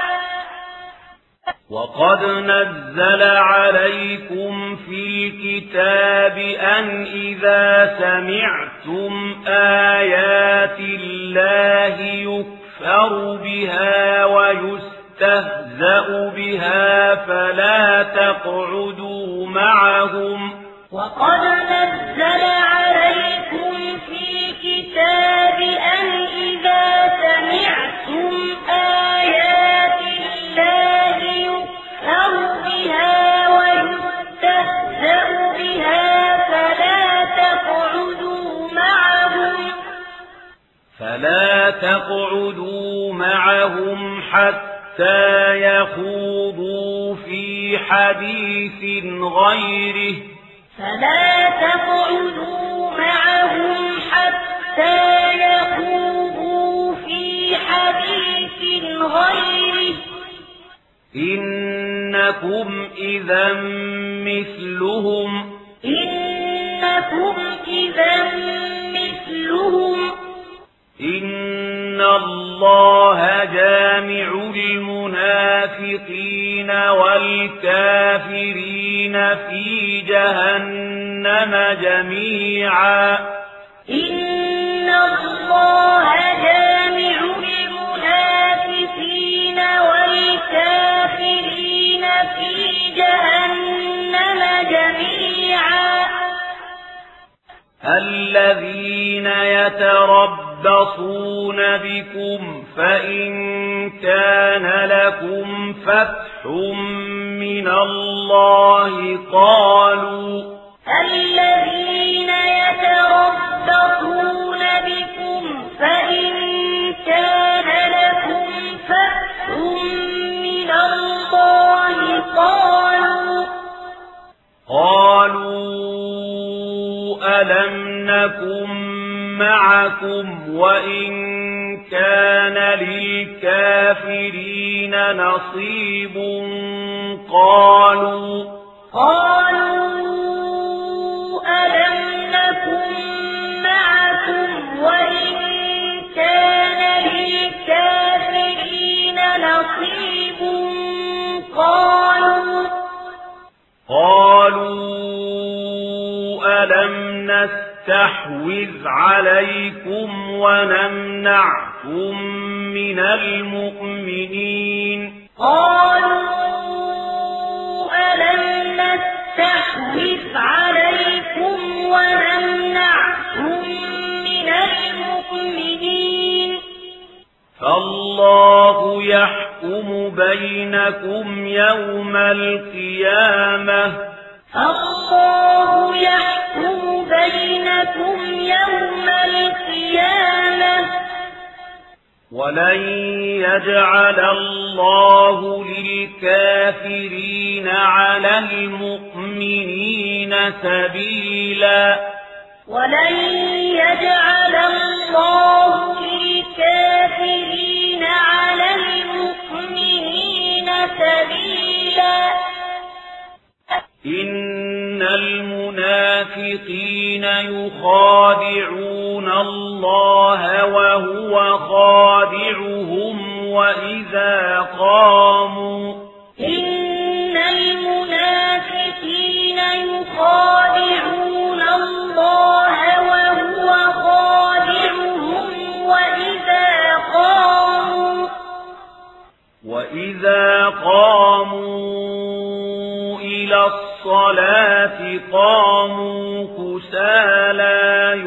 وقد نزل عليكم في الكتاب أن إذا سمعتم آيات الله يكفر بها ويستهزأ بها فلا تقعدوا معهم وقد نزل عليكم في الكتاب أن إذا سمعتم آيات الله يكفر بها ويستهزأ بها فلا تقعدوا معهم حتى يخوضوا في حديث غيره فلا تقعدوا معهم حتى يخوضوا في حديث غيره إنكم إذا مثلهم إن الله جامع المنافقين والكافرين في جهنم جميعا إن الله جامع المنافقين والكافرين في جهنم جميعا الذين يتربصون بكم فإن كان لكم فتح من الله قالوا الذين يتربصون بكم فإن كان لكم فتح من الله قالوا ألم نكن معكم وإن كان للكافرين نصيب قالوا ألم نكن معكم وإن كان للكافرين نصيب قالوا ألم نستحوذ عليكم ونمنعكم من المؤمنين ألم نستحوذ عليكم ونمنعكم من المؤمنين فالله يحكم بينكم يوم القيامة الله يحكم بينكم يوم القيامة ولن يجعل الله للكافرين على المؤمنين سبيلا ولن يجعل الله للكافرين على المؤمنين سبيلا إن المنافقين المنافقين يخادعون الله وهو خادعهم وإذا قاموا إن المنافقين يخادعون الله وهو خادعهم وإذا قاموا إلى الصلاة قاموا كسالى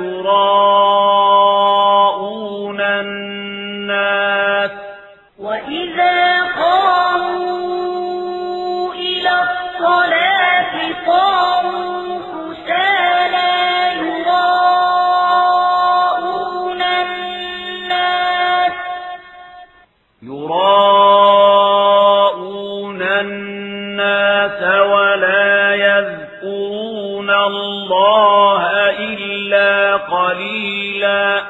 يراءون الناس وإذا قاموا إلى الصلاة قاموا كسالى يراءون الناس ولا يذكرون الله إلا قليلا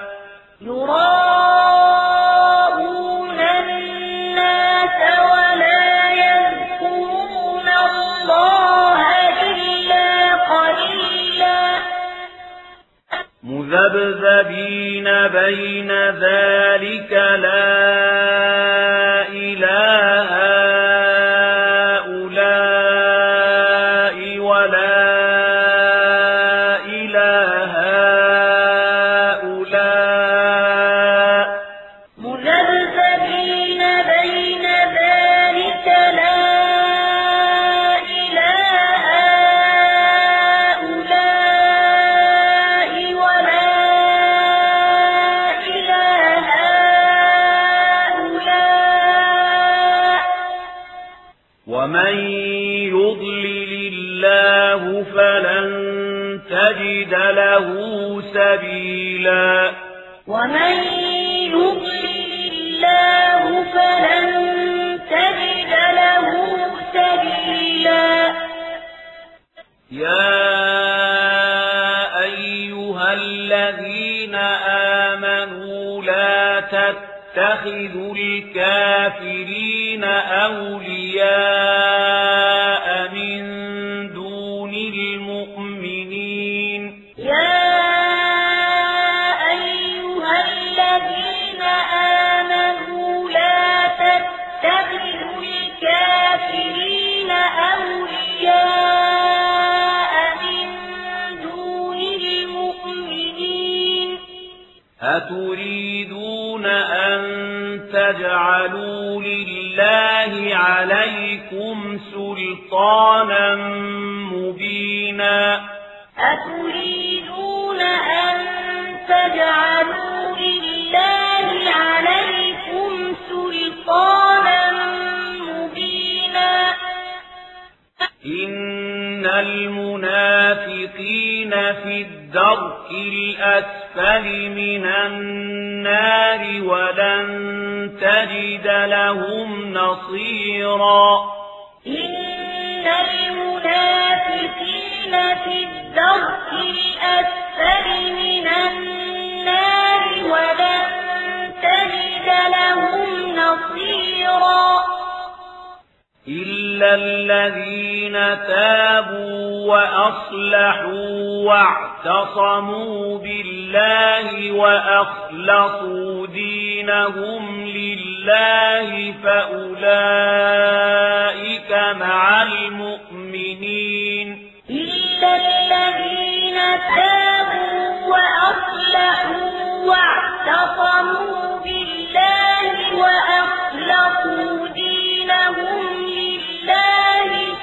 يراءون الناس ولا يذكرون الله إلا قليلا مذبذبين بين ذلك لا إله هؤلاء ولا إله هؤلاء مذبذبين بين ذلك لا إله هؤلاء ولا إله هؤلاء ومن يضلل الله فلن تجد له سبيلا ومن يضلل الله فلن تجد له سبيلا يا أيها الذين آمنوا لا تتخذوا الكافرين أولياء من دون المؤمنين يا أيها الذين آمنوا لا تتخذوا الكافرين أولياء من دون المؤمنين أتريدون أن تجعلوا لله عليكم سلطانا مبينا أتريدون أن تجعلوا لله عليكم سلطانا مبينا إن المنافقين في الدرك الأسفل من النار ولن تجد لهم نصيرا إن المنافقين في الدرك الأسفل من النار ولن تجد لهم نصيرا إلا الذين تابوا وأصلحوا واعتصموا بالله وأخلصوا دينهم لله فأولئك مع المؤمنين إلا الذين تابوا وأصلحوا واعتصموا بالله وأخلصوا دينهم لله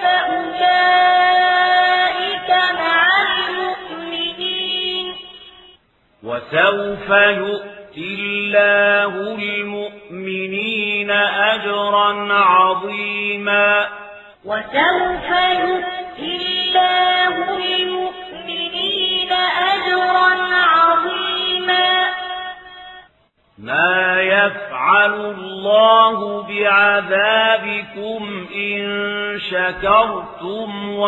فأولئك مع المؤمنين وسوف يؤتي الله المؤمنين أجرا عظيما وسوف يؤتي الله المؤمنين أجرا عظيما ما يفعل الله بعذابكم إن شكرتم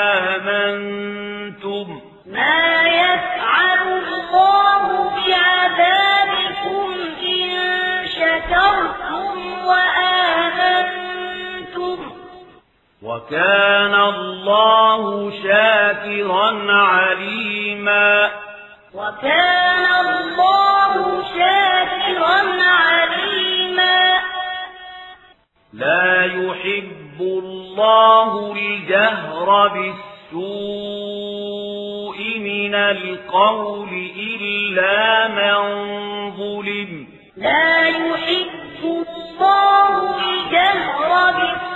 وآمنتم ما يفعل الله بعذابكم إن شكرتم وآمنتم وكان الله شاكرا شاكرا عليما وكان الله شاكرا عليما لا يحب الله الجهر بالسوء من القول إلا من ظلم لا يحب الله الجهر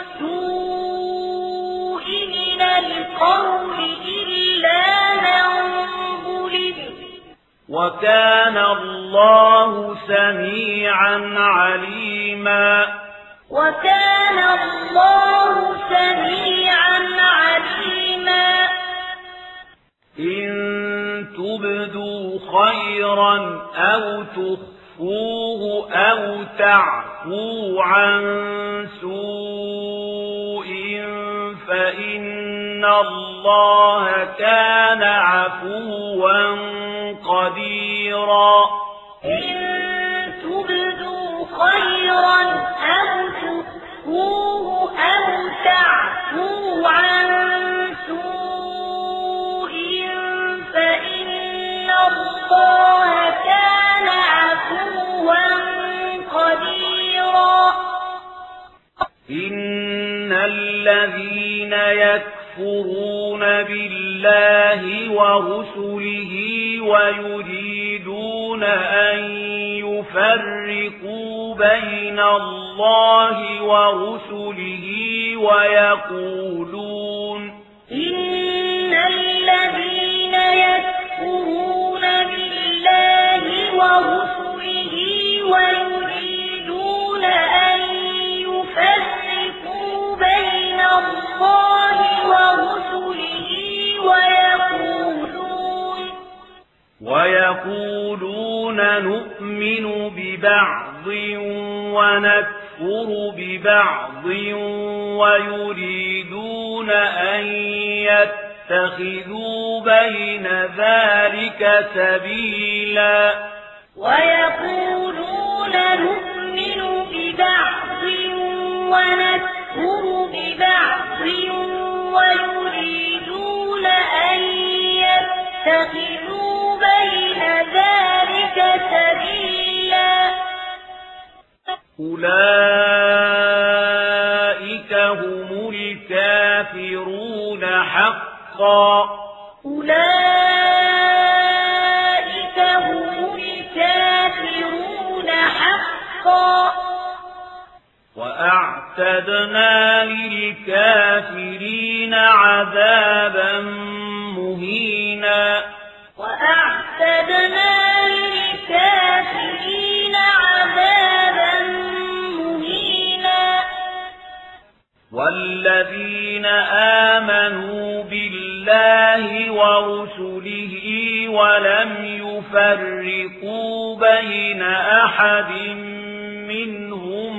بالسوء من القول إلا من ظلم وكان الله سميعا عليما وكان الله سميعا عليما إن تبدوا خيرا أو تخفوه أو تعفو عن سوء فإن الله كان عفوا قديرا إن تبدوا خيرا أو تخفوه أو تعفو عن سوء فإن الله كان عفوا قديرا إن الذين يكفرون بالله ورسله ويريدون أن يفرقوا بين الله ورسله ويقولون إن الذين يكفرون بالله ورسله ويريدون أن يفرقوا بين الله ورسله ويقولون نؤمن ببعض ونكفر ببعض ويريدون أن يتخذوا بين ذلك سبيلا ويقولون نؤمن ببعض ونكفر ببعض ويريدون أن يتخذوا بين ذلك سبيلا أولئك هم الكافرون حقا أولئك هم الكافرون حقا وأعتدنا للكافرين عذابا مهينا وأعتدنا للكافرين عذابا مهينا والذين آمنوا بالله ورسله ولم يفرقوا بين أحد منهم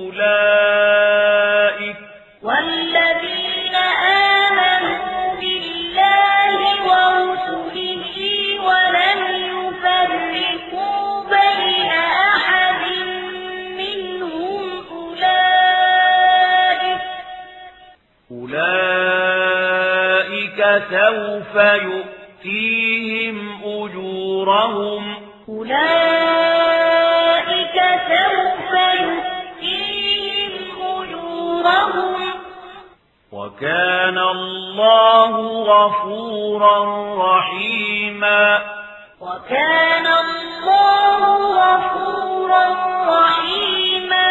والذين آمنوا بالله ورسله ولم يفرقوا بين أحد منهم أولئك سوف يؤتيهم أجورهم أولئك سوف يؤتيهم أجورهم وكان الله غفورا رحيما وكان الله غفورا رحيما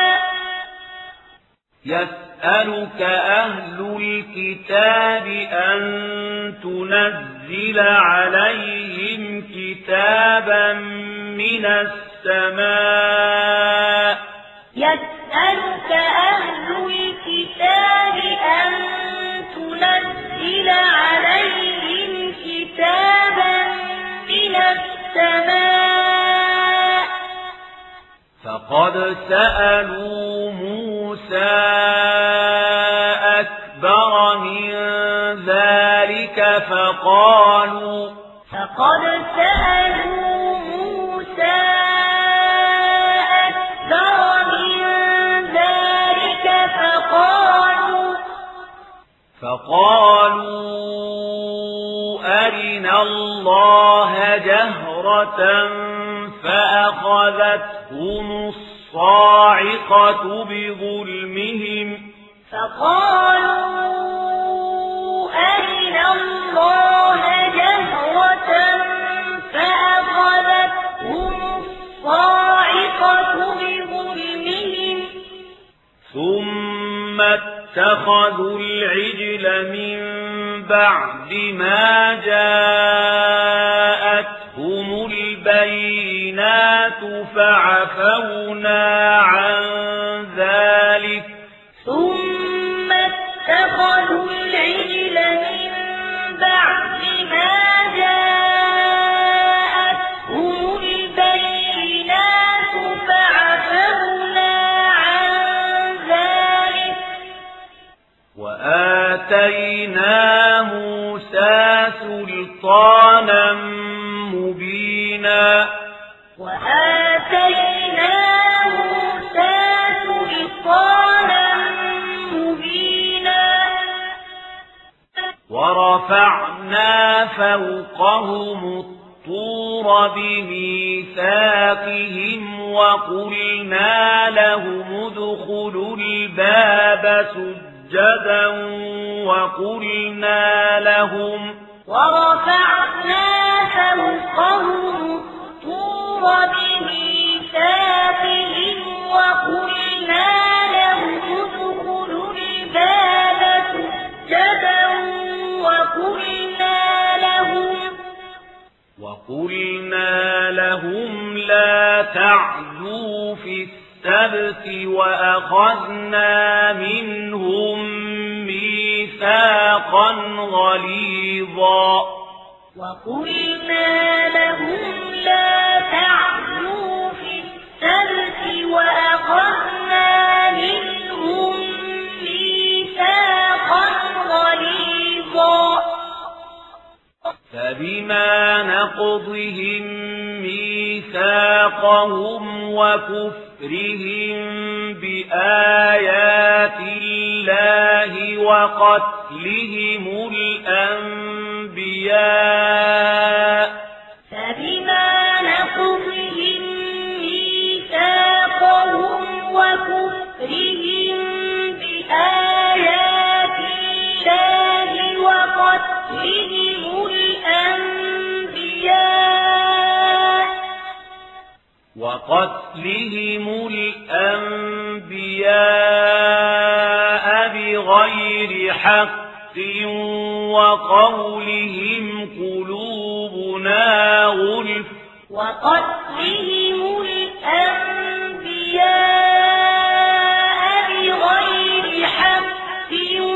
يسألك أهل الكتاب أن تنزل عليهم كتابا من السماء يسألك أهل الكتاب أن تنزل عليهم كتابا من السماء فقد سألوا موسى أكبر من ذلك فقالوا شجرة فأخذتهم الصاعقة بظلمهم فقالوا أرنا الله جهرة فأخذتهم الصاعقة بظلمهم ثم اتخذوا العجل من بعد ما جاءتهم البينات فعفونا عن ذلك ثم اتخذوا العجل من بعد ما جاءتهم البينات فعفونا عن ذلك وآتينا موسى سلطانا مبينا وآتينا موسى سلطانا مبينا ورفعنا فوقهم الطور بميثاقهم وقلنا لهم ادخلوا الباب سجدا ورفعنا فوقهم الطور بميثاقهم وقلنا لهم ادخلوا الباب سجدا وقلنا لهم لا تعدوا في السبت وأخذنا منهم ميثاقا غليظا وقلنا لهم لا تعدوا في السبت وأخذنا منهم ميثاقا غليظا فبما نقضهم ميثاقهم وكفرهم بآيات الله وقتلهم الأنبياء وكفرهم بآيات الله وقتلهم الأنبياء بغير حق وقولهم قلوبنا غلف وقتلهم الأنبياء بغير حق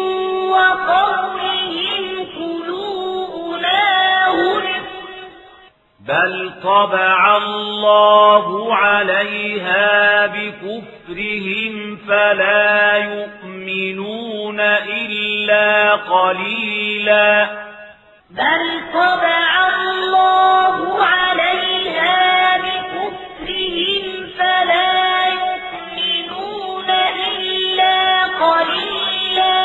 وقولهم قلوبنا غلف بل طبع الله عليها بكفرهم فلا يؤمنون إلا قليلا بل طبع الله عليها بكفرهم فلا يؤمنون إلا قليلا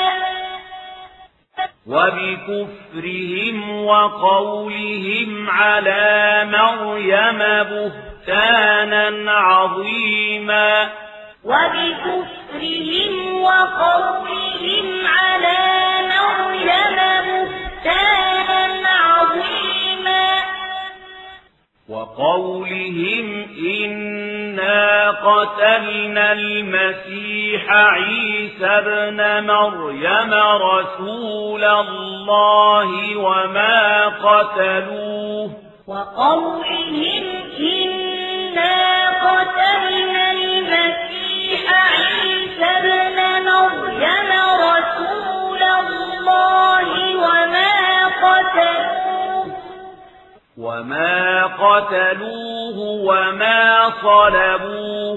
وبكفرهم وقولهم على مريم بهتانا عظيما وبكفرهم وقولهم على مريم بهتانا عظيما وقولهم إنا قتلنا المسيح عيسى ابن مريم رسول الله وما قتلوه وقولهم إنا قتلنا المسيح عيسى ابن مريم رسول الله وما قتلوه وما صلبوه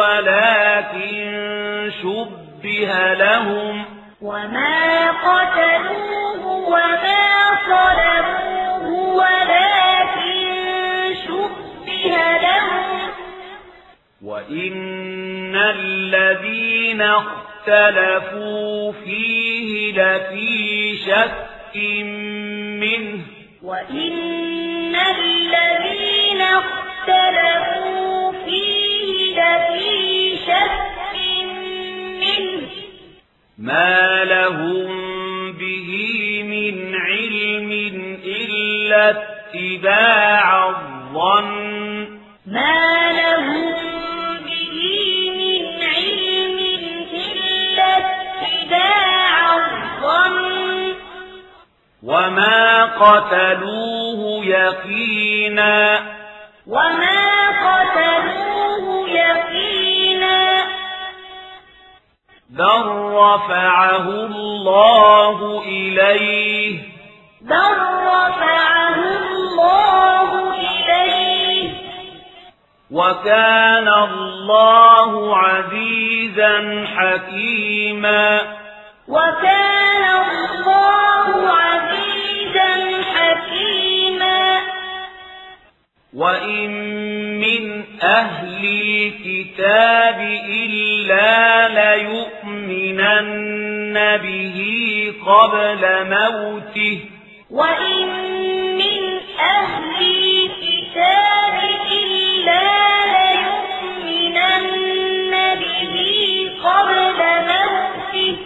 ولكن شبه لهم وما قتلوه وما صلبوه ولكن شبه لهم وإن الذين اختلفوا فيه لفي شك منه وإن الذين اختلفوا فيه لفي شك منه ما لهم به من علم إلا اتباع الظن ما لهم به من علم إلا اتباع الظن وما قتلوه يقينا بل رفعه الله إليه وكان الله عزيزا حكيما وإن من أهل الكتاب إلا ليؤمنن به قبل موته وإن من أهل الكتاب إلا ليؤمنن به قبل موته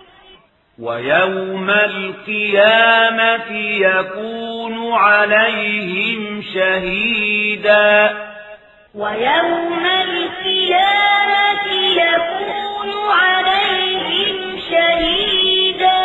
ويوم القيامة يكون عليهم شهيدا ويوم القيامة يكون عليهم شهيدا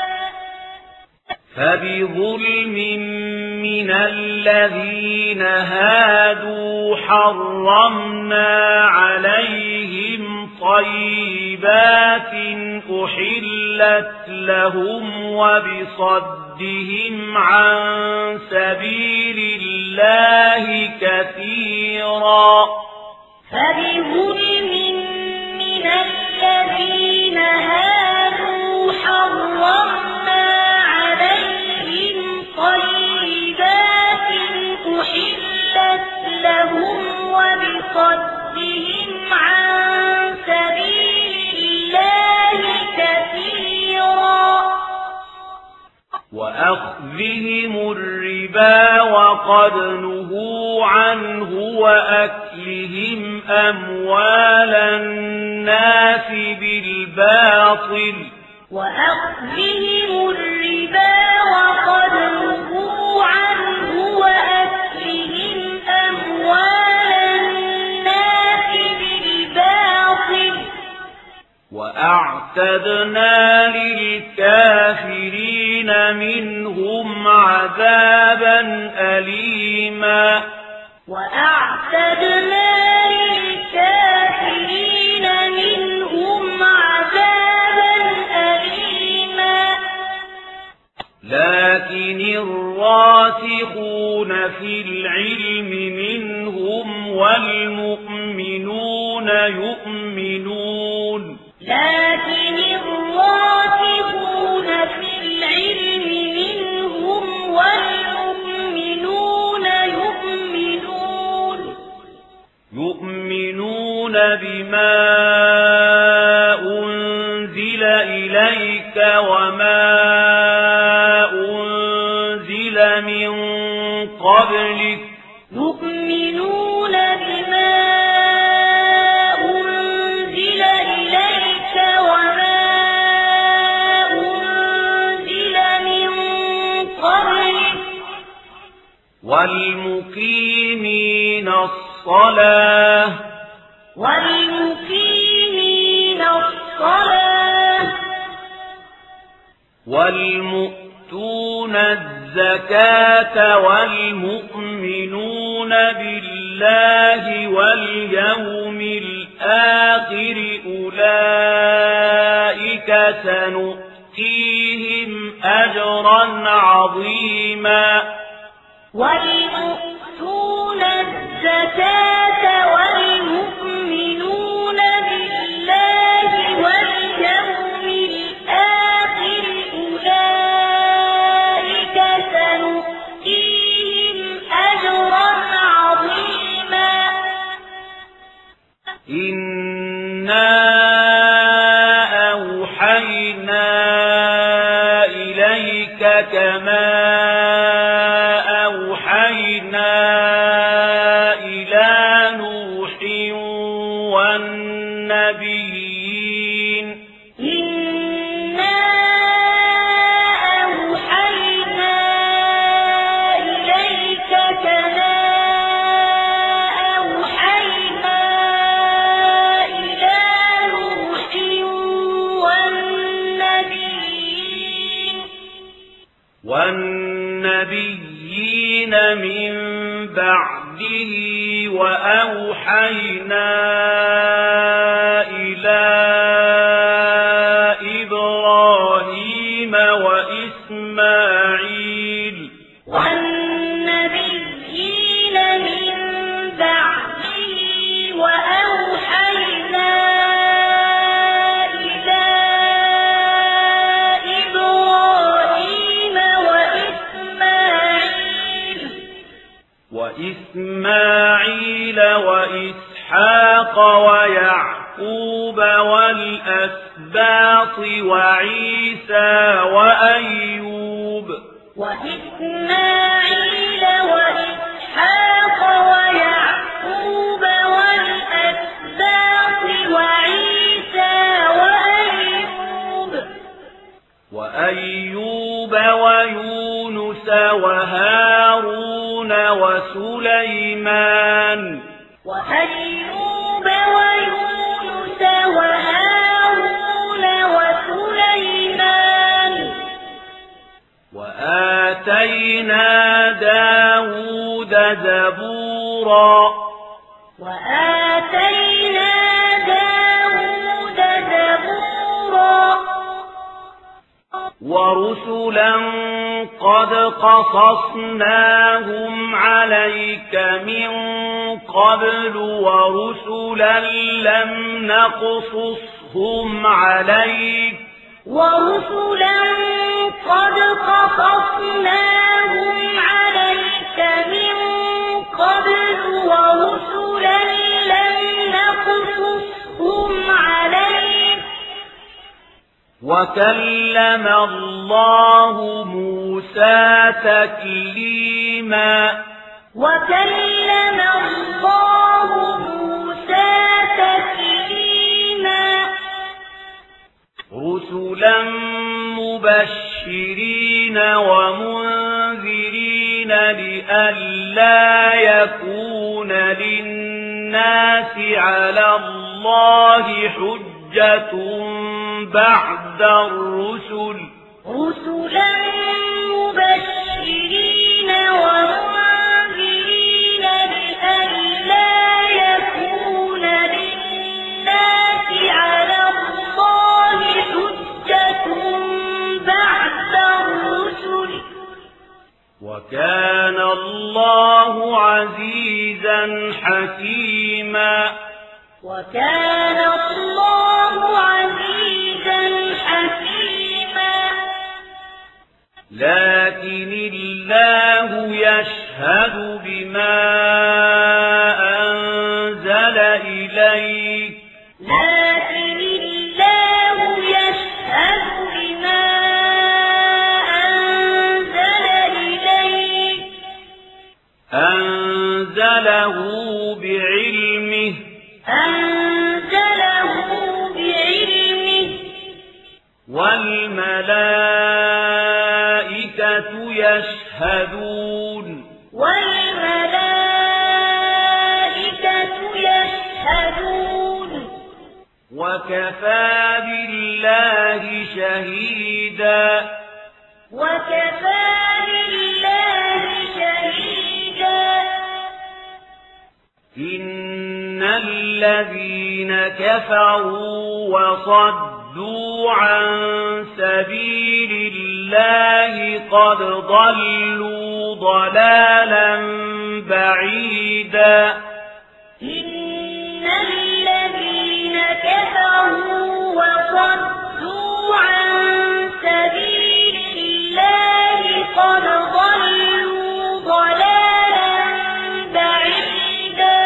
فبظلم من الذين هادوا حرمنا عليهم طيبات أحلت لهم وبصدهم عن سبيل الله كثيرا فبظلم من الذين هادوا حرمنا عليهم طيبات أحلت لهم وبصدهم عن سبيل الله كثيرا وأخذهم الربا وقد نهوا عنه وأكلهم أموال الناس بالباطل وأخذهم الربا وقد نهوا عنه وأكلهم أموال الناس بالباطل وأعتدنا للكافرين منهم عذابا أليما وأعتدنا للكافرين منهم عذابا أليما لكن الراسخون في العلم منهم والمؤمنون يؤمنون لكن الراسخون في العلم منهم والمؤمنون يؤمنون بما أنزل إليك وما أنزل من قبلك يؤمنون بما أنزل إليك وما أنزل من قبلك والمقيمين الصلاة والمؤتون الزكاة والمؤمنون بالله واليوم الآخر أولئك سنؤتيهم أجرا عظيما والمؤتون الزكاة والمؤمنون بالله واليوم الآخر أولئك سنؤتيهم أجرا عظيما إنا أوحينا إليك كما أوحينا والنبيين إنا أوحينا إليك كما أوحينا إلى نوح والنبيين من بعده وأوحينا إلى إبراهيم وإسماعيل والنبيين من بعده وأوحينا إلى إبراهيم وإسماعيل وإسحاق ويعقوب والأسباط وعيسى وأيوب وإسماعيل وإسحاق ويعقوب والأسباط وعيسى وأيوب ويونس وهارون وسليمان وأيوب ويونس وهارون وسليمان وآتينا داود زبورا وآتينا داود زبورا ورسلا قد قصصناهم عليك من قبل ورسلا لم نقصصهم عليك ورسلا قد قصصناهم عليك من قبل ورسلا لم نقصصهم عليك وكلم الله موسى تكليما وكلم الله موسى تكليما رسلا مبشرين ومنذرين لئلا يكون للناس على الله حجة بعد الرسل رسلا مبشرين ومنذرين لئلا يكون للناس على الله حجة بعد الرسل وكان الله عزيزا حكيما وكان الله عزيزا حكيما لكن الله يشهد بما أنزل إليك لكن الله يشهد بما أنزل إليك أنزله بعلمه والملائكة يشهدون وكفى بالله شهيدا إن الذين كفروا وصدوا عن سبيل الله قد ضلوا ضلالا بعيدا إن الذين كفروا وصدوا عن سبيل الله قد ضلوا ضلالا بعيدا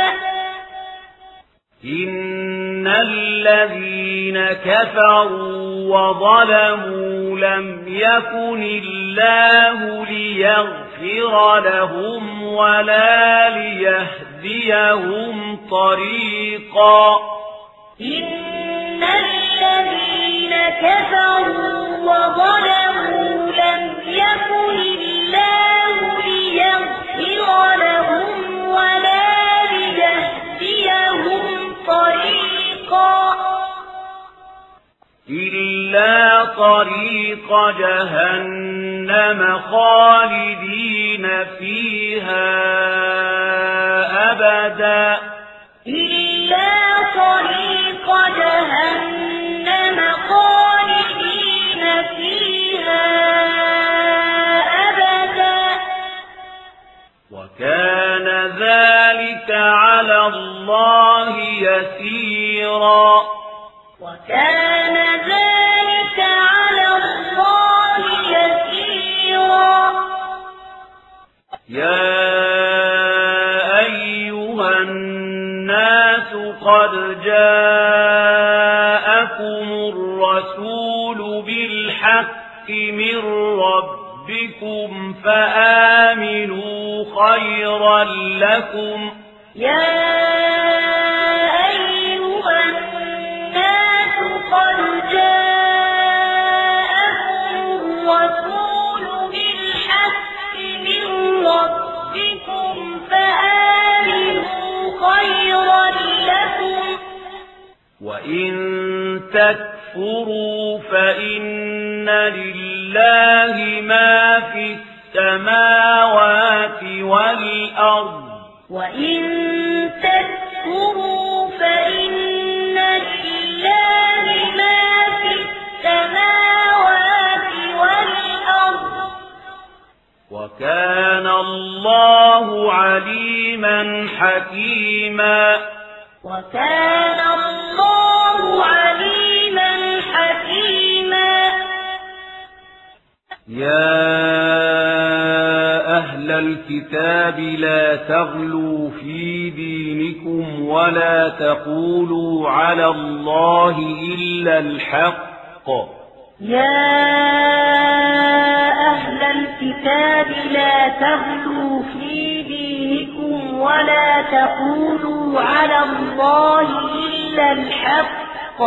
إن الذين كفروا وظلموا لم يكن الله ليغفر لهم ولا ليهديهم طريقا إن الذين كفروا وظلموا لم يكن الله ليغفر لهم ولا ليهديهم طريقا إلا طريق جهنم خالدين فيها أبدا إلا طريق جهنم خالدين فيها أبدا وكان ذلك على الله يسيرا وكان ذلك على الله يسيرا يا أيها الناس قد جاءكم الرسول بالحق من ربكم فآمنوا خيرا لكم يا أيها الناس قد جاءكم الرسول بالحق من ربكم فآمنوا خيرا لكم وإن تكفروا فإن لله ما في السماوات والأرض وإن تكفروا فإن لله ما في السماوات والأرض وكان الله عليما حكيما وكان الله عليما حكيما يا أهل الكتاب لا تغلوا في دينكم ولا تقولوا على الله إلا الحق يا أهل الكتاب لا تغلوا في دينكم ولا تقولوا على الله إلا الحق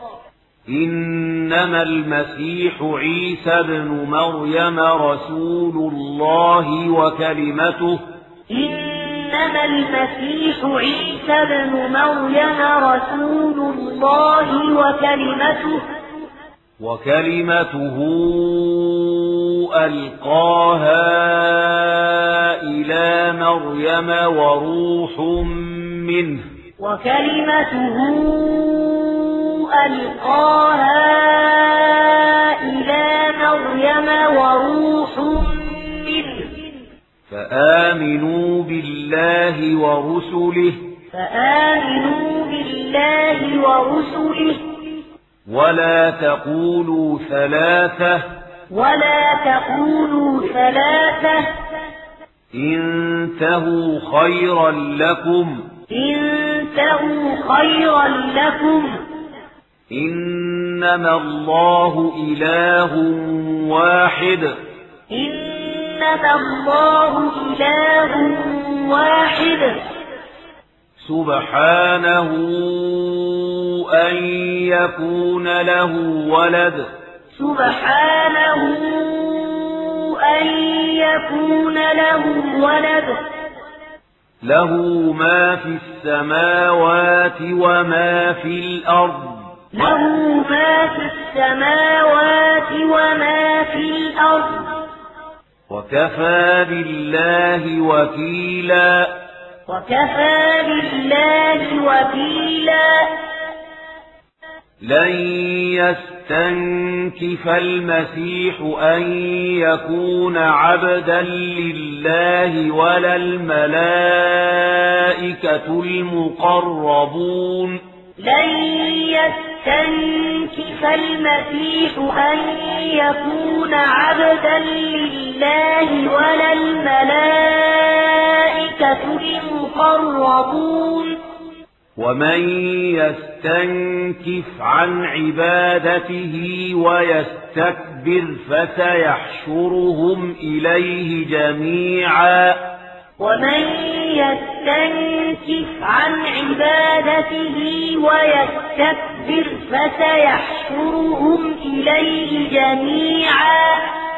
إنما المسيح عيسى بن مريم رسول الله وكلمته إنما المسيح عيسى بن مريم رسول الله وكلمته ألقاها إلى مريم وروح منه وكلمته ألقاها إلى مريم وروح منه فآمنوا بالله ورسله ولا تقولوا ثلاثة انتهوا خيرا لكم إنما الله إله واحد سبحانه أن يكون له ولد له ما في السماوات وما في الأرض وكفى بالله وكيلا لن يستنكف المسيح أن يكون عبدا لله ولا الملائكة المقربون لن يستنكف المسيح أن يكون عبدا لله ولا الملائكة المقربون ومن يستنكف عن عبادته ويستكبر فسيحشرهم إليه جميعا ومن يستنكف يستنكف عن عبادته ويستكبر فسيحشرهم إليه جميعا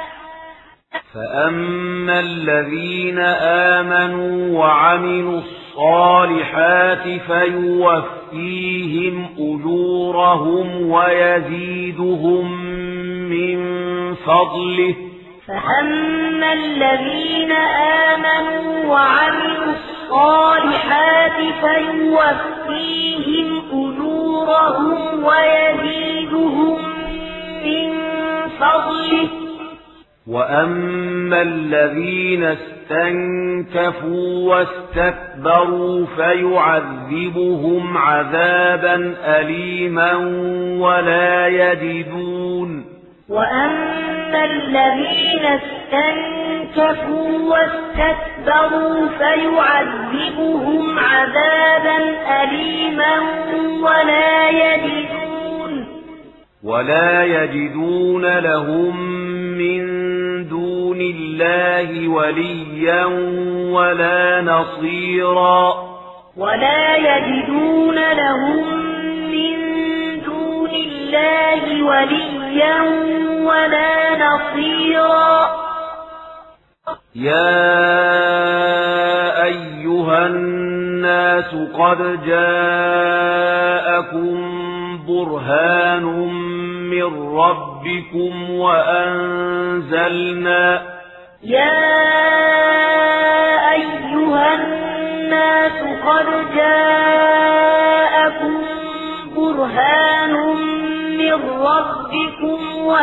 فأما الذين آمنوا وعملوا الصالحات فيوفيهم أجورهم ويزيدهم من فضله فأما الذين آمنوا وعملوا الصالحات فيوفيهم أجورهم ويزيدهم من فضله وأما الذين استنكفوا واستكبروا فيعذبهم عذابا أليما وأما الذين استنكفوا واستكبروا فيعذبهم عذابا أليما ولا يجدون لهم من دون الله وليا ولا نصيرا ولا يجدون لهم من دون الله وليا ولا نصيرا يا أيها الناس قد جاءكم برهان من ربكم وأنزلنا يا أيها الناس قد جاءكم برهان من ربكم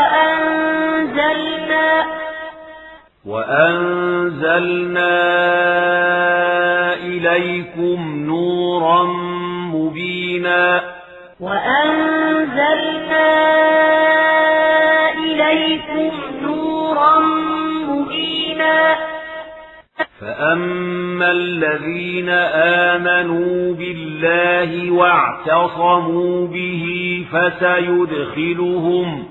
وأنزلنا إليكم نورا مبينا فأما الذين آمنوا بالله واعتصموا به فسيدخلهم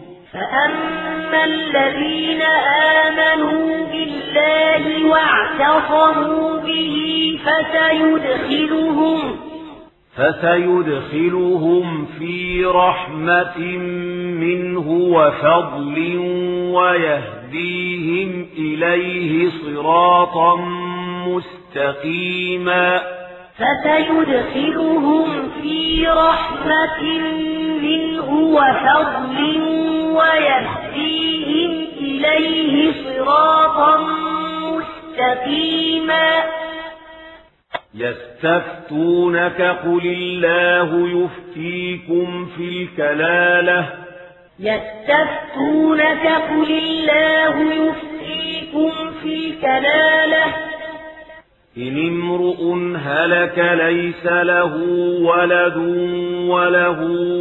في رحمة منه وفضل ويهديهم إليه صراطا مستقيما فسيدخلهم في رحمة منه وفضل ويهديهم إليه صراطا مستقيما يستفتونك قل الله يفتيكم في الكلالة إن امرؤ هلك ليس له ولد وله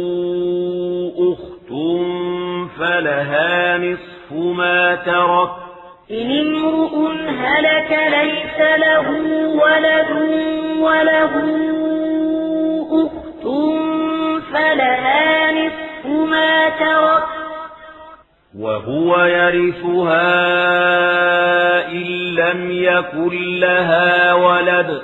أخت فلها نصف ما ترك إن امرؤ هلك ليس له ولد وله أخت فلها نصف ما ترك وهو يرثها إن لم يكن لها ولد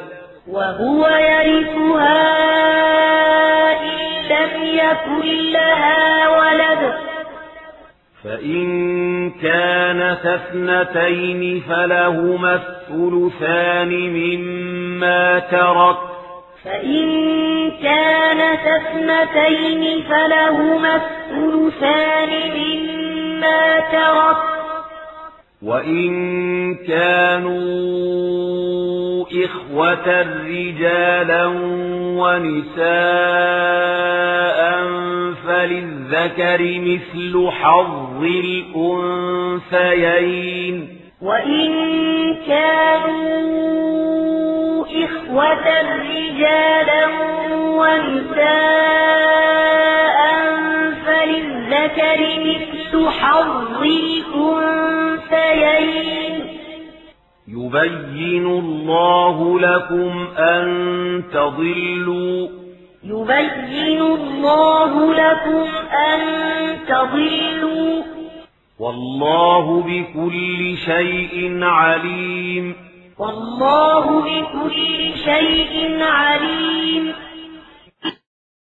فإن كانت اثنتين فلهما الثلثان مما ترك وإن كانوا إخوة رجالا ونساء فللذكر مثل حظ الأنثيين وإن كانوا إخوة رجالا ونساء فللذكر مثل حظ الأنثيين يبين الله لكم أن تضلوا والله بكل شيء عليم والله بكل شيء عليم.